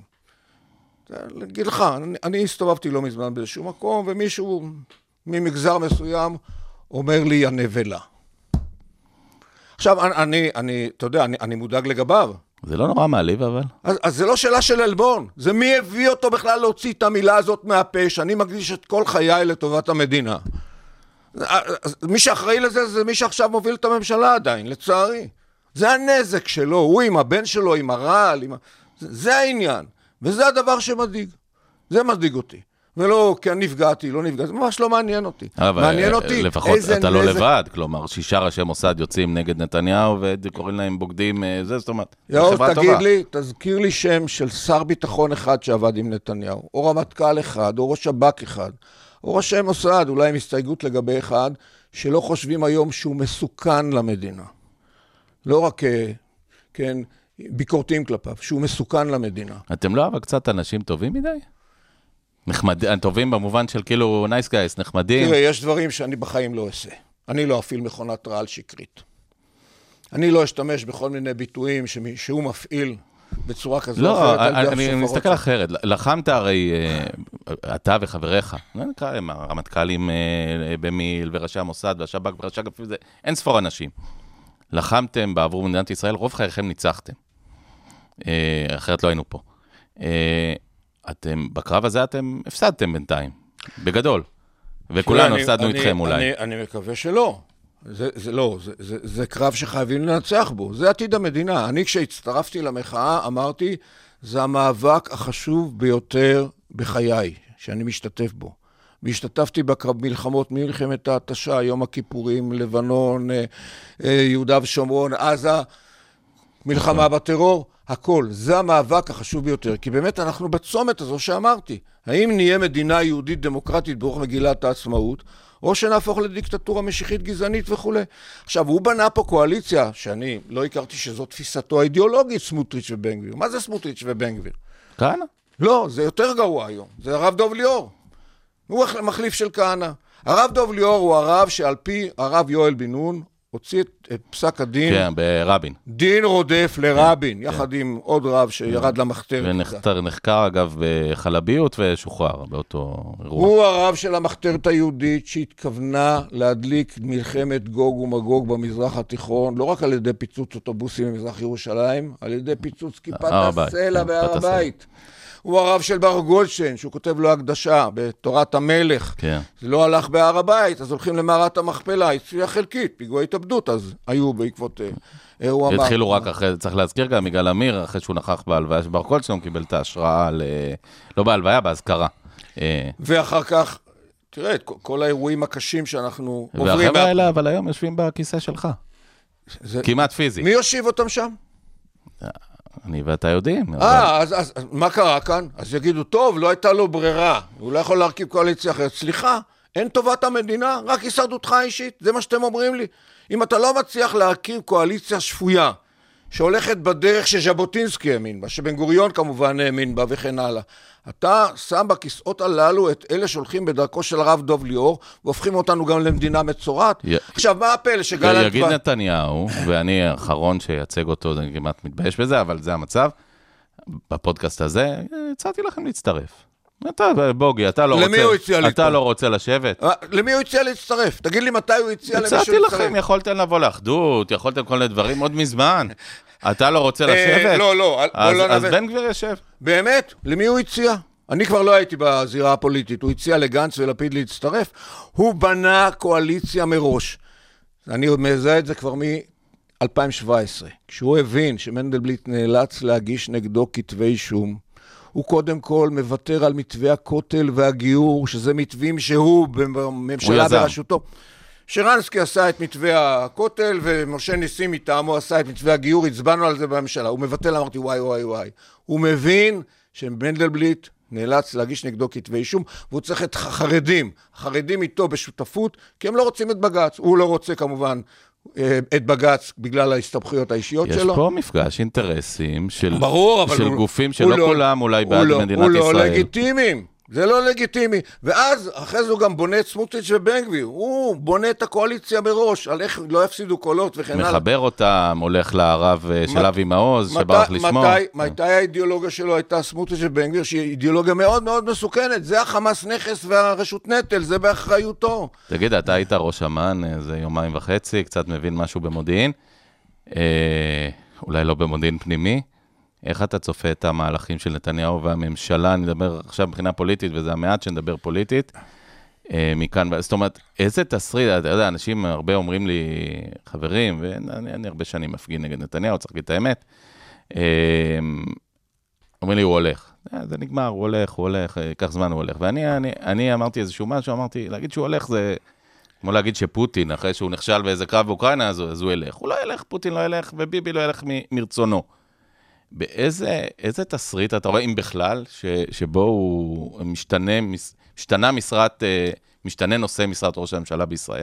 להגיד לך, אני, אני הסתובבתי לא מזמן באיזשהו מקום, ומישהו ממגזר מסוים אומר לי הנבלה. עכשיו, אני, אני, אתה יודע, אני, אני מודאג לגביו. זה לא נורא מעליב, אבל. אז, אז זה לא שאלה של אלבון. זה מי הביא אותו בכלל להוציא את המילה הזאת מהפה, שאני מקדיש את כל חיי לטובת המדינה. מי שאחראי לזה, זה מי שעכשיו מוביל את הממשלה עדיין, לצערי. זה הנזק שלו, הוא עם הבן שלו, עם הרעל, עם... זה, זה העניין. וזה הדבר שמדאיג. זה מדאיג אותי. ולא, כי אני נפגעתי, לא נפגעתי, ממש לא מעניין אותי. מעניין אותי לפחות אתה לא לבד, כלומר, שישה ראשי מוסד יוצאים נגד נתניהו, וקוראים להם בוגדים, זה זאת אומרת, יאו, תגיד לי, תזכיר לי שם של שר ביטחון אחד שעבד עם נתניהו, או רמטכ"ל אחד, או ראש שב"כ אחד, או ראשי מוסד, אולי עם הסתייגות לגבי אחד, שלא חושבים היום שהוא מסוכן למדינה. לא רק, כן, ביקורתיים כלפיו, שהוא מסוכן למדינה. אתם לא אבל קצת אנשים טובים מדי? נחמדים, טובים במובן של כאילו נייס גייס, נחמדים. תראה, יש דברים שאני בחיים לא אעשה. אני לא אפעיל מכונת רעל שקרית. אני לא אשתמש בכל מיני ביטויים שהוא מפעיל בצורה כזו או אחרת. לא, אני מסתכל אחרת. לחמת הרי, אתה וחבריך, לא נקרא להם, הרמטכ"לים במיל וראשי המוסד והשב"כ וראשי אגפים, אין ספור אנשים. לחמתם בעבור מדינת ישראל, רוב חייכם ניצחתם. אחרת לא היינו פה. אתם, בקרב הזה אתם הפסדתם בינתיים, בגדול. וכולנו הפסדנו איתכם אולי. אני, אני מקווה שלא. זה, זה לא, זה, זה, זה קרב שחייבים לנצח בו. זה עתיד המדינה. אני כשהצטרפתי למחאה אמרתי, זה המאבק החשוב ביותר בחיי, שאני משתתף בו. והשתתפתי במלחמות, מלחמת ההתשה, יום הכיפורים, לבנון, יהודה ושומרון, עזה, מלחמה בטרור, הכל. זה המאבק החשוב ביותר, כי באמת אנחנו בצומת הזו שאמרתי. האם נהיה מדינה יהודית דמוקרטית ברוח מגילת העצמאות, או שנהפוך לדיקטטורה משיחית גזענית וכו'. עכשיו, הוא בנה פה קואליציה, שאני לא הכרתי שזו תפיסתו האידיאולוגית, סמוטריץ' ובן גביר. מה זה סמוטריץ' ובן גביר? כהנא? לא, זה יותר גרוע היום. זה הרב דוב ליאור. הוא מחליף של כהנא. הרב דוב ליאור הוא הרב שעל פי הרב יואל בן נון, הוציא את, את פסק הדין. כן, ברבין. דין רודף לרבין, כן, יחד כן. עם עוד רב שירד כן. למחתרת. ונחקר, נחקר אגב בחלביות ושוחרר באותו אירוע. הוא הרב של המחתרת היהודית שהתכוונה להדליק מלחמת גוג ומגוג במזרח התיכון, לא רק על ידי פיצוץ אוטובוסים במזרח ירושלים, על ידי פיצוץ כיפת הסלע בהר הבית. הוא הרב של בר גולדשטיין, שהוא כותב לו הקדשה בתורת המלך. כן. זה לא הלך בהר הבית, אז הולכים למערת המכפלה, הצליחה חלקית, פיגועי התאבדות, אז היו בעקבות אירוע אמר. התחילו רק אחרי, צריך להזכיר גם, יגאל עמיר, אחרי שהוא נכח בהלוויה של בר גולדשטיין, הוא קיבל את ההשראה, ל... לא בהלוויה, בהזכרה. ואחר כך, תראה, את כל האירועים הקשים שאנחנו עוברים. והחבר'ה האלה, אבל היום יושבים בכיסא שלך. זה... כמעט פיזי. מי יושיב אותם שם? אני ואתה יודעים. אה, אז, אז, אז מה קרה כאן? אז יגידו, טוב, לא הייתה לו ברירה, הוא לא יכול להרכיב קואליציה אחרת. סליחה, אין טובת המדינה, רק הישרדותך האישית, זה מה שאתם אומרים לי. אם אתה לא מצליח להרכיב קואליציה שפויה, שהולכת בדרך שז'בוטינסקי האמין בה, שבן גוריון כמובן האמין בה וכן הלאה, אתה שם בכיסאות הללו את אלה שהולכים בדרכו של הרב דוב ליאור, והופכים אותנו גם למדינה מצורעת. י... עכשיו, מה הפלא שגלנט... יגיד כבר... נתניהו, ואני האחרון שייצג אותו, אני כמעט מתבייש בזה, אבל זה המצב, בפודקאסט הזה, הצעתי לכם להצטרף. אתה, בוגי, אתה לא רוצה... אתה לא רוצה לשבת? למי הוא הציע להצטרף? תגיד לי מתי הוא הציע למישהו להצטרף. הצעתי לכם, יכולתם לבוא לאחדות, יכולתם כל מיני דברים עוד מזמן. אתה לא רוצה לשבת? לא, לא. אז בן גביר ישב. באמת? למי הוא הציע? אני כבר לא הייתי בזירה הפוליטית. הוא הציע לגנץ ולפיד להצטרף. הוא בנה קואליציה מראש. אני מזהה את זה כבר מ-אלפיים שבע עשרה. כשהוא הבין שמנדלבליט נאלץ להגיש נגדו כתבי אישום, הוא קודם כל מוותר על מתווה הכותל והגיור, שזה מתווים שהוא בממשלה בראשותו. שרנסקי עשה את מתווה הכותל, ומשה ניסים מטעמו עשה את מתווה הגיור, הצבענו על זה בממשלה. הוא מבטל, אמרתי, וואי, וואי, וואי. הוא מבין שמנדלבליט נאלץ להגיש נגדו כתבי אישום, והוא צריך את החרדים, החרדים איתו בשותפות, כי הם לא רוצים את בג"ץ. הוא לא רוצה כמובן את בג"ץ בגלל ההסתבכויות האישיות יש שלו. יש פה מפגש אינטרסים של, ברור, אבל של הוא, גופים שלא לא, כולם אולי בעד לא, מדינת הוא ישראל. הוא לא לגיטימיים. זה לא לגיטימי. ואז, אחרי זה הוא גם בונה את סמוטריץ' ובן גביר. הוא בונה את הקואליציה בראש, על איך לא יפסידו קולות וכן הלאה. מחבר אותם, הולך לערב של אבי מעוז, שברח לשמוע. מתי, מתי האידיאולוגיה שלו הייתה סמוטריץ' ובן גביר, שהיא אידיאולוגיה מאוד מאוד מסוכנת. זה החמאס נכס והרשות נטל, זה באחריותו. תגיד, אתה היית ראש אמ"ן, זה יומיים וחצי, קצת מבין משהו במודיעין. אה, אולי לא במודיעין פנימי. איך אתה צופה את המהלכים של נתניהו והממשלה? אני מדבר עכשיו מבחינה פוליטית, וזה המעט שנדבר פוליטית. אה, מכאן, זאת אומרת, איזה תסריט, אתה יודע, אנשים הרבה אומרים לי, חברים, ואני אני הרבה שנים מפגין נגד נתניהו, צריך להגיד את האמת. אה, אומרים לי, הוא הולך. זה נגמר, הוא הולך, הוא הולך, כך זמן הוא הולך. ואני אני, אני אמרתי איזשהו משהו, אמרתי, להגיד שהוא הולך זה... כמו להגיד שפוטין, אחרי שהוא נכשל באיזה קרב באוקראינה, אז, אז הוא ילך. הוא לא ילך, פוטין לא ילך, וביבי לא ילך מ- מרצונו. באיזה איזה תסריט אתה רואה, אם בכלל, ש, שבו הוא משתנה, משתנה משרת, משתנה נושא משרת ראש הממשלה בישראל?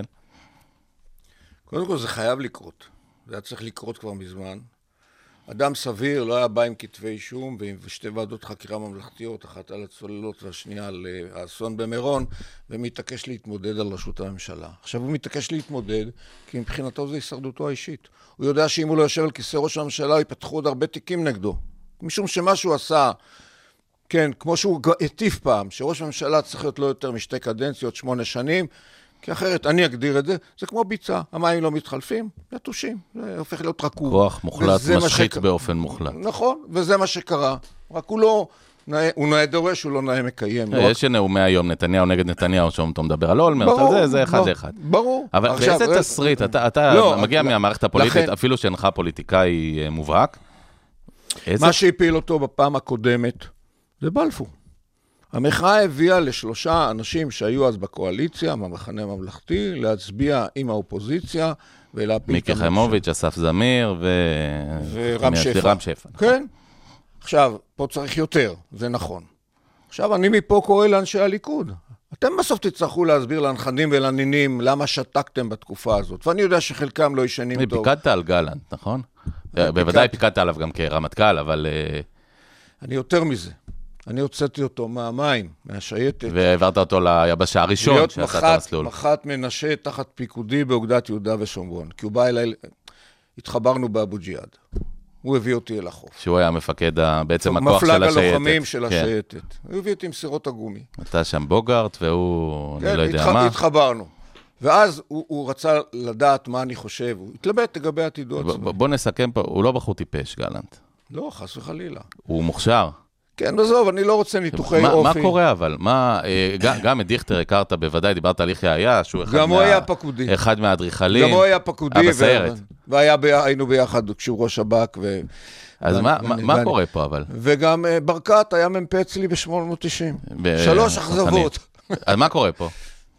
קודם כל זה חייב לקרות. זה היה צריך לקרות כבר מזמן. אדם סביר לא היה בא עם כתבי אישום ושתי ועדות חקירה ממלכתיות, אחת על הצוללות והשנייה על האסון במירון, ומתעקש להתמודד על ראשות הממשלה. עכשיו הוא מתעקש להתמודד, כי מבחינתו זה הישרדותו האישית. הוא יודע שאם הוא לא יושב על כיסא ראש הממשלה, ייפתחו עוד הרבה תיקים נגדו. משום שמה שהוא עשה, כן, כמו שהוא הטיף פעם, שראש הממשלה צריך להיות לא יותר משתי קדנציות, שמונה שנים, כי אחרת, אני אגדיר את זה, זה כמו ביצה, המים לא מתחלפים, יתושים, זה הופך להיות רקוב. כוח מוחלט, משחית שק... באופן מוחלט. נכון, וזה מה שקרה. רק הוא לא, הוא נאה דורש, הוא לא נאה מקיים. יש שנאומי היום, נתניהו נגד נתניהו, שם אתה מדבר על אולמרט, זה, זה אחד אחד. ברור. אבל באיזה תסריט, אתה מגיע מהמערכת הפוליטית, אפילו שאינך פוליטיקאי מובהק. מה שהפיל אותו בפעם הקודמת, זה בלפור. המחאה הביאה לשלושה אנשים שהיו אז בקואליציה, מהמחנה הממלכתי, להצביע עם האופוזיציה ולהפיל את מיקי חיימוביץ', אסף זמיר ו... ורם שפע. רם שפע. כן. עכשיו, פה צריך יותר, זה נכון. עכשיו, אני מפה קורא לאנשי הליכוד. אתם בסוף תצטרכו להסביר לנכדים ולנינים למה שתקתם בתקופה הזאת. ואני יודע שחלקם לא ישנים טוב. פיקדת על גלנט, נכון? בוודאי פיקדת עליו גם כרמטכ"ל, אבל... אני יותר מזה. אני הוצאתי אותו מהמים, מהשייטת. והעברת אותו ליבשה הראשון שעשה את המסלול. להיות מח"ט מנשה תחת פיקודי באוגדת יהודה ושומרון. כי הוא בא אליי, התחברנו באבו ג'יהאד. הוא הביא אותי אל החוף. שהוא היה מפקד בעצם הכוח של השייטת. מפלג הלוחמים של השייטת. הוא הביא אותי עם סירות הגומי. אתה שם בוגרט והוא, אני לא יודע מה. כן, התחברנו. ואז הוא רצה לדעת מה אני חושב. הוא התלבט לגבי עתידו הצבאי. בוא נסכם פה, הוא לא בחור טיפש, גלנט. לא, חס וחלילה. הוא מוכשר. כן, עזוב, אני לא רוצה ניתוחי אופי. מה קורה אבל? גם את דיכטר הכרת בוודאי, דיברת על יחיא עיאש, שהוא אחד מהאדריכלים. גם הוא היה פקודי. והיינו ביחד כשהוא ראש שב"כ. אז מה קורה פה אבל? וגם ברקת היה ממפה אצלי ב-שמונה מאות תשעים. שלוש אכזבות. אז מה קורה פה?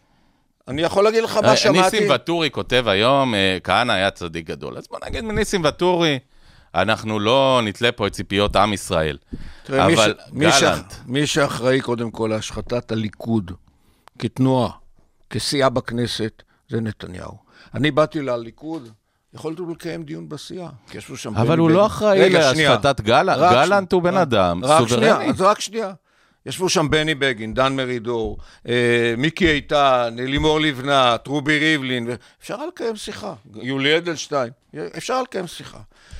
אני יכול להגיד לך מה שמעתי. ניסים וטורי כותב היום, כהנא היה צדיק גדול. אז בוא נגיד מניסים וטורי, אנחנו לא נתלה פה את ציפיות עם ישראל. תראה, אבל מי, גלנט... מי שאחראי קודם כל להשחטת הליכוד כתנועה, כסיעה בכנסת, זה נתניהו. אני באתי לליכוד, יכולתי לקיים דיון בסיעה. אבל הוא לא אחראי להשחטת גלנט. גלנט הוא בן אדם סוברני. אז רק שנייה. ישבו שם בני בגין, דן מרידור, מיקי איתן, לימור לבנת, רובי ריבלין, אפשר לקיים שיחה. יולי אדלשטיין, אפשר לקיים שיחה.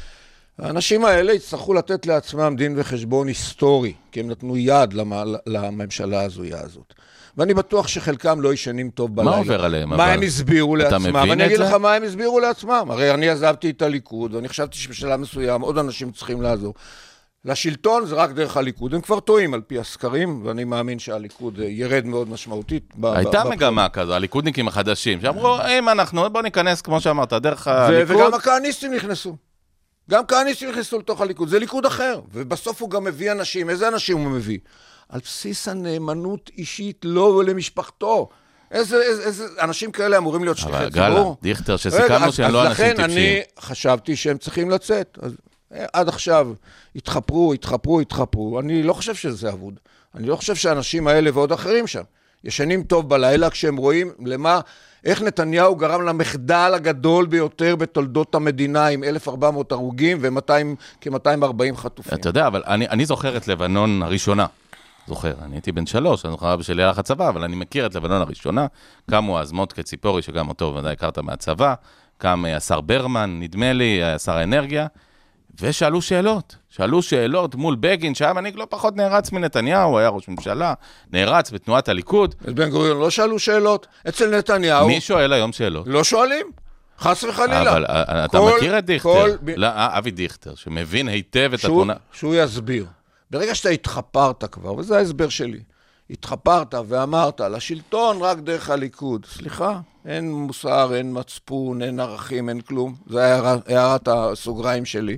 האנשים האלה יצטרכו לתת לעצמם דין וחשבון היסטורי, כי הם נתנו יד לממשלה הזויה הזאת. ואני בטוח שחלקם לא ישנים טוב בלילה. מה עובר עליהם? מה הם הסבירו לעצמם? אני אגיד לך מה הם הסבירו לעצמם. הרי אני עזבתי את הליכוד, ואני חשבתי שבשלב מסוים עוד אנשים צריכים לעזור. לשלטון זה רק דרך הליכוד. הם כבר טועים על פי הסקרים, ואני מאמין שהליכוד ירד מאוד משמעותית. הייתה מגמה כזו, הליכודניקים החדשים, שאמרו, אם אנחנו, בוא ניכנס, כמו שאמרת, דרך הליכוד. וגם הכהניסטים נכנסו. גם כהניסטים נכנסו לתוך הליכוד, זה ליכוד אחר, ובסוף הוא גם מביא אנשים, איזה אנשים הוא מביא? על בסיס הנאמנות אישית לו ולמשפחתו. איזה, איזה, איזה אנשים כאלה אמורים להיות שליחי ציבור? אבל גלנט, דיכטר, שסיכמנו שהם לא אנשים טיפשים. אז לכן אני חשבתי שהם צריכים לצאת. אז, עד עכשיו התחפרו, התחפרו, התחפרו. אני לא חושב שזה עבוד. אני לא חושב שהאנשים האלה ועוד אחרים שם ישנים טוב בלילה כשהם רואים למה... איך נתניהו גרם למחדל הגדול ביותר בתולדות המדינה עם אלף וארבע מאות הרוגים וכ-מאתיים וארבעים חטופים. אתה יודע, אבל אני, אני זוכר את לבנון הראשונה. זוכר, אני הייתי בן שלוש, אני זוכר בשלי הלך הצבא, אבל אני מכיר את לבנון הראשונה. קמו אז מוטקה ציפורי, שגם אותו ודאי הכרת מהצבא, קם השר ברמן, נדמה לי, שר האנרגיה, ושאלו שאלות. שאלו שאלות מול בגין, שהיה מנהיג לא פחות נערץ מנתניהו, היה ראש ממשלה, נערץ בתנועת הליכוד. את בן גוריון לא שאלו שאלות, אצל נתניהו... מי שואל היום שאלות? לא שואלים, חס וחלילה. אבל אתה כל, מכיר את דיכטר, כל... לא, אבי דיכטר, שמבין היטב את התמונה. שהוא יסביר. ברגע שאתה התחפרת כבר, וזה ההסבר שלי, התחפרת ואמרת, לשלטון רק דרך הליכוד. סליחה, אין מוסר, אין מצפון, אין ערכים, אין כלום. זה הערת הסוגריים שלי.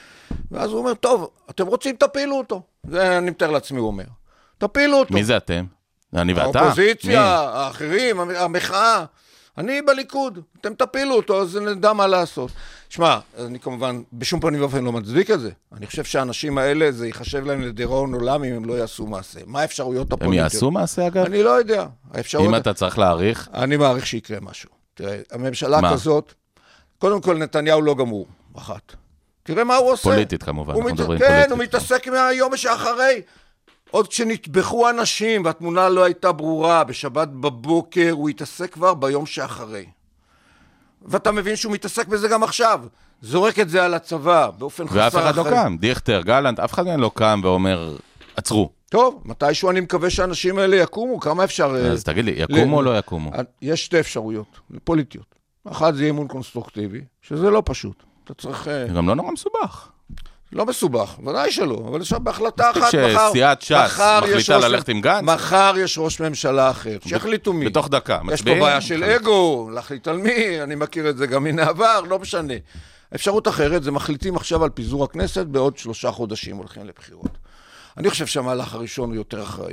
ואז הוא אומר, טוב, אתם רוצים, תפילו אותו. זה אני מתאר לעצמי, הוא אומר. תפילו אותו. מי זה אתם? אני ואתה? האופוזיציה, האחרים, המחאה. אני בליכוד, אתם תפילו אותו, אז נדע מה לעשות. שמע, אני כמובן בשום פנים ואופן לא מצדיק את זה. אני חושב שהאנשים האלה, זה יחשב להם לדיראון עולם אם הם לא יעשו מעשה. מה האפשרויות הפוליטיות? הם יעשו מעשה אגב? אני לא יודע. אם אתה צריך להעריך? אני מעריך שיקרה משהו. תראה, הממשלה כזאת, קודם כל נתניהו לא גמור, אחת. תראה מה הוא עושה. פוליטית כמובן, אנחנו מדברים פוליטית. פוליטית. כן, הוא מתעסק מהיום שאחרי. עוד כשנטבחו אנשים, והתמונה לא הייתה ברורה, בשבת בבוקר הוא התעסק כבר ביום שאחרי. ואתה מבין שהוא מתעסק בזה גם עכשיו. זורק את זה על הצבא, באופן חסר אחרי. ואף אחד לא קם. דיכטר, גלנט, אף אחד לא קם ואומר, עצרו. טוב, מתישהו אני מקווה שהאנשים האלה יקומו, כמה אפשר... אז תגיד לי, יקומו או לא יקומו? יש שתי אפשרויות, פוליטיות. אחת זה אימון קונסטרוקטיבי, שזה לא פשוט. אתה צריך... זה גם לא נורא מסובך. לא מסובך, ודאי שלא, אבל עכשיו בהחלטה אחת, מחר... שסיעת ש"ס מחליטה ללכת עם גנץ? מחר יש ראש ממשלה אחר, שיחליטו מי. בתוך דקה, יש פה בעיה של אגו, להחליט על מי, אני מכיר את זה גם מן העבר, לא משנה. אפשרות אחרת, זה מחליטים עכשיו על פיזור הכנסת, בעוד שלושה חודשים הולכים לבחירות. אני חושב שהמהלך הראשון הוא יותר אחראי,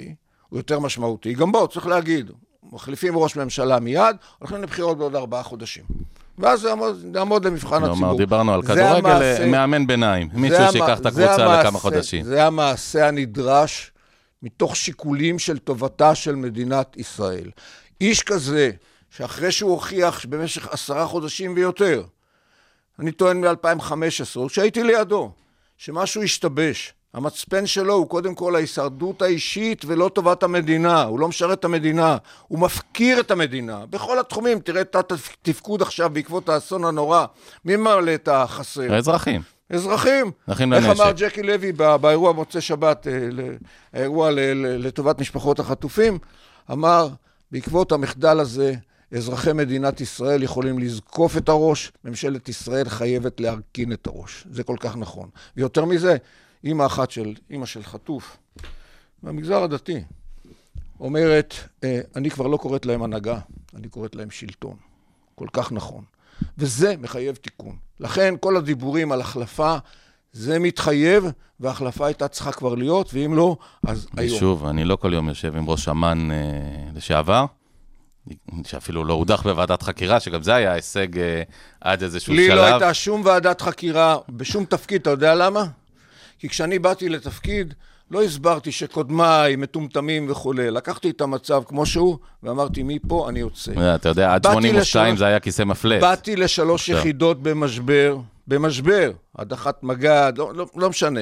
הוא יותר משמעותי. גם בו, צריך להגיד, מחליפים ראש ממשלה מיד, הולכים לבחירות בעוד ארבעה חודשים. ואז זה יעמוד למבחן הציבור. דיברנו על כדורגל, מאמן ביניים. מישהו שיקח את הקבוצה לכמה חודשים. זה המעשה הנדרש מתוך שיקולים של טובתה של מדינת ישראל. איש כזה, שאחרי שהוא הוכיח במשך עשרה חודשים ויותר, אני טוען מ-אלפיים וחמש עשרה, כשהייתי לידו, שמשהו השתבש. המצפן שלו הוא קודם כל ההישרדות האישית ולא טובת המדינה. הוא לא משרת את המדינה, הוא מפקיר את המדינה. בכל התחומים, תראה את התפקוד עכשיו בעקבות האסון הנורא. מי מעלה את החסר? האזרחים. אזרחים. איך אמר ג'קי לוי באירוע מוצא שבת, האירוע לטובת משפחות החטופים, אמר, בעקבות המחדל הזה, אזרחי מדינת ישראל יכולים לזקוף את הראש, ממשלת ישראל חייבת להרכין את הראש. זה כל כך נכון. ויותר מזה, אמא אחת של, אמא של חטוף, במגזר הדתי, אומרת, אני כבר לא קוראת להם הנהגה, אני קוראת להם שלטון. כל כך נכון. וזה מחייב תיקון. לכן כל הדיבורים על החלפה, זה מתחייב, וההחלפה הייתה צריכה כבר להיות, ואם לא, אז היום. ושוב, אני לא כל יום יושב עם ראש אמ"ן אה, לשעבר, שאפילו לא הודח בוועדת חקירה, שגם זה היה הישג אה, עד איזשהו לי שלב. לי לא הייתה שום ועדת חקירה בשום תפקיד, אתה יודע למה? כי כשאני באתי לתפקיד, לא הסברתי שקודמיי מטומטמים וכו'. לקחתי את המצב כמו שהוא, ואמרתי, מפה אני יוצא. אתה יודע, עד שמונים ושתיים זה היה כיסא מפלט. באתי לשלוש יחידות במשבר, במשבר, הדחת מגד, לא, לא, לא משנה.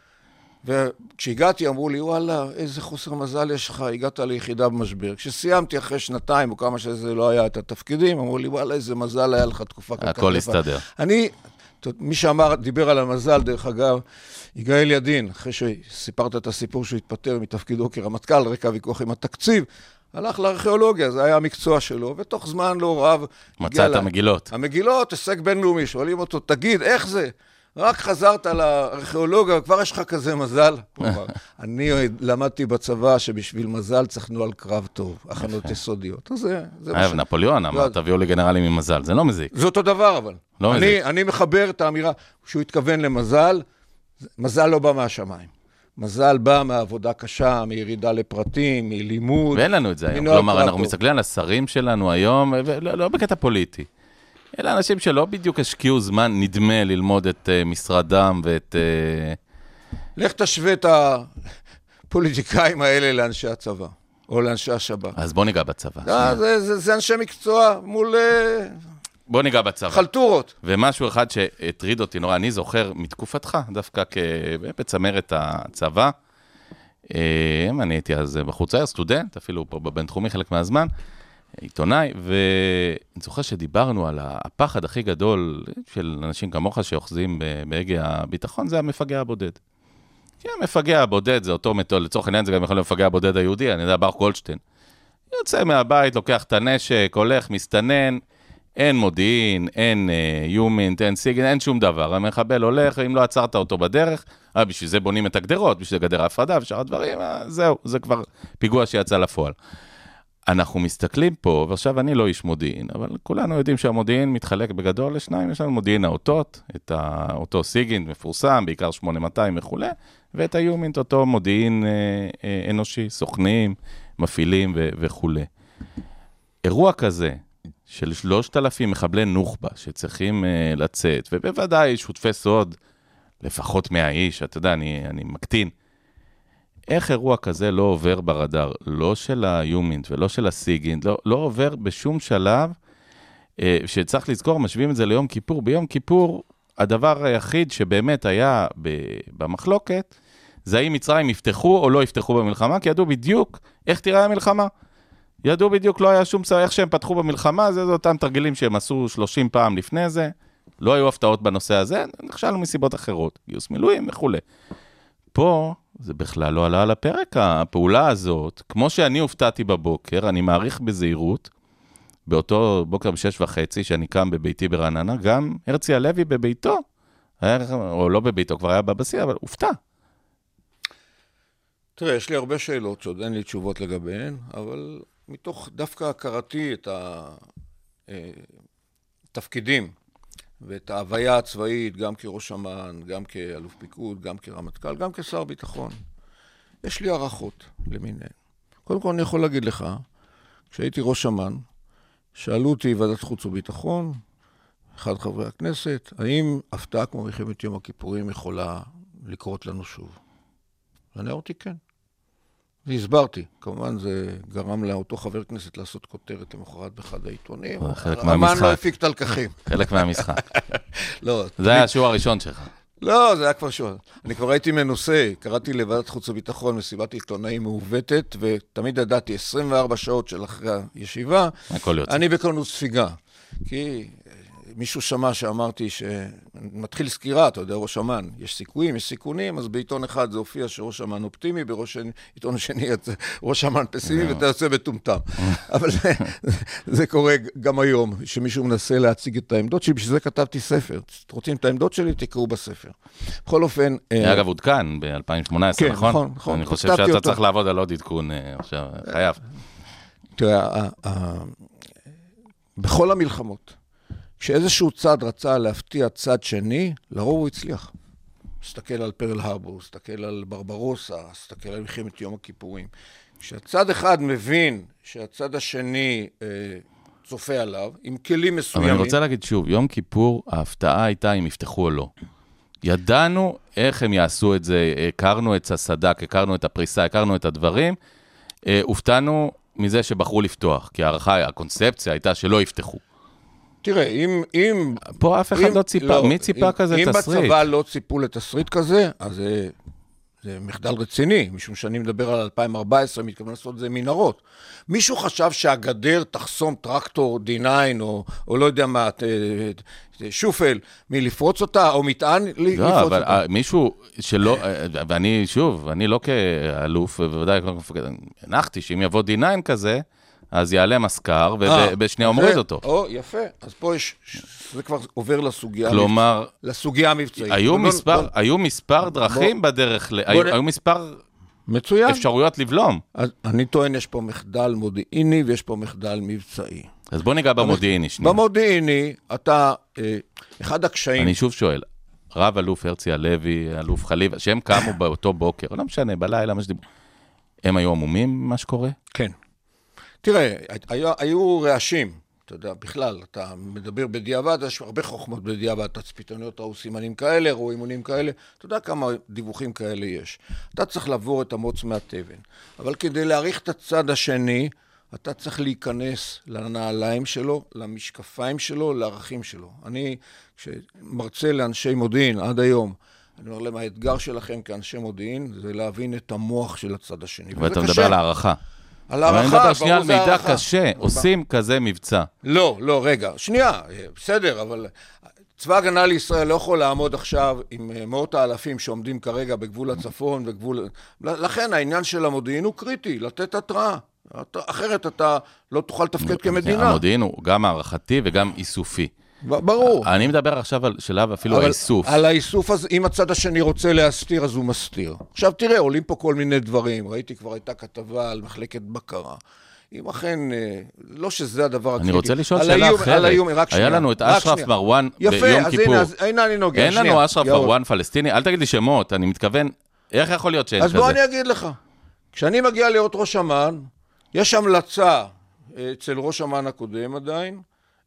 וכשהגעתי אמרו לי, וואלה, איזה חוסר מזל יש לך, הגעת ליחידה במשבר. כשסיימתי אחרי שנתיים, או כמה שזה לא היה את התפקידים, אמרו לי, וואלה, איזה מזל היה לך תקופה ככה. הכל הסתדר. אני, מי שאמר, דיבר על המזל, דרך אגב, יגאל ידין, אחרי שסיפרת את הסיפור שהוא התפטר מתפקידו כרמטכ"ל, רקע ויכוח עם התקציב, הלך לארכיאולוגיה, זה היה המקצוע שלו, ותוך זמן לא רב... מצא את המגילות. המגילות, הישג בינלאומי, שואלים אותו, תגיד, איך זה? רק חזרת לארכיאולוגיה, כבר יש לך כזה מזל. אני למדתי בצבא שבשביל מזל צריך נוהל קרב טוב, הכנות יסודיות. אז זה... אהב, נפוליאון אמר, תביאו לי גנרלים עם מזל, זה לא מזיק. זה אותו דבר, אבל. לא מזיק. אני מחבר את האמירה, שהוא התכוון למזל, מזל לא בא מהשמיים. מזל בא מעבודה קשה, מירידה לפרטים, מלימוד. ואין לנו את זה היום. כלומר, אנחנו מסתכלים על השרים שלנו היום, לא בקטע פוליטי. אלה אנשים שלא בדיוק השקיעו זמן, נדמה, ללמוד את משרדם ואת... לך תשווה את הפוליטיקאים האלה לאנשי הצבא, או לאנשי השב"כ. אז בוא ניגע בצבא. זה אנשי מקצוע מול... בוא ניגע בצבא. חלטורות. ומשהו אחד שהטריד אותי נורא, אני זוכר מתקופתך, דווקא בצמרת הצבא, אני הייתי אז בחוץ העיר, סטודנט, אפילו פה בבינתחומי חלק מהזמן, עיתונאי, ואני זוכר שדיברנו על הפחד הכי גדול של אנשים כמוך שאוחזים בהגה הביטחון, זה המפגע הבודד. כי המפגע הבודד זה אותו מתוד, לצורך העניין זה גם יכול להיות המפגע הבודד היהודי, אני יודע, ברוך גולדשטיין. יוצא מהבית, לוקח את הנשק, הולך, מסתנן, אין מודיעין, אין יומינט, אין סיגן, אין שום דבר. המחבל הולך, אם לא עצרת אותו בדרך, אה, בשביל זה בונים את הגדרות, בשביל זה גדר ההפרדה ושאר הדברים, זהו, זה כבר פיגוע שיצא לפועל. אנחנו מסתכלים פה, ועכשיו אני לא איש מודיעין, אבל כולנו יודעים שהמודיעין מתחלק בגדול לשניים, יש לנו מודיעין האותות, את אותו סיגינט מפורסם, בעיקר שמונה מאתיים וכו', ואת היומינט, אותו מודיעין אה, אה, אנושי, סוכנים, מפעילים ו- וכו'. אירוע כזה, של שלושת אלפים מחבלי נוח'בה, שצריכים אה, לצאת, ובוודאי שותפי סוד, לפחות מאה איש, אתה יודע, אני, אני מקטין, איך אירוע כזה לא עובר ברדאר, לא של היומינט ולא של הסיגינט, לא, לא עובר בשום שלב, אה, שצריך לזכור, משווים את זה ליום כיפור. ביום כיפור, הדבר היחיד שבאמת היה במחלוקת, זה האם מצרים יפתחו או לא יפתחו במלחמה, כי ידעו בדיוק איך תראה המלחמה. ידעו בדיוק, לא היה שום סדר, איך שהם פתחו במלחמה, זה, זה אותם תרגילים שהם עשו שלושים פעם לפני זה, לא היו הפתעות בנושא הזה, נכשלנו מסיבות אחרות, גיוס מילואים וכו'. פה זה בכלל לא עלה על הפרק, הפעולה הזאת, כמו שאני הופתעתי בבוקר, אני מעריך בזהירות, באותו בוקר בשש וחצי, שאני קם בביתי ברעננה, גם הרצי הלוי בביתו, היה, או לא בביתו, כבר היה בבסיס, אבל הופתע. תראה, יש לי הרבה שאלות שעוד אין לי תשובות לגביהן, אבל מתוך דווקא הכרתי את התפקידים ואת ההוויה הצבאית, גם כראש אמ"ן, גם כאלוף פיקוד, גם כרמטכ"ל, גם כשר ביטחון, יש לי הערכות למיניהן. קודם כל אני יכול להגיד לך, כשהייתי ראש אמ"ן, שאלו אותי ועדת חוץ וביטחון, אחד חברי הכנסת, האם הפתעה כמו מלחמת יום הכיפורים יכולה לקרות לנו שוב? ואני אמרתי כן. והסברתי, כמובן זה גרם לאותו חבר כנסת לעשות כותרת למחרת באחד העיתונים. חלק מהמשחק. אמ"ן לא הפיק תלקחים. חלק מהמשחק. לא. זה היה השיעור הראשון שלך. לא, זה היה כבר שואל. אני כבר הייתי מנוסה, קראתי לוועדת חוץ וביטחון מסיבת עיתונאים מעוותת, ותמיד ידעתי עשרים וארבע שעות של אחרי הישיבה, אני בכוננות ספיגה. כי מישהו שמע שאמרתי שמתחיל סקירה, אתה יודע, ראש אמ"ן, יש סיכויים, יש סיכונים, אז בעיתון אחד זה הופיע שראש אמ"ן אופטימי, בעיתון השני ראש אמ"ן פסימי, ואתה יוצא בטומטם. אבל זה קורה גם היום, שמישהו מנסה להציג את העמדות שלי, בשביל זה כתבתי ספר. רוצים את העמדות שלי, תקראו בספר. בכל אופן... אגב, עודכן ב-אלפיים שמונה עשרה, נכון? כן, נכון, נכון. אני חושב שאתה צריך לעבוד על עוד עדכון עכשיו, חייב. תראה, בכל המלחמות, כשאיזשהו צד רצה להפתיע צד שני, לרוב הוא הצליח. סתכל על פרל הרבור, סתכל על ברברוסה, סתכל על מלחמת יום הכיפורים. כשהצד אחד מבין שהצד השני אה, צופה עליו, עם כלים מסוימים... אבל אני רוצה להגיד שוב, יום כיפור, ההפתעה הייתה אם יפתחו או לא. ידענו איך הם יעשו את זה, הכרנו את הסדק, הכרנו את הפריסה, הכרנו את הדברים, אה, הופתענו מזה שבחרו לפתוח, כי הערכה, הקונספציה הייתה שלא יפתחו. תראה, אם... אם פה אף אחד אם, לא ציפה, לא, מי ציפה אם, כזה אם תסריט? אם בצבא לא ציפו לתסריט כזה, אז זה, זה מחדל רציני, משום שאני מדבר על אלפיים וארבע עשרה, מתכוון לעשות זה מנהרות. מישהו חשב שהגדר תחסום טרקטור די תשע, או, או לא יודע מה, ת, ת, שופל, מלפרוץ אותה, או מטען לא, לפרוץ אבל אותה. מישהו שלא, ואני שוב, אני לא כאלוף, ובוודאי לא כמפקד, הנחתי שאם יבוא די תשע כזה, אז יעלה מסקר, ובשנייה אומריד אותו. או, יפה. אז פה יש, זה כבר עובר לסוגיה המבצעית. כלומר, לסוגיה המבצעית. היו מספר דרכים בדרך, היו מספר אפשרויות לבלום. אני טוען, יש פה מחדל מודיעיני, ויש פה מחדל מבצעי. אז בוא ניגע במודיעיני שנייה. במודיעיני, אתה, אחד הקשיים... אני שוב שואל, רב אלוף הרצי הלוי, אלוף חליבה, שהם קמו באותו בוקר, לא משנה, בלילה, מה שדיבור, הם היו עמומים, מה שקורה? כן. תראה, היו, היו רעשים, אתה יודע, בכלל, אתה מדבר בדיעבד, יש הרבה חוכמות בדיעבד, תצפיתניות ראו סימנים כאלה, ראו אימונים כאלה, אתה יודע כמה דיווחים כאלה יש. אתה צריך לעבור את המוץ מהתבן, אבל כדי להעריך את הצד השני, אתה צריך להיכנס לנעליים שלו, למשקפיים שלו, לערכים שלו. אני, כשמרצה לאנשי מודיעין עד היום, אני אומר להם, האתגר שלכם כאנשי מודיעין, זה להבין את המוח של הצד השני. ואתה מדבר על הערכה. על הערכה, אבל אני מדבר שנייה על מידע קשה, עושים כזה מבצע. לא, לא, רגע, שנייה, בסדר, אבל צבא הגנה לישראל לא יכול לעמוד עכשיו עם מאות האלפים שעומדים כרגע בגבול הצפון וגבול... לכן העניין של המודיעין הוא קריטי, לתת התראה. אחרת אתה לא תוכל לתפקד כמדינה. המודיעין הוא גם הערכתי וגם איסופי. ברור. אני מדבר עכשיו על שלב אפילו האיסוף. על האיסוף, אז אם הצד השני רוצה להסתיר, אז הוא מסתיר. עכשיו תראה, עולים פה כל מיני דברים. ראיתי כבר הייתה כתבה על מחלקת בקרה. אם אכן, לא שזה הדבר הקריטי. אני רוצה לשאול שאלה אחרת. היה לנו את אשרף מרואן ביום כיפור. יפה, אז הנה אני נוגע. אין לנו אשרף מרואן פלסטיני. אל תגיד לי שמות, אני מתכוון, איך יכול להיות שאין כזה? אז בוא אני אגיד לך. כשאני מגיע להיות ראש אמ"ן, יש המלצה אצל ראש אמ"ן הקודם עדיין,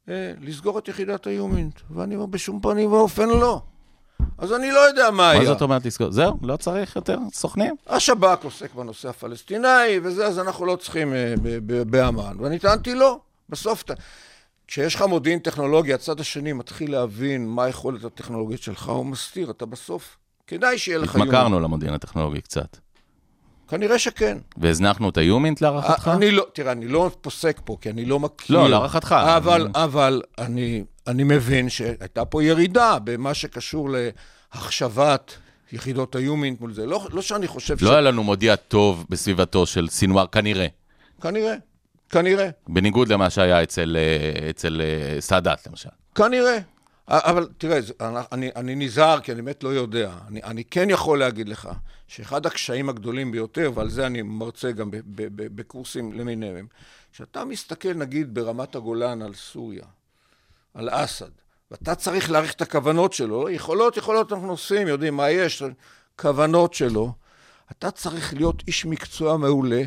לסגור את יחידת היומינט, ואני אומר בשום פנים ואופן לא. אז אני לא יודע מה היה. מה זאת אומרת לסגור? זהו, לא צריך יותר סוכנים? השב"כ עוסק בנושא הפלסטיני, וזה, אז אנחנו לא צריכים באמ"ן. ואני טענתי לא. בסוף, כשיש לך מודיעין טכנולוגיה, הצד השני מתחיל להבין מה היכולת הטכנולוגית שלך, הוא מסתיר, אתה בסוף, כדאי שיהיה לך יומינט. התמכרנו למודיעין הטכנולוגי קצת. כנראה שכן. והזנחנו את היומינט להערכתך? אני לא, תראה, אני לא פוסק פה, כי אני לא מכיר. לא, להערכתך. אבל, אבל אני, אני מבין שהייתה פה ירידה במה שקשור להחשבת יחידות היומינט מול זה. לא, לא שאני חושב ש... לא היה לנו מודיע טוב בסביבתו של סינואר, כנראה. כנראה, כנראה. בניגוד למה שהיה אצל, אצל סאדאת, למשל. כנראה. אבל תראה, אני, אני נזהר, כי אני באמת לא יודע. אני, אני כן יכול להגיד לך, שאחד הקשיים הגדולים ביותר, ועל זה אני מרצה גם בקורסים למיניהם, שאתה מסתכל נגיד ברמת הגולן על סוריה, על אסד, ואתה צריך להעריך את הכוונות שלו, יכולות, יכולות אנחנו עושים, יודעים מה יש, כוונות שלו, אתה צריך להיות איש מקצוע מעולה,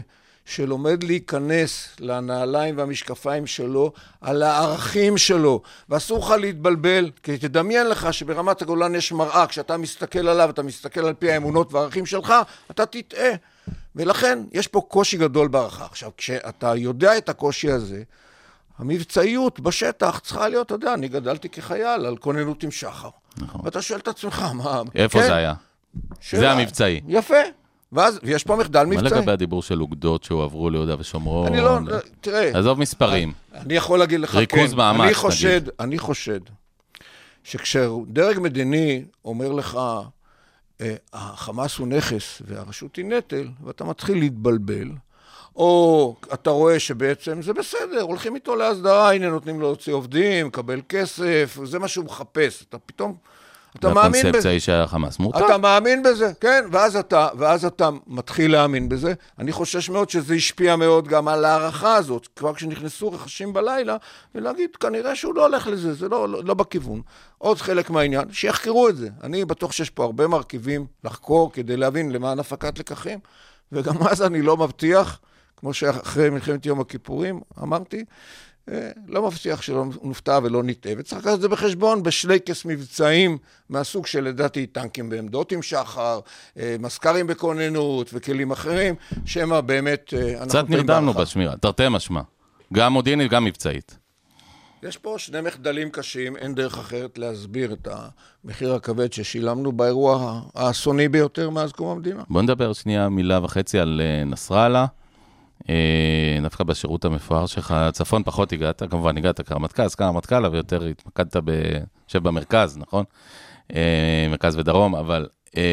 שלומד להיכנס לנעליים והמשקפיים שלו, על הערכים שלו, ואסור לך להתבלבל, כי תדמיין לך שברמת הגולן יש מראה, כשאתה מסתכל עליו, אתה מסתכל על פי האמונות והערכים שלך, אתה תטעה. ולכן יש פה קושי גדול בערכה. עכשיו, כשאתה יודע את הקושי הזה, המבצעיות בשטח צריכה להיות, אתה יודע, אני גדלתי כחייל על כוננות עם שחר. נכון. ואתה שואל את עצמך, מה... איפה כן? זה היה? שאלה. זה המבצעי. יפה. ואז, ויש פה מחדל מבצעי. מה לגבי הדיבור של אוגדות שהועברו ליהודה ושומרון? אני לא, תראה. עזוב מספרים. אני יכול להגיד לך, ריכוז כן. מאמץ, אני חושד, אני חושד, שכשדרג מדיני אומר לך, החמאס הוא נכס והרשות היא נטל, ואתה מתחיל להתבלבל, או אתה רואה שבעצם זה בסדר, הולכים איתו להסדרה, הנה נותנים לו להוציא עובדים, קבל כסף, זה מה שהוא מחפש. אתה פתאום, אתה מאמין בזה. והקונספציה היא שהחמאס מורתע. אתה מאמין בזה, כן, ואז אתה, ואז אתה מתחיל להאמין בזה. אני חושש מאוד שזה השפיע מאוד גם על הערכה הזאת, כבר כשנכנסו רכשים בלילה, ולהגיד, כנראה שהוא לא הולך לזה, זה לא, לא, לא בכיוון. עוד חלק מהעניין, שיחקרו את זה. אני בטוח שיש פה הרבה מרכיבים לחקור, כדי להבין למען הפקת לקחים, וגם אז אני לא מבטיח, כמו שאחרי מלחמת יום הכיפורים, אמרתי, לא מבטיח שלא נופתע ולא נטעה, וצריך לקחת את זה בחשבון בשלייקס מבצעים מהסוג של לדעתי טנקים בעמדות עם שחר, מסקרים בכוננות וכלים אחרים, שמה באמת... קצת נרדמנו בשמירה, תרתי משמע, גם מודיעינית, גם מבצעית. יש פה שני מחדלים קשים, אין דרך אחרת להסביר את המחיר הכבד ששילמנו באירוע האסוני ביותר מאז קום המדינה. בוא נדבר שנייה מילה וחצי על נסראללה. דווקא בשירות המפואר שלך, צפון פחות הגעת, כמובן הגעת כרמטכ"ל, אז כרמטכ"ל, אבל יותר התמקדת בשב במרכז, נכון? מרכז ודרום, אבל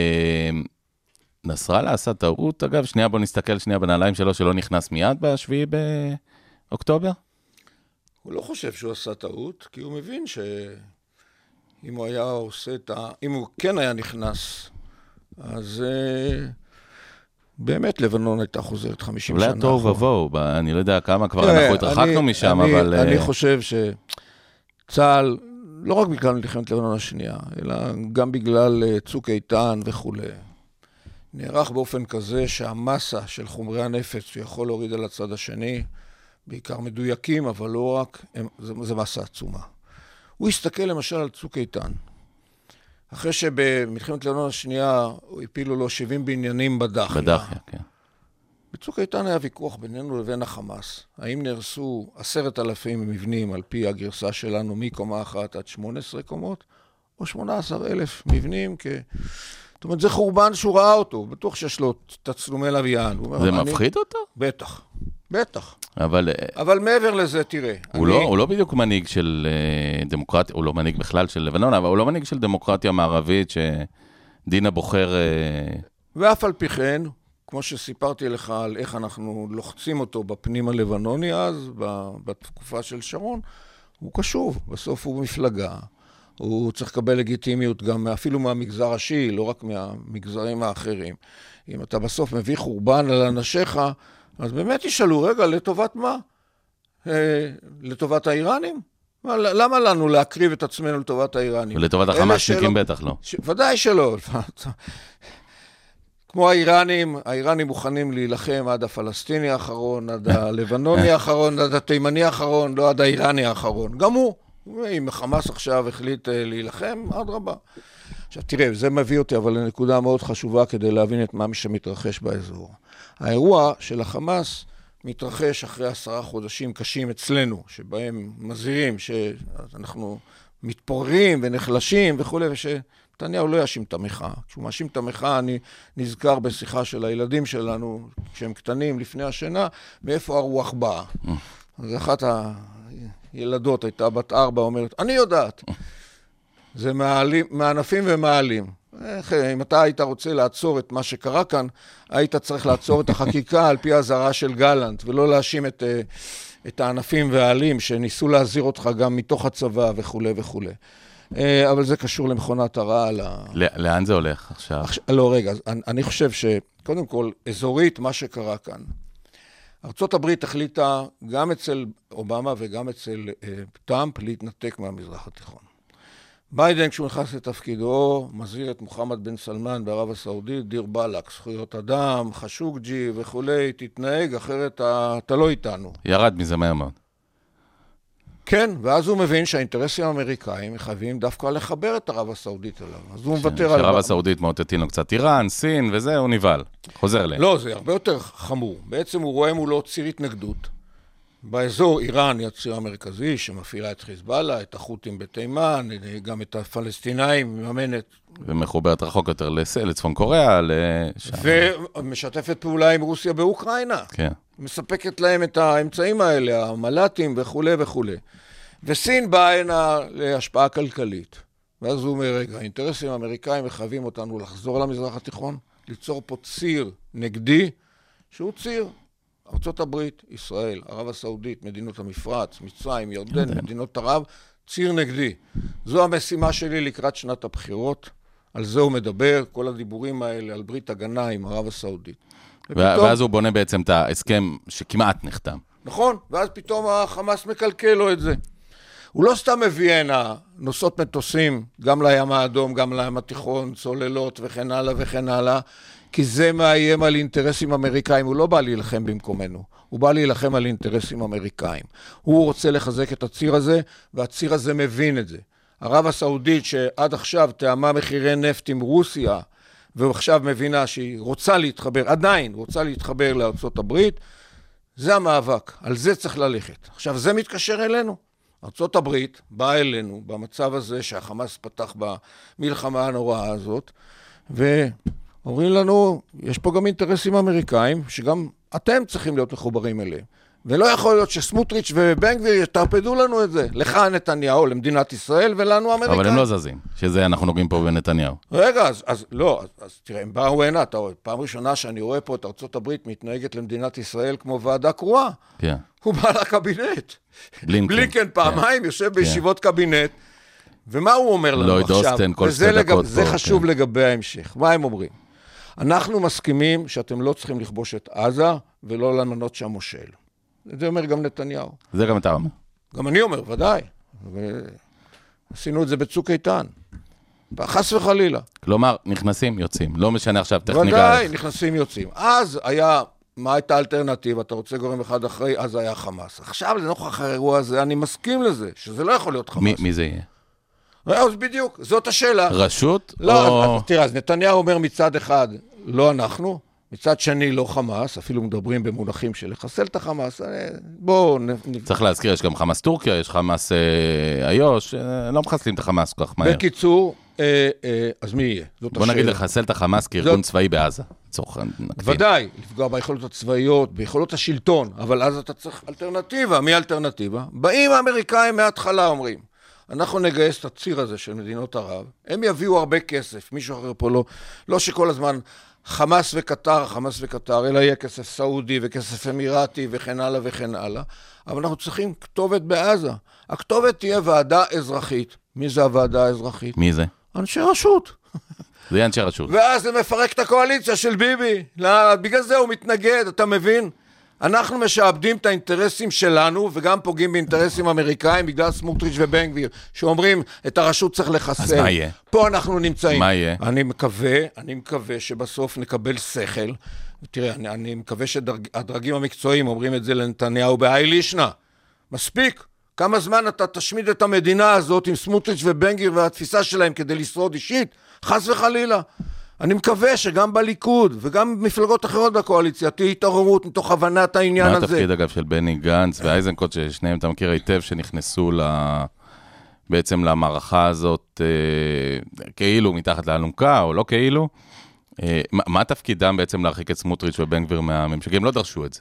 נסראללה עשה טעות, אגב, שנייה בוא נסתכל שנייה בנעליים שלו, שלא נכנס מיד בשביעי באוקטובר? הוא לא חושב שהוא עשה טעות, כי הוא מבין שאם הוא היה עושה את ה... אם הוא כן היה נכנס, אז... באמת לבנון הייתה חוזרת חמישים שנה. אולי טוב ובואו, אני לא יודע כמה כבר אנחנו התרחקנו משם, אבל... אני חושב שצה"ל, לא רק בגלל מלחמת לבנון השנייה, אלא גם בגלל צוק איתן וכו', נערך באופן כזה שהמסה של חומרי הנפץ שיכול להוריד על הצד השני, בעיקר מדויקים, אבל לא רק, זה מסה עצומה. הוא הסתכל למשל על צוק איתן. אחרי שבמלחמת לבנון השנייה הפילו לו שבעים בניינים בדחיה. בדחיה, כן. בצוק איתן היה ויכוח בינינו לבין החמאס. האם נהרסו עשרת אלפים מבנים על פי הגרסה שלנו מקומה אחת עד שמונה עשרה קומות, או שמונה עשר אלף מבנים כ... זאת אומרת, זה חורבן שהוא ראה אותו. בטוח שיש לו תצלומי לוויין. זה מפחיד אותו? בטח. בטח. אבל... אבל מעבר לזה, תראה. הוא, אני... לא, הוא לא בדיוק מנהיג של דמוקרטיה, הוא לא מנהיג בכלל של לבנון, אבל הוא לא מנהיג של דמוקרטיה מערבית שדינה בוחר... ואף על פי כן, כמו שסיפרתי לך על איך אנחנו לוחצים אותו בפנים הלבנוני אז, בתקופה של שרון, הוא קשוב. בסוף הוא מפלגה. הוא צריך לקבל לגיטימיות גם אפילו מהמגזר השיעי, לא רק מהמגזרים האחרים. אם אתה בסוף מביא חורבן על אנשיך, אז באמת ישאלו, רגע, לטובת מה? אה, לטובת האיראנים? למה לנו להקריב את עצמנו לטובת האיראנים? ולטובת החמאסניקים בטח לא. ש... ודאי שלא. כמו האיראנים, האיראנים מוכנים להילחם עד הפלסטיני האחרון, עד הלבנוני האחרון, עד התימני האחרון, לא עד האיראני האחרון. גם הוא. אם החמאס עכשיו החליט להילחם, עד רבה. עכשיו תראה, זה מביא אותי אבל לנקודה מאוד חשובה כדי להבין את מה שמתרחש באזור. האירוע של החמאס מתרחש אחרי עשרה חודשים קשים אצלנו, שבהם מזהירים שאנחנו מתפוררים ונחלשים וכו', ושנתניהו לא יאשים את המחאה. כשהוא מאשים את המחאה, אני נזכר בשיחה של הילדים שלנו, כשהם קטנים לפני השינה, מאיפה הרוח באה. אז אחת הילדות הייתה בת ארבע, אומרת, אני יודעת. זה מענפים ומעלים. אם אתה היית רוצה לעצור את מה שקרה כאן, היית צריך לעצור את החקיקה על פי הזרה של גלנט, ולא להאשים את, את הענפים והעלים שניסו להזהיר אותך גם מתוך הצבא וכו' וכו'. אבל זה קשור למכונת הרעל. לאן זה הולך עכשיו? לא, רגע, אני חושב שקודם כל, אזורית, מה שקרה כאן. ארצות הברית החליטה גם אצל אובמה וגם אצל טראמפ להתנתק מהמזרח התיכון. ביידן, כשהוא נכנס לתפקידו, מזהיר את מוחמד בן סלמן בערב הסעודית, דיר בלק, זכויות אדם, חשוקג'י וכולי, תתנהג, אחרת אתה לא איתנו. ירד מזה מהר מאוד. כן, ואז הוא מבין שהאינטרסים האמריקאים מחייבים דווקא לחבר את ערב הסעודית אליו. אז הוא מוותר על... שערב הסעודית מאותתים לו קצת איראן, סין וזה, הוא נבהל. חוזר אליהם. לא, זה הרבה יותר חמור. בעצם הוא רואה מולו ציר התנגדות. באזור איראן היא הציר המרכזי שמפעילה את חיזבאללה, את החות'ים בתימן, גם את הפלסטינאים מממנת. ומחוברת רחוק יותר לצפון קוריאה, לשם. ומשתפת פעולה עם רוסיה באוקראינה. כן. מספקת להם את האמצעים האלה, המל"טים וכו' וכו'. וסין באה הנה להשפעה כלכלית. ואז הוא אומר, רגע, האינטרסים האמריקאים מחייבים אותנו לחזור למזרח התיכון, ליצור פה ציר נגדי, שהוא ציר. ארצות הברית, ישראל, ערב הסעודית, מדינות המפרץ, מצרים, ירדן, מדינות ערב, ציר נגדי. זו המשימה שלי לקראת שנת הבחירות. על זה הוא מדבר, כל הדיבורים האלה, על ברית הגנה עם ערב הסעודית. ופתאום, ואז הוא בונה בעצם את ההסכם שכמעט נחתם. נכון, ואז פתאום החמאס מקלקל לו את זה. הוא לא סתם מביא הנה נוסעות מטוסים, גם לים האדום, גם לים התיכון, צוללות וכן הלאה וכן הלאה, כי זה מאיים על אינטרסים אמריקאים. הוא לא בא להילחם במקומנו, הוא בא להילחם על אינטרסים אמריקאים. הוא רוצה לחזק את הציר הזה, והציר הזה מבין את זה. ערב הסעודית שעד עכשיו תאמה מחירי נפט עם רוסיה, ועכשיו מבינה שהיא רוצה להתחבר, עדיין רוצה להתחבר לארצות הברית, זה המאבק, על זה צריך ללכת. עכשיו זה מתקשר אלינו. ארצות הברית באה אלינו במצב הזה שהחמאס פתח במלחמה הנוראה הזאת, ואומרים לנו, יש פה גם אינטרסים אמריקאים, שגם אתם צריכים להיות מחוברים אליהם. ולא יכול להיות שסמוטריץ' ובן גביר יטרפדו לנו את זה. לך נתניהו, למדינת ישראל, ולנו אמריקאים. אבל הם לא זזים, שזה אנחנו נוגעים פה בנתניהו. רגע, אז, אז לא, אז, אז תראה, הם באו הנה, אתה רואה, פעם ראשונה שאני רואה פה את ארצות הברית מתנהגת למדינת ישראל כמו ועדה קרואה. כן. הוא בא לקבינט. בלינקן. בלינקן פעמיים, יושב בישיבות קבינט, ומה הוא אומר לנו עכשיו? אוסטן, כל שתי דקות זה חשוב לגבי ההמשך. מה הם אומרים? אנחנו מסכימים שאתם לא צריכים לכבוש את עזה, ולא למנות שם מושל. זה אומר גם נתניהו. זה גם אתה אומר. גם אני אומר, ודאי. עשינו את זה בצוק איתן. חס וחלילה. כלומר, נכנסים, יוצאים. לא משנה עכשיו טכניקה. ודאי, נכנסים, יוצאים. אז היה, מה הייתה האלטרנטיבה? אתה רוצה גורם אחד אחרי, אז היה חמאס. עכשיו, לנוכח האירוע הזה, אני מסכים לזה, שזה לא יכול להיות חמאס. מי, מי זה יהיה? אז בדיוק, זאת השאלה. רשות? לא, או... אז, אז תראה, אז נתניהו אומר מצד אחד, לא אנחנו, מצד שני לא חמאס, אפילו מדברים במונחים של לחסל את החמאס, בואו... צריך להזכיר, יש גם חמאס טורקיה, יש חמאס אה, איוש, אה, לא מחסלים את החמאס כל כך מהר. בקיצור, אה, אה, אז מי יהיה? זאת בוא השאלה. נגיד לחסל את החמאס כארגון זאת... צבאי בעזה. צורך נקטין. ודאי, לפגוע ביכולות הצבאיות, ביכולות השלטון, אבל אז אתה צריך אלטרנטיבה. מי אלטרנטיבה? באים האמריקאים מההתחלה אומרים, אנחנו נגייס את הציר הזה של מדינות ערב, הם יביאו הרבה כסף, מישהו אחר פה לא, לא שכל הזמן חמאס וקטר, חמאס וקטר, אלא יהיה כסף סעודי וכסף אמירתי וכן הלאה וכן הלאה, אבל אנחנו צריכים כתובת בעזה. הכתובת תהיה ועדה אזרחית. מי זה הוועדה האזרחית? מי זה? אנשי רשות. זה אנשי רשות. ואז זה מפרק את הקואליציה של ביבי. לא, בגלל זה הוא מתנגד, אתה מבין? אנחנו משעבדים את האינטרסים שלנו, וגם פוגעים באינטרסים אמריקאים, בגלל סמוטריץ' ובן גביר, שאומרים, את הרשות צריך לחסל. אז מה יהיה? פה אנחנו נמצאים. מה יהיה? אני מקווה, אני מקווה שבסוף נקבל שכל. תראה, אני, אני מקווה שהדרגים המקצועיים אומרים את זה לנתניהו בהאי לישנא. מספיק. כמה זמן אתה תשמיד את המדינה הזאת עם סמוטריץ' ובן גביר והתפיסה שלהם כדי לשרוד אישית? חס וחלילה. אני מקווה שגם בליכוד וגם במפלגות אחרות בקואליציה תהיה התעוררות מתוך הבנת העניין הזה. מה התפקיד אגב של בני גנץ ואייזנקוט, ששניהם אתה מכיר היטב, שנכנסו ל... בעצם למערכה הזאת אה, כאילו מתחת לאלונקה או לא כאילו? אה, מה, מה תפקידם בעצם להרחיק את סמוטריץ' ובן גביר מהממשלה? הם לא דרשו את זה.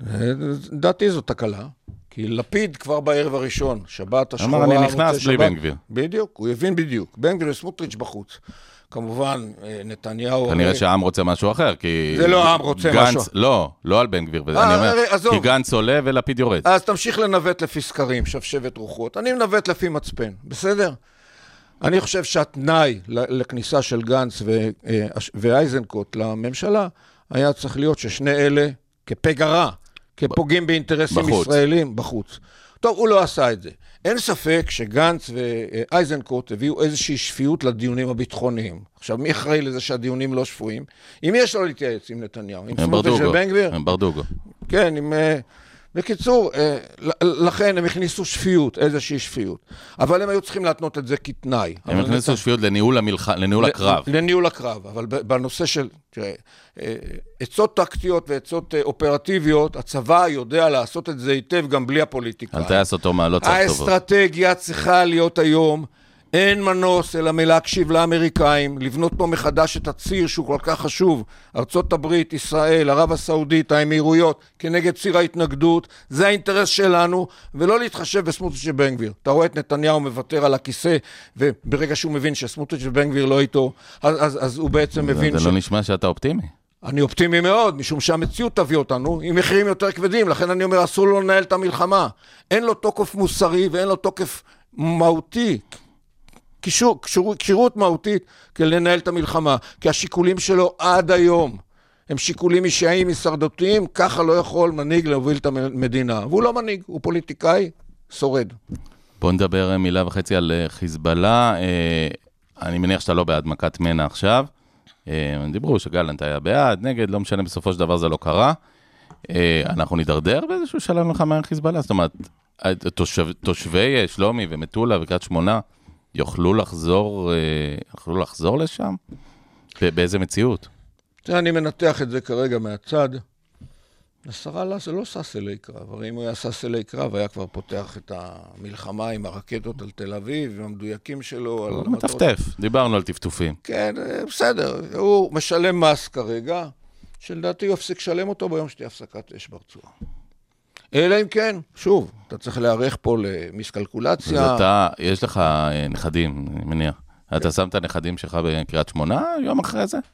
דעתי זו תקלה. כי לפיד כבר בערב הראשון, שבת השחורה... אמר, אני נכנס בלי בן גביר. בדיוק, הוא הבין בדיוק. בן גביר וסמוטריץ' בחוץ. כמובן, נתניהו... כנראה שהעם רוצה משהו אחר, כי... זה לא העם רוצה משהו. לא, לא על בן גביר. אני אומר, כי גנץ עולה ולפיד יורד. אז תמשיך לנווט לפי סקרים, שבשבת רוחות. אני מנווט לפי מצפן, בסדר? אני חושב שהתנאי לכניסה של גנץ ואייזנקוט לממשלה, היה צריך להיות ששני אלה, כפגרה, כפוגעים באינטרסים ישראלים, בחוץ. טוב, הוא לא עשה את זה. אין ספק שגנץ ואייזנקוט הביאו איזושהי שפיות לדיונים הביטחוניים. עכשיו, מי אחראי לזה שהדיונים לא שפויים? אם יש לו להתייעץ עם נתניהו, עם סמוטריץ' ובן גביר? הם ברדוגו. כן, עם... בקיצור, לכן הם הכניסו שפיות, איזושהי שפיות. אבל הם היו צריכים להתנות את זה כתנאי. הם הכניסו שפיות לניהול הקרב. לניהול הקרב, אבל בנושא של, תראה, עצות טקטיות ועצות אופרטיביות, הצבא יודע לעשות את זה היטב גם בלי הפוליטיקה. אל תעש אותו מה, לא צריך טובות. האסטרטגיה צריכה להיות היום, אין מנוס אלא מלהקשיב לאמריקאים, לבנות פה מחדש את הציר שהוא כל כך חשוב, ארצות הברית, ישראל, ערב הסעודית, האמירויות, כנגד ציר ההתנגדות, זה האינטרס שלנו, ולא להתחשב בסמוטריץ' ובן גביר. אתה רואה את נתניהו מוותר על הכיסא, וברגע שהוא מבין שסמוטריץ' ובן גביר לא איתו, אז, אז, אז הוא בעצם מבין זה ש... לא נשמע שאתה אופטימי. אני אופטימי מאוד, משום שהמציאות תביא אותנו עם מחירים יותר כבדים, לכן אני אומר, אסור לו לנהל את המלחמה. אין לו תוקף מוסרי ואין לו תוקף מהותי, קישור, קשור, קשירות מהותית כדי לנהל את המלחמה, כי השיקולים שלו עד היום הם שיקולים אישיים, הישרדותיים, ככה לא יכול מנהיג להוביל את המדינה. והוא לא מנהיג, הוא פוליטיקאי, שורד. בוא נדבר מילה וחצי על חיזבאללה. אני מניח שאתה לא בעד מכת מנע עכשיו. דיברו שגלנט היה בעד, נגד, לא משנה, בסופו של דבר זה לא קרה. אנחנו נדרדר באיזשהו שלב מלחמה עם חיזבאללה. זאת אומרת, תושב, תושבי שלומי ומטולה וקריית שמונה, יוכלו לחזור, יוכלו לחזור לשם? באיזה מציאות? אני מנתח את זה כרגע מהצד. נסראללה זה לא סס אלי קרב. הרי אם הוא היה סס אלי קרב, היה כבר פותח את המלחמה עם הרקטות על תל אביב, עם המדויקים שלו. הוא מטפטף, דיברנו על טפטופים. כן, בסדר. הוא משלם מס כרגע, שלדעתי הוא יפסיק לשלם אותו ביום שתהיה הפסקת אש ברצועה. אלא אם כן, שוב, אתה צריך להערך פה למיסקלקולציה. אז אתה, יש לך נכדים, אני מניח. אתה שם את הנכדים שלך בקריית שמונה יום אחרי זה?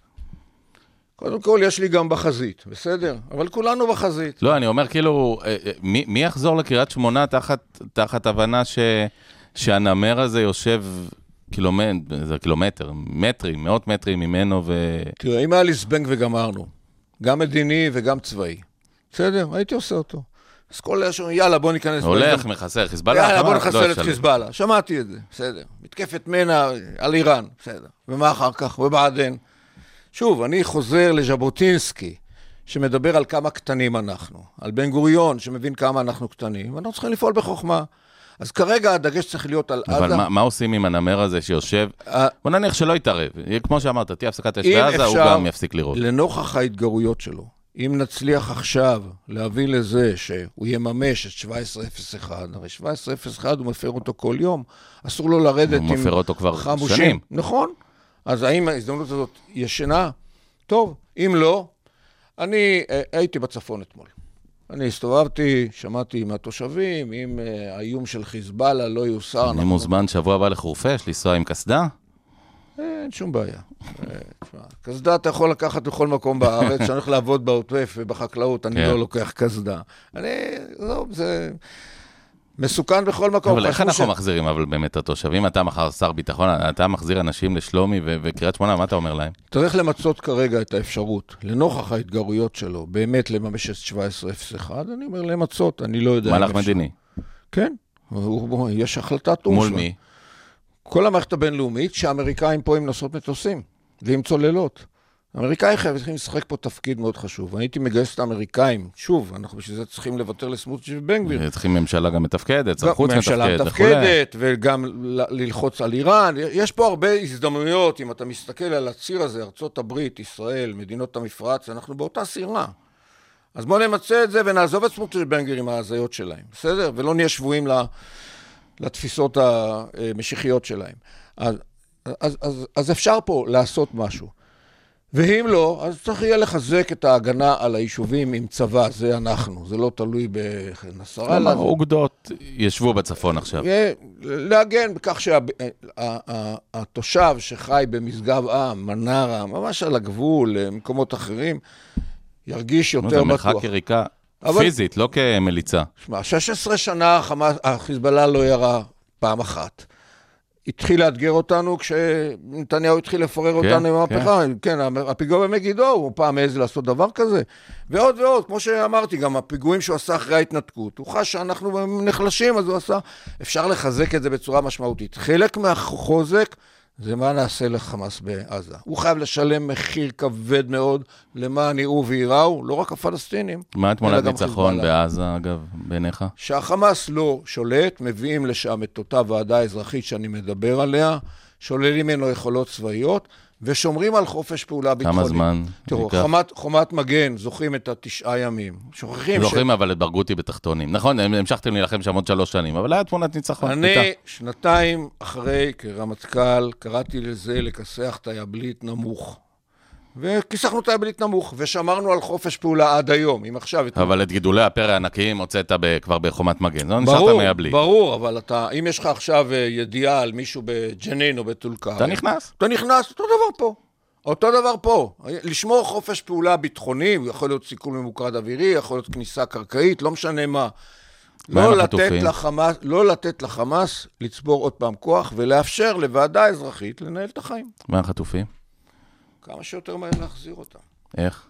קודם כל, יש לי גם בחזית, בסדר? אבל כולנו בחזית. לא, אני אומר כאילו, מי, מי יחזור לקריית שמונה תחת, תחת הבנה ש, שהנמר הזה יושב קילומטר, זה קילומטר, מטרים, מאות מטרים ממנו ו... תראה, אם היה לי זבנג וגמרנו, גם מדיני וגם צבאי, בסדר? הייתי עושה אותו. אז כל השאר, יאללה, בוא ניכנס... הולך, מחסר, חיזבאללה. יאללה, בוא נחסל את חיזבאללה. שמעתי את זה, בסדר. מתקפת מנע על איראן, בסדר. ומה אחר כך? ובעדן. שוב, אני חוזר לז'בוטינסקי, שמדבר על כמה קטנים אנחנו. על בן גוריון, שמבין כמה אנחנו קטנים. ואנחנו צריכים לפעול בחוכמה. אז כרגע הדגש צריך להיות על... אבל מה, מה עושים עם הנמר הזה שיושב? בוא נניח שלא יתערב. כמו שאמרת, תהיה הפסקת אש בעזה, הוא גם יפסיק לראות. לנוכח ההתגרויות שלו, אם נצליח עכשיו להביא לזה שהוא יממש את שבע עשרה אפס אחת, הרי שבע עשרה אפס אחת הוא מפר אותו כל יום, אסור לו לרדת עם חמושים. הוא מפר אותו כבר שנים. נכון. אז האם ההזדמנות הזאת ישנה? טוב, אם לא, אני הייתי בצפון אתמול. אני הסתובבתי, שמעתי מהתושבים, אם האיום של חיזבאללה לא יוסר. אני מוזמן שבוע הבא לחורפיש, לנסוע עם קסדה? אין שום בעיה. קסדה אתה יכול לקחת בכל מקום בארץ, שאני הולך לעבוד בעוטף ובחקלאות, אני לא לוקח קסדה. אני, לא, זה מסוכן בכל מקום. אבל איך אנחנו מחזירים, אבל באמת התושבים, אתה מחר שר ביטחון, אתה מחזיר אנשים לשלומי וקריית שמונה, מה אתה אומר להם? צריך למצות כרגע את האפשרות, לנוכח ההתגרויות שלו, באמת לממש את שבע עשרה אפס אחת, אני אומר למצות, אני לא יודע. מהלך מדיני. כן, יש החלטת או"ם. מול מי? כל המערכת הבינלאומית שהאמריקאים פה עם נוסעות מטוסים ועם צוללות. האמריקאים צריכים לשחק פה תפקיד מאוד חשוב. אני הייתי מגייס את האמריקאים. שוב, אנחנו בשביל זה צריכים לוותר לסמוטריץ' ובן גביר. צריכים ממשלה גם מתפקדת, שר חוץ מתפקדת. ממשלה מתפקדת, וגם ללחוץ על איראן. יש פה הרבה הזדמנויות, אם אתה מסתכל על הציר הזה, ארצות הברית, ישראל, מדינות המפרץ, אנחנו באותה סירה. אז בואו נמצא את זה ונעזוב את סמוטריץ' ובן גביר עם ההזיות שלהם. בסדר? ולא נהיה שבויים ל... לתפיסות המשיחיות שלהם. אז, אז, אז, אז אפשר פה לעשות משהו. ואם לא, אז צריך יהיה לחזק את ההגנה על היישובים עם צבא, זה אנחנו, זה לא תלוי בנסראללה. אוגדות ישבו בצפון עכשיו. להגן בכך שהתושב שחי במשגב עם, מנרה, ממש על הגבול, למקומות אחרים, ירגיש יותר בטוח. זה מרחק יריקה פיזית, לא כמליצה. שמע, שש עשרה שנה החיזבאללה לא ירה פעם אחת. התחיל לאתגר אותנו כשנתניהו התחיל לפורר אותנו עם המהפכה. כן, הפיגוע במגידו, הוא פעם העז לעשות דבר כזה. ועוד ועוד, כמו שאמרתי, גם הפיגועים שהוא עשה אחרי ההתנתקות. הוא חש שאנחנו נחלשים, אז הוא עשה. אפשר לחזק את זה בצורה משמעותית. חלק מהחוזק זה מה נעשה לחמאס בעזה. הוא חייב לשלם מחיר כבד מאוד למען יראו ויראו, לא רק הפלסטינים. מה תמונת ניצחון בעזה, אגב, בעיניך? שהחמאס לא שולט, מביאים לשם את אותה ועדה אזרחית שאני מדבר עליה, שוללים ממנו יכולות צבאיות, ושומרים על חופש פעולה ביטחוני. כמה זמן? תראו, חומת, חומת מגן, זוכרים את התשעה ימים. שוכחים זוכרים ש... אבל את ברגותי בתחתונים. נכון, המשכתם להילחם שם עוד שלוש שנים, אבל היה תמונת ניצחון. אני איתה. שנתיים אחרי, כרמטכ"ל, קראתי לזה לכסח תייבלית נמוך. וכיסחנו תייבלית נמוך, ושמרנו על חופש פעולה עד היום, אם עכשיו... אבל את גידולי הפרא הענקיים הוצאת ב... כבר בחומת מגן, לא נשארת מייבלית. ברור, אבל אתה, אם יש לך עכשיו ידיעה על מישהו בג'נין או בטולקר... אתה נכנס. אתה נכנס, אותו דבר פה. אותו דבר פה. לשמור חופש פעולה ביטחוני, יכול להיות סיכול ממוקד אווירי, יכול להיות כניסה קרקעית, לא משנה מה. לא לתת לחמאס, לא לתת לחמאס לצבור עוד פעם כוח, ולאפשר לוועדה אזרחית לנהל את החיים. מה החטופים? כמה שיותר מהר להחזיר אותם. איך?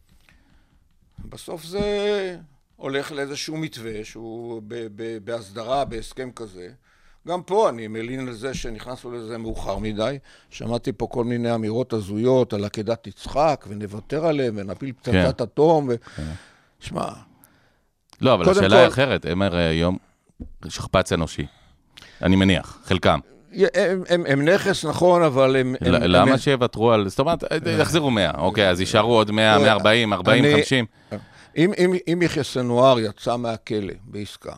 בסוף זה הולך לאיזשהו מתווה שהוא ב- ב- בהסדרה, בהסכם כזה. גם פה אני מלין על זה שנכנסנו לזה מאוחר מדי. שמעתי פה כל מיני אמירות הזויות על עקדת יצחק, ונוותר עליהם, ונפיל פצצת אטום. ו... שמע... לא, אבל השאלה היא אחרת. הם הרי היום שכפ"ץ אנושי. אני מניח, חלקם. הם, הם, הם נכס, נכון, אבל הם... למה הם... שיוותרו על... זאת אומרת, יחזירו מאה, אוקיי, אז יישארו עוד מאה, מאה ארבעים, ארבעים, חמישים. אם, אם, אם יחיא סנואר יצא מהכלא בעסקה,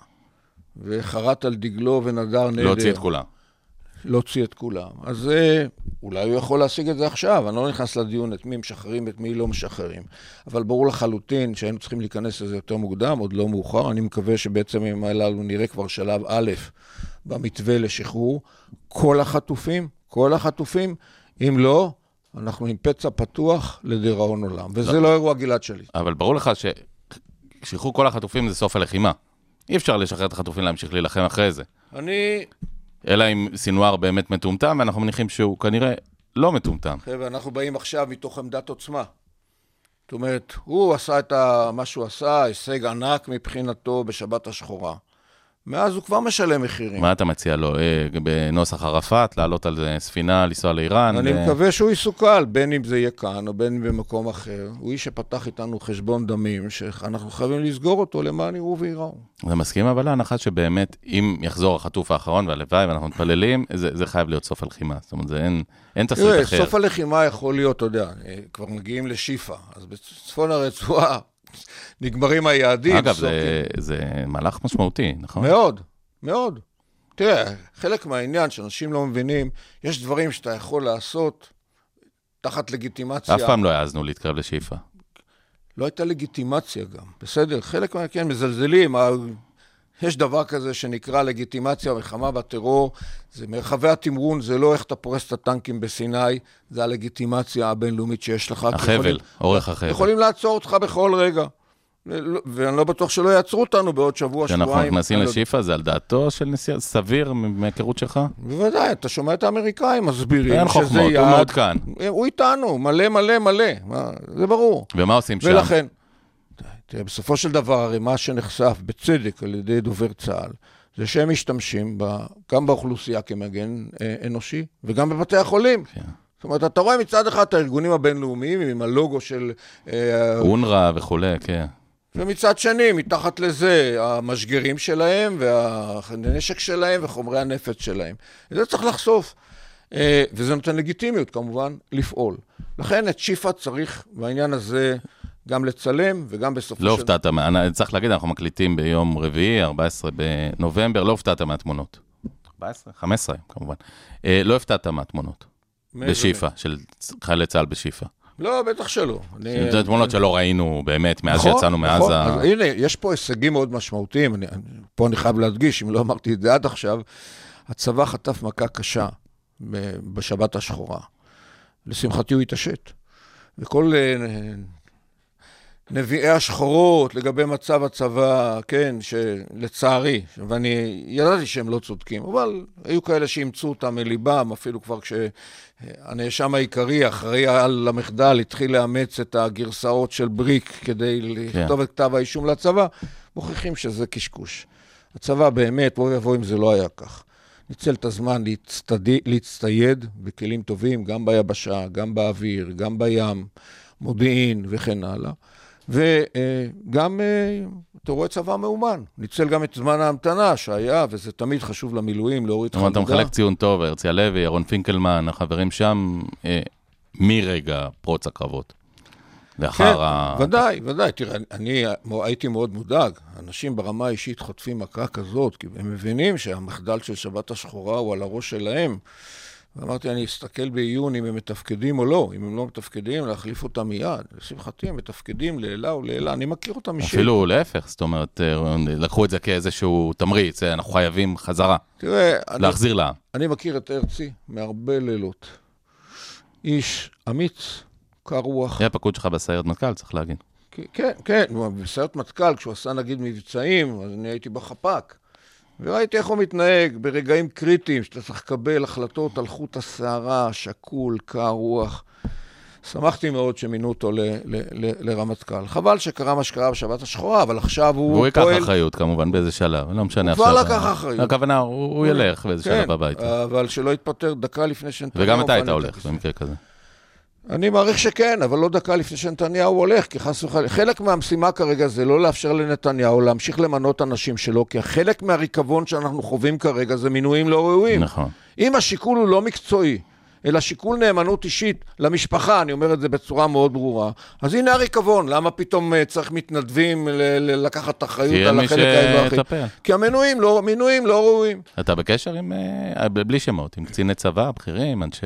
וחרט על דגלו ונדר נדר... להוציא את כולם. להוציא את כולם. אז אולי הוא יכול להשיג את זה עכשיו, אני לא נכנס לדיון את מי משחררים, את מי לא משחררים. אבל ברור לחלוטין שהיינו צריכים להיכנס לזה יותר מוקדם, עוד לא מאוחר. אני מקווה שבעצם עם הללו נראה כבר שלב א' במתווה לשחרור. כל החטופים, כל החטופים, אם לא, אנחנו עם פצע פתוח לדיראון עולם. וזה לא אירוע גלעד שלי. אבל ברור לך ששחרור כל החטופים זה סוף הלחימה. אי אפשר לשחרר את החטופים להמשיך להילחם אחרי זה. אני... אלא אם סינואר באמת מטומטם, ואנחנו מניחים שהוא כנראה לא מטומטם. חבר'ה, אנחנו באים עכשיו מתוך עמדת עוצמה. זאת אומרת, הוא עשה את מה שהוא עשה, הישג ענק מבחינתו בשבת השחורה. מאז הוא כבר משלם מחירים. מה אתה מציע לו? בנוסח ערפאת, לעלות על ספינה, לנסוע לאיראן? אני מקווה שהוא יסוכל, בין אם זה יהיה כאן או בין אם במקום אחר. הוא איש שפתח איתנו חשבון דמים, שאנחנו חייבים לסגור אותו למען יראו ויראו. זה מסכים, אבל להנחה שבאמת, אם יחזור החטוף האחרון והלוואי, ואנחנו מתפללים, זה, זה חייב להיות סוף הלחימה. זאת אומרת, זה אין, אין תסריט אחר. סוף הלחימה יכול להיות, אתה יודע, כבר מגיעים לשיפה. אז בצפון הרצועה, נגמרים היעדים. אגב, זה, זה מהלך משמעותי, נכון? מאוד, מאוד. תראה, חלק מהעניין שאנשים לא מבינים, יש דברים שאתה יכול לעשות תחת לגיטימציה. אף פעם לא העזנו להתקרב לשאיפה. לא הייתה לגיטימציה גם, בסדר? חלק מהעניין מזלזלים, יש דבר כזה שנקרא לגיטימציה מלחמה בטרור, זה מרחבי התמרון, זה לא איך אתה פורס את הטנקים בסיני, זה הלגיטימציה הבינלאומית שיש לך. החבל, יכולים, אורך החבל. יכולים לעצור אותך בכל רגע, ואני לא בטוח שלא יעצרו אותנו בעוד שבוע, שבועיים. שאנחנו נכנסים לשיפה, זה על דעתו של נשיא סביר מהיכרות שלך? בוודאי, אתה שומע את האמריקאים מסבירים אין חוכמות, הוא מאוד כאן. הוא איתנו, מלא מלא מלא, זה ברור. ומה עושים שם? ולכן, תראה, בסופו של דבר, הרי מה שנחשף בצדק על ידי דובר צה"ל, זה שהם משתמשים גם באוכלוסייה כמגן אנושי, וגם בבתי החולים. זאת אומרת, אתה רואה מצד אחד את הארגונים הבינלאומיים, עם הלוגו של... אונר"א וכו', כן. ומצד שני, מתחת לזה, המשגרים שלהם, והנשק שלהם, וחומרי הנפץ שלהם. וזה צריך לחשוף. וזה נותן לגיטימיות, כמובן, לפעול. לכן את שיפה צריך, בעניין הזה... גם לצלם וגם בסופו לא הופתעת, אני צריך להגיד, אנחנו מקליטים ביום רביעי, ארבעה עשר בנובמבר, לא הופתעת מהתמונות. ארבע עשרה? חמש עשרה, כמובן. לא הופתעת מהתמונות. בשיפה, של חיילי צה"ל בשיפה. לא, בטח שלא. זה תמונות שלא ראינו באמת, מאז שיצאנו מעזה. הנה, יש פה הישגים מאוד משמעותיים. פה אני חייב להדגיש, אם לא אמרתי את זה עד עכשיו, הצבא חטף מכה קשה בשבת השחורה. לשמחתי הוא התעשת. וכל... נביאי השחורות לגבי מצב הצבא, כן, שלצערי, ואני ידעתי שהם לא צודקים, אבל היו כאלה שימצאו אותם מליבם, אפילו כבר כשהנאשם העיקרי, אחרי על המחדל, התחיל לאמץ את הגרסאות של בריק כדי לכתוב את כתב האישום לצבא, מוכיחים שזה קשקוש. הצבא באמת, בואו יבוא אם זה לא היה כך. ניצל את הזמן להצטדי, להצטייד בכלים טובים, גם ביבשה, גם באוויר, גם בים, מודיעין וכן הלאה. וגם, אתה רואה צבא מאומן. ניצל גם את זמן ההמתנה שהיה, וזה תמיד חשוב למילואים, להוריד חלודה. אתה מחלק ציון טוב, הרצי הלוי, ירון פינקלמן, החברים שם, מרגע פרוץ הקרבות. לאחר ה... ודאי, ודאי. תראה, אני הייתי מאוד מודאג. אנשים ברמה האישית חוטפים מכה כזאת, כי הם מבינים שהמחדל של שבת השחורה הוא על הראש שלהם. ואמרתי, אני אסתכל בעיון אם הם מתפקדים או לא. אם הם לא מתפקדים, להחליף אותם מיד. לשמחתי, הם מתפקדים לילה או לילה. אני מכיר אותם אישית. אפילו להפך, זאת אומרת, לקחו את זה כאיזשהו תמריץ. אנחנו חייבים חזרה. תראה, להחזיר לה. אני מכיר את הרצי מהרבה לילות. איש אמיץ, קר רוח. היה פקוד שלך בסיירת מטכ"ל, צריך להגיד. כן, כן. בסיירת מטכ"ל, כשהוא עשה נגיד מבצעים, אז אני הייתי בחפ"ק. וראיתי איך הוא מתנהג ברגעים קריטיים, שאתה צריך לקבל החלטות על חוט השערה, שקול, קר רוח. שמחתי מאוד שמינו אותו ל- ל- ל- לרמטכ"ל. חבל שקרה מה שקרה בשבת השחורה, אבל עכשיו הוא והוא פועל... ייקח אחריות כמובן באיזה שלב, לא משנה עכשיו. הוא כבר לקח אחריות. הכוונה, הוא, הוא ילך באיזה כן, שלב הביתה. אבל שלא יתפטר דקה לפני שנתניהו... וגם אתה היית הולך במקרה כזה. אני מעריך שכן, אבל לא דקה לפני שנתניהו הולך, כי חס וחלילה. חלק מהמשימה כרגע זה לא לאפשר לנתניהו להמשיך למנות אנשים שלו, כי חלק מהריקבון שאנחנו חווים כרגע זה מינויים לא ראויים. נכון. אם השיקול הוא לא מקצועי, אלא שיקול נאמנות אישית למשפחה, אני אומר את זה בצורה מאוד ברורה, אז הנה הריקבון, למה פתאום צריך מתנדבים לקחת אחריות על החלק האזרחי? כי המינויים לא, מינויים לא ראויים. אתה בקשר עם, בלי שמות, עם קציני צבא, בכירים, אנשי...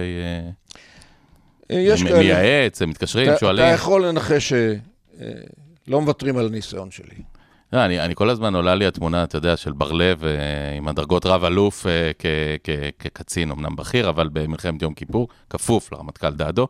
יש כאלה. מייעץ, הם מתקשרים, שואלים. אתה יכול לנחש שלא מוותרים על הניסיון שלי. לא, אני, אני כל הזמן עולה לי התמונה, אתה יודע, של בר-לב, עם הדרגות רב אלוף כקצין, אמנם בכיר, אבל במלחמת יום כיפור, כפוף לרמטכ"ל דדו.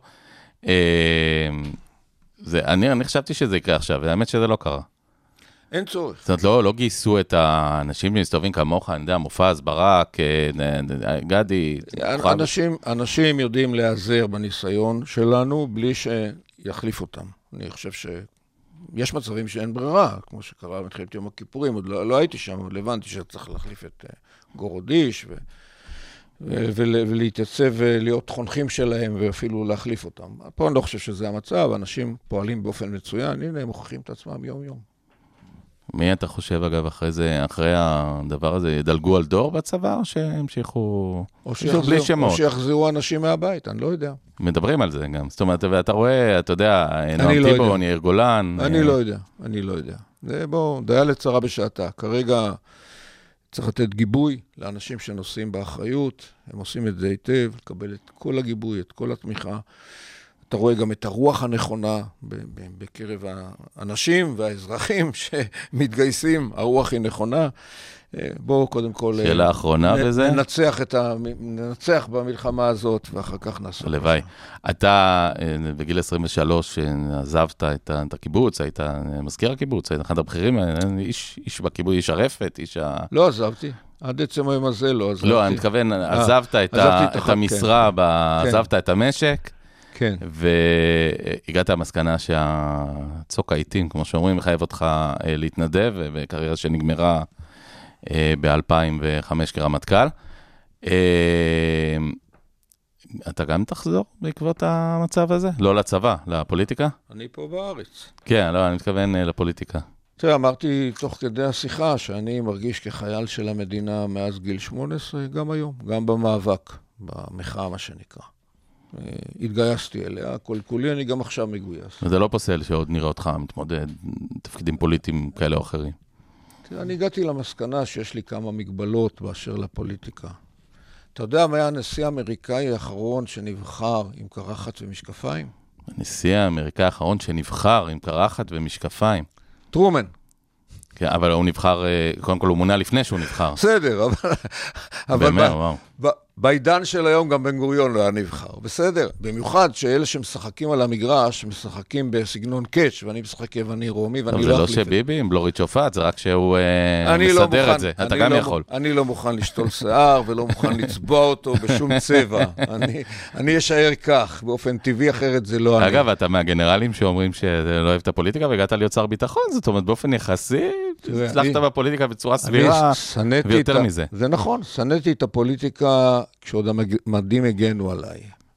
זה, אני, אני חשבתי שזה יקרה עכשיו, והאמת שזה לא קרה. אין צורך. זאת אומרת, לא, לא גייסו את האנשים שמסתובבים כמוך, אני יודע, מופז, ברק, גדי. אנשים, אנשים יודעים להיעזר בניסיון שלנו, בלי שיחליף אותם. אני חושב שיש מצבים שאין ברירה, כמו שקרה במלחמת יום הכיפורים, עוד לא, לא הייתי שם, אבל הבנתי שצריך להחליף את גורודיש, ו... ולהתייצב ולהיות חונכים שלהם, ואפילו להחליף אותם. פה אני לא חושב שזה המצב, אנשים פועלים באופן מצוין, הנה הם מוכיחים את עצמם יום-יום. מי אתה חושב, אגב, אחרי זה, אחרי הדבר הזה, ידלגו על דור בצבא, או שהמשיכו... או שיחזירו, או שיחזירו אנשים מהבית, אני לא יודע. מדברים על זה גם. זאת אומרת, ואתה רואה, אתה יודע, נועם טיבון, יאיר גולן... אני לא יודע, אני לא יודע. זה בוא, דיה לצרה בשעתה. כרגע צריך לתת גיבוי לאנשים שנושאים באחריות, הם עושים את זה היטב, לקבל את כל הגיבוי, את כל התמיכה. אתה רואה גם את הרוח הנכונה בקרב האנשים והאזרחים שמתגייסים, הרוח היא נכונה. בואו קודם כל... שאלה האחרונה בזה? ננצח, את ה... ננצח במלחמה הזאת, ואחר כך נעשה. הלוואי. אתה בגיל עשרים ושלוש עזבת את הקיבוץ, היית מזכיר הקיבוץ, היית אחד הבכירים, איש, איש בקיבוץ, איש הרפת, איש ה... לא עזבתי. עד עצם היום הזה לא עזבתי. לא, אני מתכוון, עזבת את, ה... את המשרה, כן. ב... כן. עזבת את המשק, כן. והגעת למסקנה שהצוק העיתים, כמו שאומרים, מחייב אותך להתנדב, וקריירה שנגמרה ב-אלפיים וחמש כרמטכ"ל. אתה גם תחזור בעקבות המצב הזה? לא לצבא, לפוליטיקה? אני פה בארץ. כן, לא, אני מתכוון לפוליטיקה. תראה, אמרתי תוך כדי השיחה שאני מרגיש כחייל של המדינה מאז גיל שמונה עשרה, גם היום, גם במאבק, במחאה מה שנקרא. התגייסתי אליה, כל כולי, אני גם עכשיו מגויס. וזה לא פוסל שעוד נראה אותך מתמודד תפקידים פוליטיים כאלה או אחרים. תראה, אני הגעתי למסקנה שיש לי כמה מגבלות באשר לפוליטיקה. אתה יודע מה היה הנשיא האמריקאי האחרון שנבחר עם קרחת ומשקפיים? הנשיא האמריקאי האחרון שנבחר עם קרחת ומשקפיים. טרומן. כן, אבל הוא נבחר, קודם כל הוא מונה לפני שהוא נבחר. בסדר, אבל... באמת, וואו. בעידן של היום גם בן גוריון לא היה נבחר, בסדר. במיוחד שאלה שמשחקים על המגרש, משחקים בסגנון קאץ', ואני משחק יווני רומי, ואני לא... זה לא שביבי עם בלורית שופט, זה רק שהוא מסדר את זה. אתה גם יכול. אני לא מוכן לשתול שיער, ולא מוכן לצבוע אותו בשום צבע. אני אשאר כך, באופן טבעי, אחרת זה לא אני. אגב, אתה מהגנרלים שאומרים שלא אוהב את הפוליטיקה, והגעת להיות שר ביטחון, זאת אומרת, באופן יחסי, הצלחת בפוליטיקה בצורה סבירה, ויותר מזה. זה נכון, שנאתי את הפוליטיקה כשעוד המדים הגנו עליי.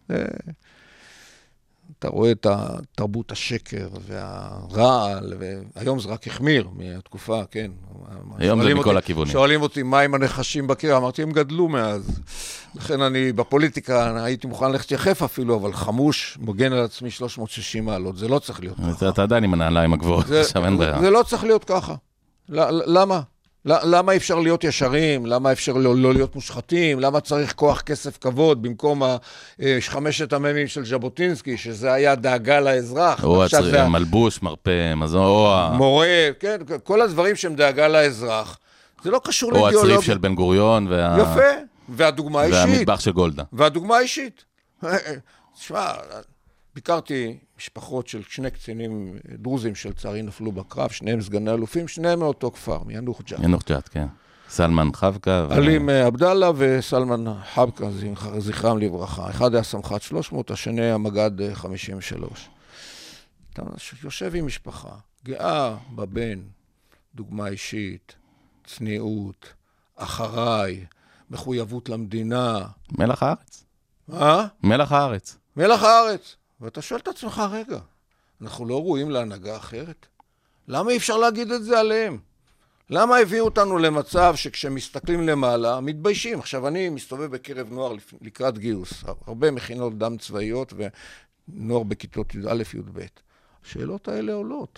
אתה רואה את תרבות השקר והרעל, והיום זה רק החמיר מהתקופה, כן. היום זה מכל הכיוונים. שואלים אותי מה עם הנחשים בקיר, אמרתי, הם גדלו מאז. לכן אני בפוליטיקה הייתי מוכן ללכת יחף אפילו, אבל חמוש, מוגן על עצמי שלוש מאות ושישים מעלות, זה לא צריך להיות ככה. אתה עדיין עם הנעליים הגבוהות, עכשיו אין ברירה. זה לא צריך להיות ככה. למה? למה אפשר להיות ישרים? למה אפשר לא, לא להיות מושחתים? למה צריך כוח כסף כבוד במקום חמשת הממים של ז'בוטינסקי, שזה היה דאגה לאזרח? או הצר... מלבוש, מרפא, מזון, או... מורה, כן, כל הדברים שהם דאגה לאזרח. זה לא קשור לאידיאולוגיה. או הצריף של בן גוריון. וה... יפה, והדוגמה האישית. והמטבח של גולדה. והדוגמה האישית. תשמע, ביקרתי משפחות של שני קצינים דרוזים שלצערי נפלו בקרב, שניהם סגני אלופים, שניהם מאותו כפר, מיאנוח ג'ת. מיאנוח ג'ת, כן. סלמן חבקה. עלים עבדאללה וסלמן חבקה, זכרם לברכה. אחד היה סמח"ט שלוש מאות, השני היה מג"ד חמישים ושלוש. אתה יושב עם משפחה, גאה בבן, דוגמה אישית, צניעות, אחריי, מחויבות למדינה. מלח הארץ. מה? מלח הארץ. מלח הארץ. ואתה שואל את עצמך, רגע, אנחנו לא רואים להנהגה אחרת? למה אי אפשר להגיד את זה עליהם? למה הביאו אותנו למצב שכשמסתכלים למעלה, מתביישים? עכשיו, אני מסתובב בקרב נוער לקראת גיוס, הרבה מכינות דם צבאיות ונוער בכיתות א' י' ב'. השאלות האלה עולות.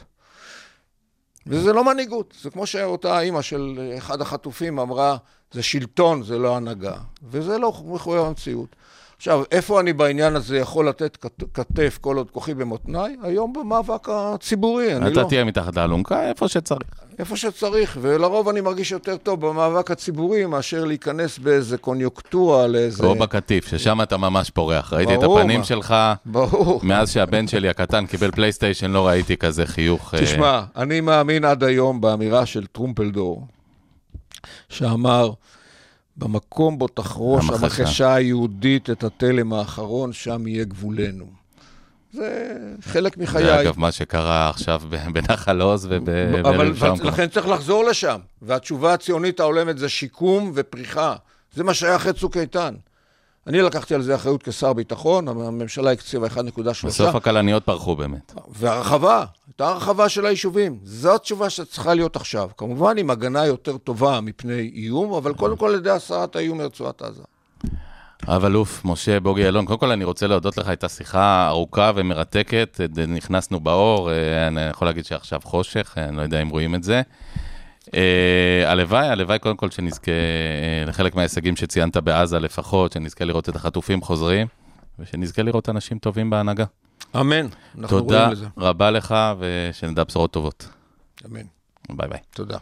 וזה לא מנהיגות. זה כמו שאותה האמא של אחד החטופים אמרה, זה שלטון, זה לא הנהגה. וזה לא מחויב המציאות. עכשיו, איפה אני בעניין הזה יכול לתת כתף כל עוד כוחי במותניי? היום במאבק הציבורי. אתה תהיה מתחת לאלונקה, איפה שצריך. איפה שצריך, ולרוב אני מרגיש יותר טוב במאבק הציבורי, מאשר להיכנס באיזה קוניוקטורה, לאיזה... או בכתיף, ששם אתה ממש פורח. ראיתי את הפנים שלך, מאז שהבן שלי הקטן קיבל פלייסטיישן, לא ראיתי כזה חיוך. תשמע, אני מאמין עד היום באמירה של טרומפלדור, שאמר... במקום בו תחרוש המחשה היהודית את התלם האחרון, שם יהיה גבולנו. זה חלק מחיי. זה אגב מה שקרה עכשיו בנחל עוז ובלב שם. אבל לכן צריך לחזור לשם. והתשובה הציונית העולמת זה שיקום ופריחה. זה מה שהיה אחרי צוק איתן. אני לקחתי על זה אחריות כשר ביטחון, הממשלה הקציבה אחד נקודה שלוש. בסוף הכלניות פרחו באמת. והרחבה, הייתה הרחבה של היישובים. זו התשובה שצריכה להיות עכשיו. כמובן עם הגנה יותר טובה מפני איום, אבל קודם כל על ידי הסרת האיום מרצועת עזה. אבל אלוף, משה בוגי אלון, קודם כל אני רוצה להודות לך את השיחה ארוכה ומרתקת, נכנסנו באור, אני יכול להגיד שעכשיו חושך, אני לא יודע אם רואים את זה. הלוואי, הלוואי קודם כל שנזכה לחלק מההישגים שציינת בעזה לפחות, שנזכה לראות את החטופים חוזרים, ושנזכה לראות אנשים טובים בהנהגה. אמן. תודה רבה לך, ושנדע בשורות טובות. אמן. ביי ביי. תודה.